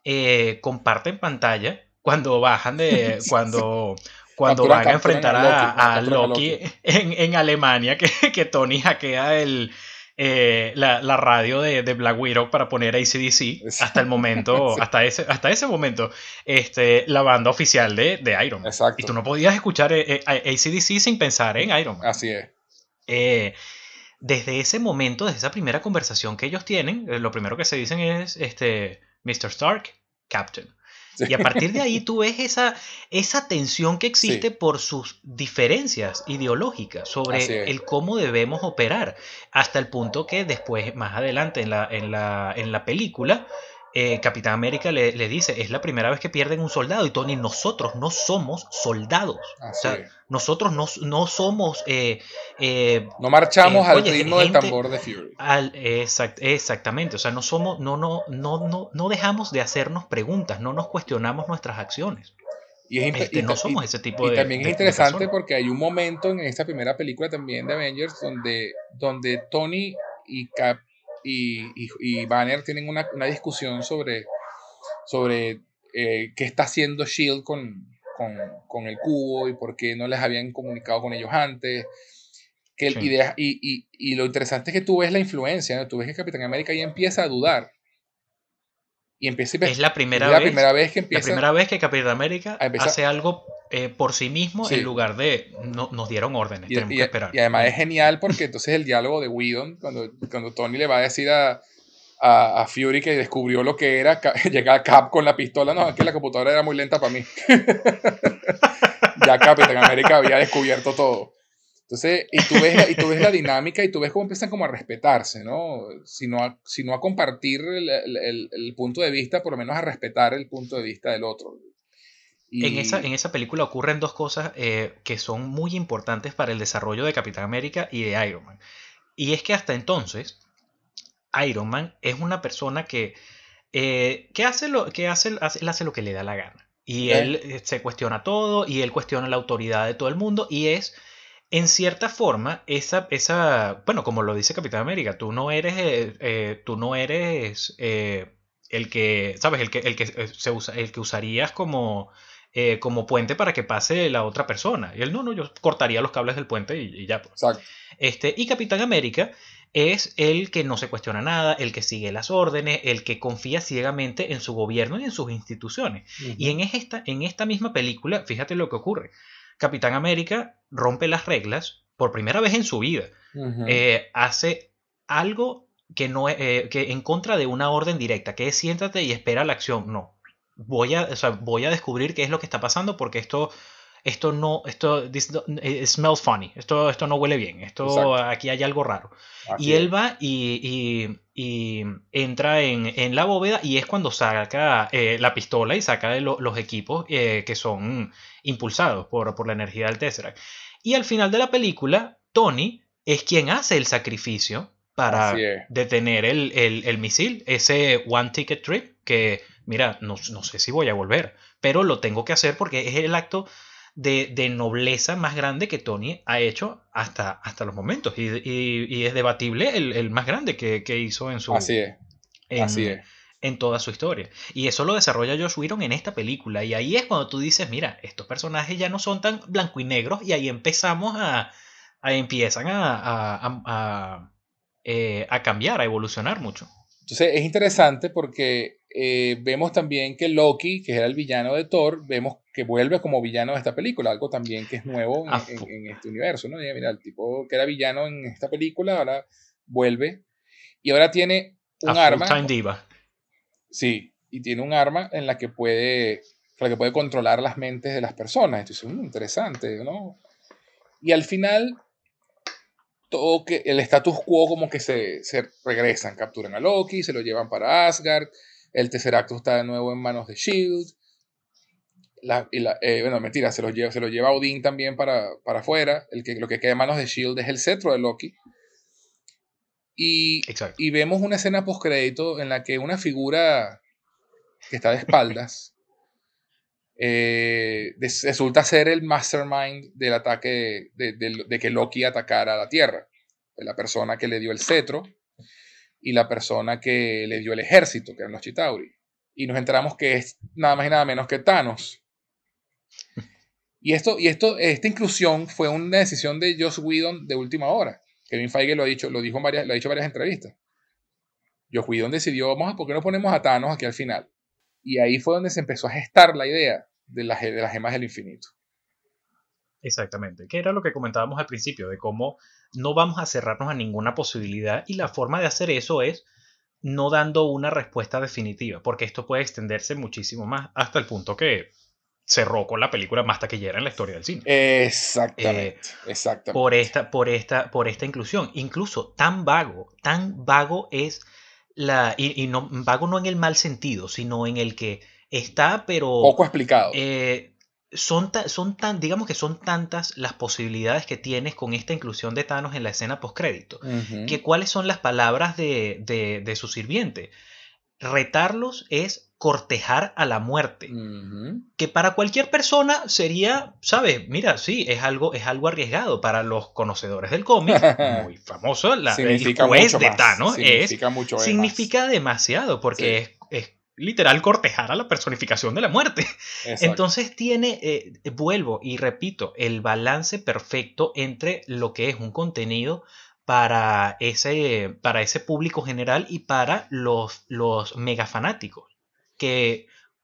eh, comparten pantalla, cuando bajan de, cuando, cuando Capturan, van a capturan enfrentar a Loki. a, Cuando a capturan a Loki Loki. en, en Alemania, que, que Tony hackea el, eh, la, la radio de, de Black Widow para poner A C D C. Es- Hasta el momento, Sí. hasta ese, hasta ese momento, este, la banda oficial de, de Iron Man. Exacto. Y tú no podías escuchar eh, eh, A C D C sin pensar en Iron Man. Así es. Eh, desde ese momento, desde esa primera conversación que ellos tienen, eh, lo primero que se dicen es este, mister Stark, Captain. Sí. Y a partir de ahí tú ves esa, esa tensión que existe Sí. por sus diferencias ideológicas Así sobre es. el cómo debemos operar, hasta el punto que después, más adelante en la, en la, en la película, eh, Capitán América le, le dice, es la primera vez que pierden un soldado, y Tony, nosotros no somos soldados. Así O sea, es. nosotros no, no somos... eh, eh, No marchamos eh, al oye, ritmo del gente, tambor de Fury. al, exact- exactamente, o sea, no somos, no, no, no, no, no dejamos de hacernos preguntas, no nos cuestionamos nuestras acciones. Y, es impe- Este, y no ta- somos y- ese tipo y de, también es de- de interesante personas. porque hay un momento en esta primera película también de Avengers donde, donde Tony y Cap y, y- y Banner tienen una, una discusión sobre, sobre eh, qué está haciendo Shield con, con, con el cubo y por qué no les habían comunicado con ellos antes. Que, el- y, Sí. de- y, y- y lo interesante es que tú ves la influencia, ¿no? Tú ves que Capitán América ya empieza a dudar. Y empieza a Es la es primera la vez, primera vez que la empieza primera vez que Capitán América a empezar. hace algo eh, por sí mismo en Sí. lugar de no, nos dieron órdenes, Y, tenemos y- que esperar. y además es Bueno, genial porque entonces el diálogo de Whedon, cuando, cuando Tony le va a decir a, a, a Fury que descubrió lo que era, Ca- llega a Cap con la pistola, no, es que la computadora era muy lenta para mí. Ya Capitán América había descubierto todo. Entonces, y tú ves la, y tú ves la dinámica y tú ves cómo empiezan como a respetarse, ¿no? Sino a, sino a compartir el, el- el- el punto de vista, por lo menos a respetar el punto de vista del otro. en esa, en Y esa película ocurren dos cosas eh, que son muy importantes para el desarrollo de Capitán América y de Iron Man. Y es que hasta entonces, Iron Man es una persona que, eh, que, hace lo, que hace, hace, él hace lo que le da la gana. Y ¿ok? él eh, se cuestiona todo y él cuestiona la autoridad de todo el mundo y es, en cierta forma, esa, esa bueno, como lo dice Capitán América, tú no eres, eh, eh, tú no eres eh, el que, ¿sabes? El que, el que, eh, se usa, el que usarías como, eh, como puente para que pase la otra persona. Y él, no, no, yo cortaría los cables del puente y, y ya, pues. Exacto. Este, y Capitán América es el que no se cuestiona nada, el que sigue las órdenes, el que confía ciegamente en su gobierno y en sus instituciones. Y en esta, en esta misma película, fíjate lo que ocurre. Capitán América rompe las reglas por primera vez en su vida. Ujú. Eh, hace algo que, no, eh, que en contra de una orden directa, que es siéntate y espera la acción. No. Voy a, o sea, voy a descubrir qué es lo que está pasando porque esto, esto no, esto this, it smells funny, esto, esto no huele bien, esto Exacto. aquí hay algo raro. Así Y él es. va y, y- y entra en, en la bóveda y es cuando saca eh, la pistola y saca de lo- los equipos eh, que son impulsados por, por la energía del Tesseract. Y al final de la película, Tony es quien hace el sacrificio Así para es. detener el, el- el misil, ese One Ticket Trip, que mira, no, no sé si voy a volver, pero lo tengo que hacer porque es el acto de, de nobleza más grande que Tony ha hecho hasta, hasta los momentos. Y, y- y es debatible el, el más grande que, que hizo en su, Así es. Así en, es. en toda su historia. Y eso lo desarrolla Joss Whedon en esta película. Y ahí es cuando tú dices, mira, estos personajes ya no son tan blanco y negros. Y ahí empezamos a, a empiezan a, a, a- a, eh, a cambiar, a evolucionar mucho. Entonces es interesante porque eh, vemos también que Loki, que era el villano de Thor, vemos que vuelve como villano de esta película, algo también que es nuevo en, A en- fu- en este universo, ¿no? Y mira, el tipo que era villano en esta película ahora vuelve y ahora tiene a un full arma, time diva. sí, y tiene un arma en la que puede, con la que puede controlar las mentes de las personas. Entonces, mm, interesante, ¿no? Y al final todo que el status quo como que se, se regresan, capturan a Loki, se lo llevan para Asgard, el Tesseract está de nuevo en manos de Shield, la, y la, eh, bueno, mentira, se lo lleva, se lo lleva Odín también para, para afuera, el que, lo que queda en manos de Shield es el cetro de Loki, y, Exacto. y vemos una escena postcrédito en la que una figura que está de espaldas eh, des- resulta ser el mastermind del ataque, de, de- de que Loki atacara a la Tierra, la persona que le dio el cetro y la persona que le dio el ejército, que eran los Chitauri. Y nos enteramos que es nada más y nada menos que Thanos. Y, esto, y esto, esta inclusión fue una decisión de Joss Whedon de última hora. Kevin Feige lo ha dicho, lo dijo en varias, lo ha dicho en varias entrevistas. Joss Whedon decidió, vamos a, ¿por qué no ponemos a Thanos aquí al final? Y ahí fue donde se empezó a gestar la idea de, la, de las gemas del infinito. Exactamente, que era lo que comentábamos al principio, de cómo no vamos a cerrarnos a ninguna posibilidad y la forma de hacer eso es no dando una respuesta definitiva, porque esto puede extenderse muchísimo más hasta el punto que cerró con la película más taquillera en la historia del cine. Exactamente, Eh, exactamente. por, esta, por, esta, por esta inclusión. Incluso tan vago, tan vago es la... Y, y no, vago no en el mal sentido, sino en el que está, pero... Poco explicado. Eh, son, ta- son tan, digamos que son tantas las posibilidades que tienes con esta inclusión de Thanos en la escena postcrédito, Uh-huh. que cuáles son las palabras de, de, de su sirviente. Retarlos es cortejar a la muerte, Uh-huh. que para cualquier persona sería, ¿sabes? Mira, sí, es algo, es algo arriesgado. Para los conocedores del cómic, muy famoso, la, el Significa juez mucho de más. Thanos es, Significa mucho más. significa demasiado, porque Sí. es, es literal cortejar a la personificación de la muerte. Exacto. Entonces tiene, eh, vuelvo y repito, el balance perfecto entre lo que es un contenido para ese, para ese público general y para los, los mega fanáticos. Que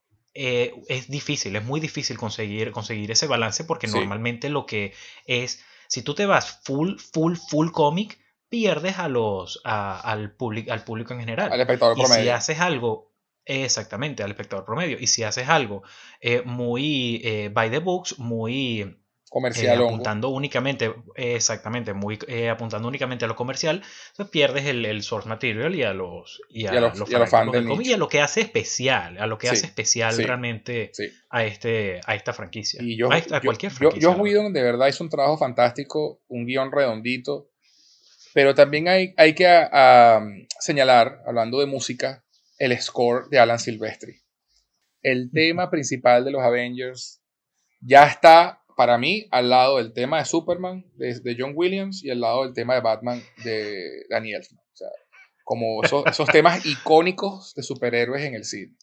eh, es difícil, es muy difícil conseguir, conseguir ese balance porque Sí. normalmente lo que es, si tú te vas full, full, full cómic, pierdes a los, a- al, público, al público en general. Al espectador Y si promedio. haces algo, exactamente, al espectador promedio, y si haces algo eh, muy eh, by the books, muy eh, Comercial hongo. apuntando únicamente, eh, exactamente, muy eh, apuntando únicamente a lo comercial, pues pierdes el, el source material y a los, y a Y a los- los y a los fanáticos fans del del cómic y nicho. a lo que hace especial, a lo que Sí, hace especial sí, realmente Sí. a, este, a esta franquicia. Y yo, a, esta- a yo, cualquier yo, franquicia. Joss la verdad. Whedon de verdad hizo un trabajo fantástico, un guión redondito, pero también hay, hay que a- a, señalar, hablando de música, el score de Alan Silvestri. El tema principal de los Avengers ya está, para mí, al lado del tema de Superman de, de John Williams y al lado del tema de Batman de Danny Elfman. O sea, como esos, esos temas icónicos de superhéroes en el cine.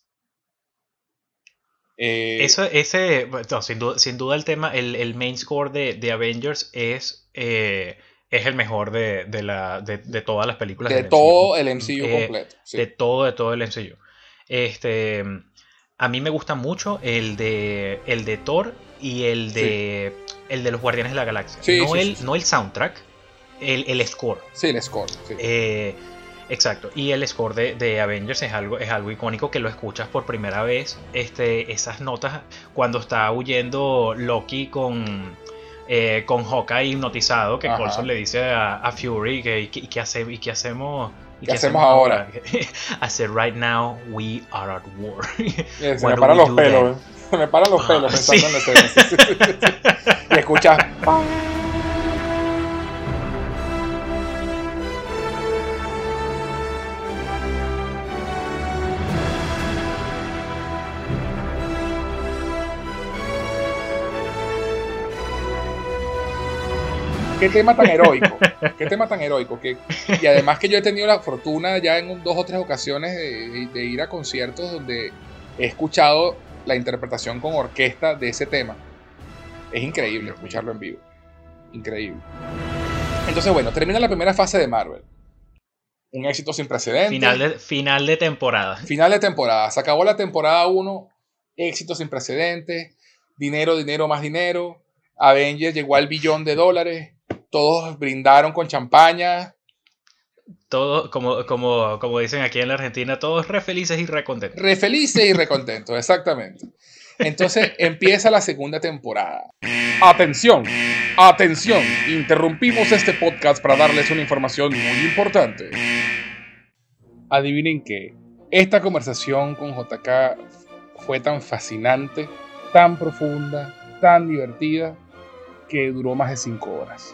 Eh, Eso, ese, no, sin, duda, sin duda el tema, el, el main score de, de Avengers es, eh, es el mejor de, de, la, de, de todas las películas de del todo M C U. el M C U Eh, completo. Sí. De todo, de todo el M C U. Este, a mí me gusta mucho el de, el de Thor y el de, el de los Guardianes de la Galaxia. Sí, no, sí, el, sí, sí. no el soundtrack, el, el score. Sí, el score. Sí. Eh, Exacto, y el score de, de Avengers es algo, es algo icónico que lo escuchas por primera vez, este, esas notas cuando está huyendo Loki con, eh, con Hawkeye hipnotizado, que Ajá. Coulson le dice a, a Fury que, que, y qué hace, y qué hacemos... ¿Y ¿Qué hacemos ahora? Hace right now we are at war. Se What me do paran we los do pelos, then? se me paran los Ah, pelos pensando sí. en la escena. Y escuchas. ¡pam! Qué tema tan heroico, qué tema tan heroico. Que, y además que yo he tenido la fortuna ya en un- dos o tres ocasiones de, de ir a conciertos donde he escuchado la interpretación con orquesta de ese tema. Es increíble escucharlo en vivo. Increíble. Entonces, bueno, termina la primera fase de Marvel. Un éxito sin precedentes. Final de, final de temporada. Final de temporada. Se acabó la temporada uno. Éxito sin precedentes. Dinero, dinero, más dinero. Avengers llegó al billón de dólares. Todos brindaron con champaña. Todo, como, como, como dicen aquí en la Argentina, todos re felices y re contentos. Re felices y recontentos, exactamente. Entonces empieza la segunda temporada. Atención, atención. Interrumpimos este podcast para darles una información muy importante. Adivinen qué. Esta conversación con J K fue tan fascinante, tan profunda, tan divertida, que duró más de cinco horas.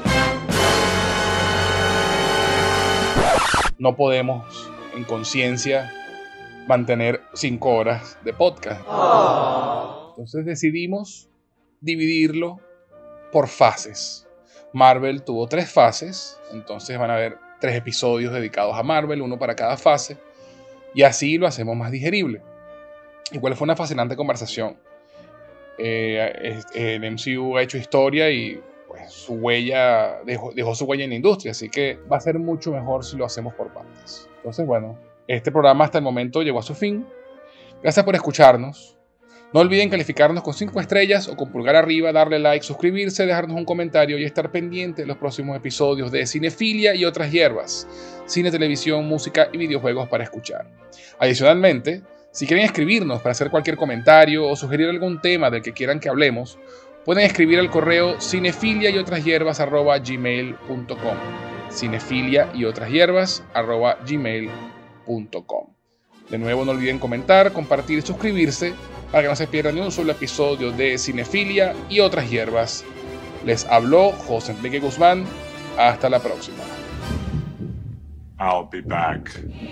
No podemos, en conciencia, mantener cinco horas de podcast. Entonces decidimos dividirlo por fases. Marvel tuvo tres fases, entonces van a haber tres episodios dedicados a Marvel, uno para cada fase, y así lo hacemos más digerible. Igual fue una fascinante conversación. Eh, el M C U ha hecho historia y pues, su huella dejó, dejó su huella en la industria, así que va a ser mucho mejor si lo hacemos por partes. Entonces, bueno, este programa hasta el momento llegó a su fin. Gracias por escucharnos. No olviden calificarnos con cinco estrellas o con pulgar arriba, darle like, suscribirse, dejarnos un comentario y estar pendiente de los próximos episodios de Cinefilia y otras hierbas, cine, televisión, música y videojuegos para escuchar. Adicionalmente, si quieren escribirnos para hacer cualquier comentario o sugerir algún tema del que quieran que hablemos, pueden escribir al correo cinefilia y otras hierbas arroba gmail punto com. Cinefilia y otras hierbas arroba gmail punto com. De nuevo, no olviden comentar, compartir y suscribirse para que no se pierdan ni un solo episodio de Cinefilia y otras hierbas. Les habló José Enrique Guzmán. Hasta la próxima. I'll be back.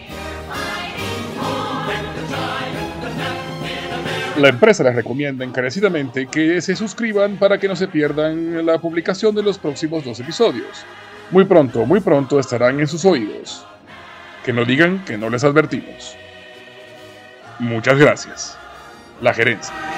La empresa les recomienda encarecidamente que se suscriban para que no se pierdan la publicación de los próximos dos episodios. Muy pronto, muy pronto estarán en sus oídos. Que no digan que no les advertimos. Muchas gracias. La gerencia.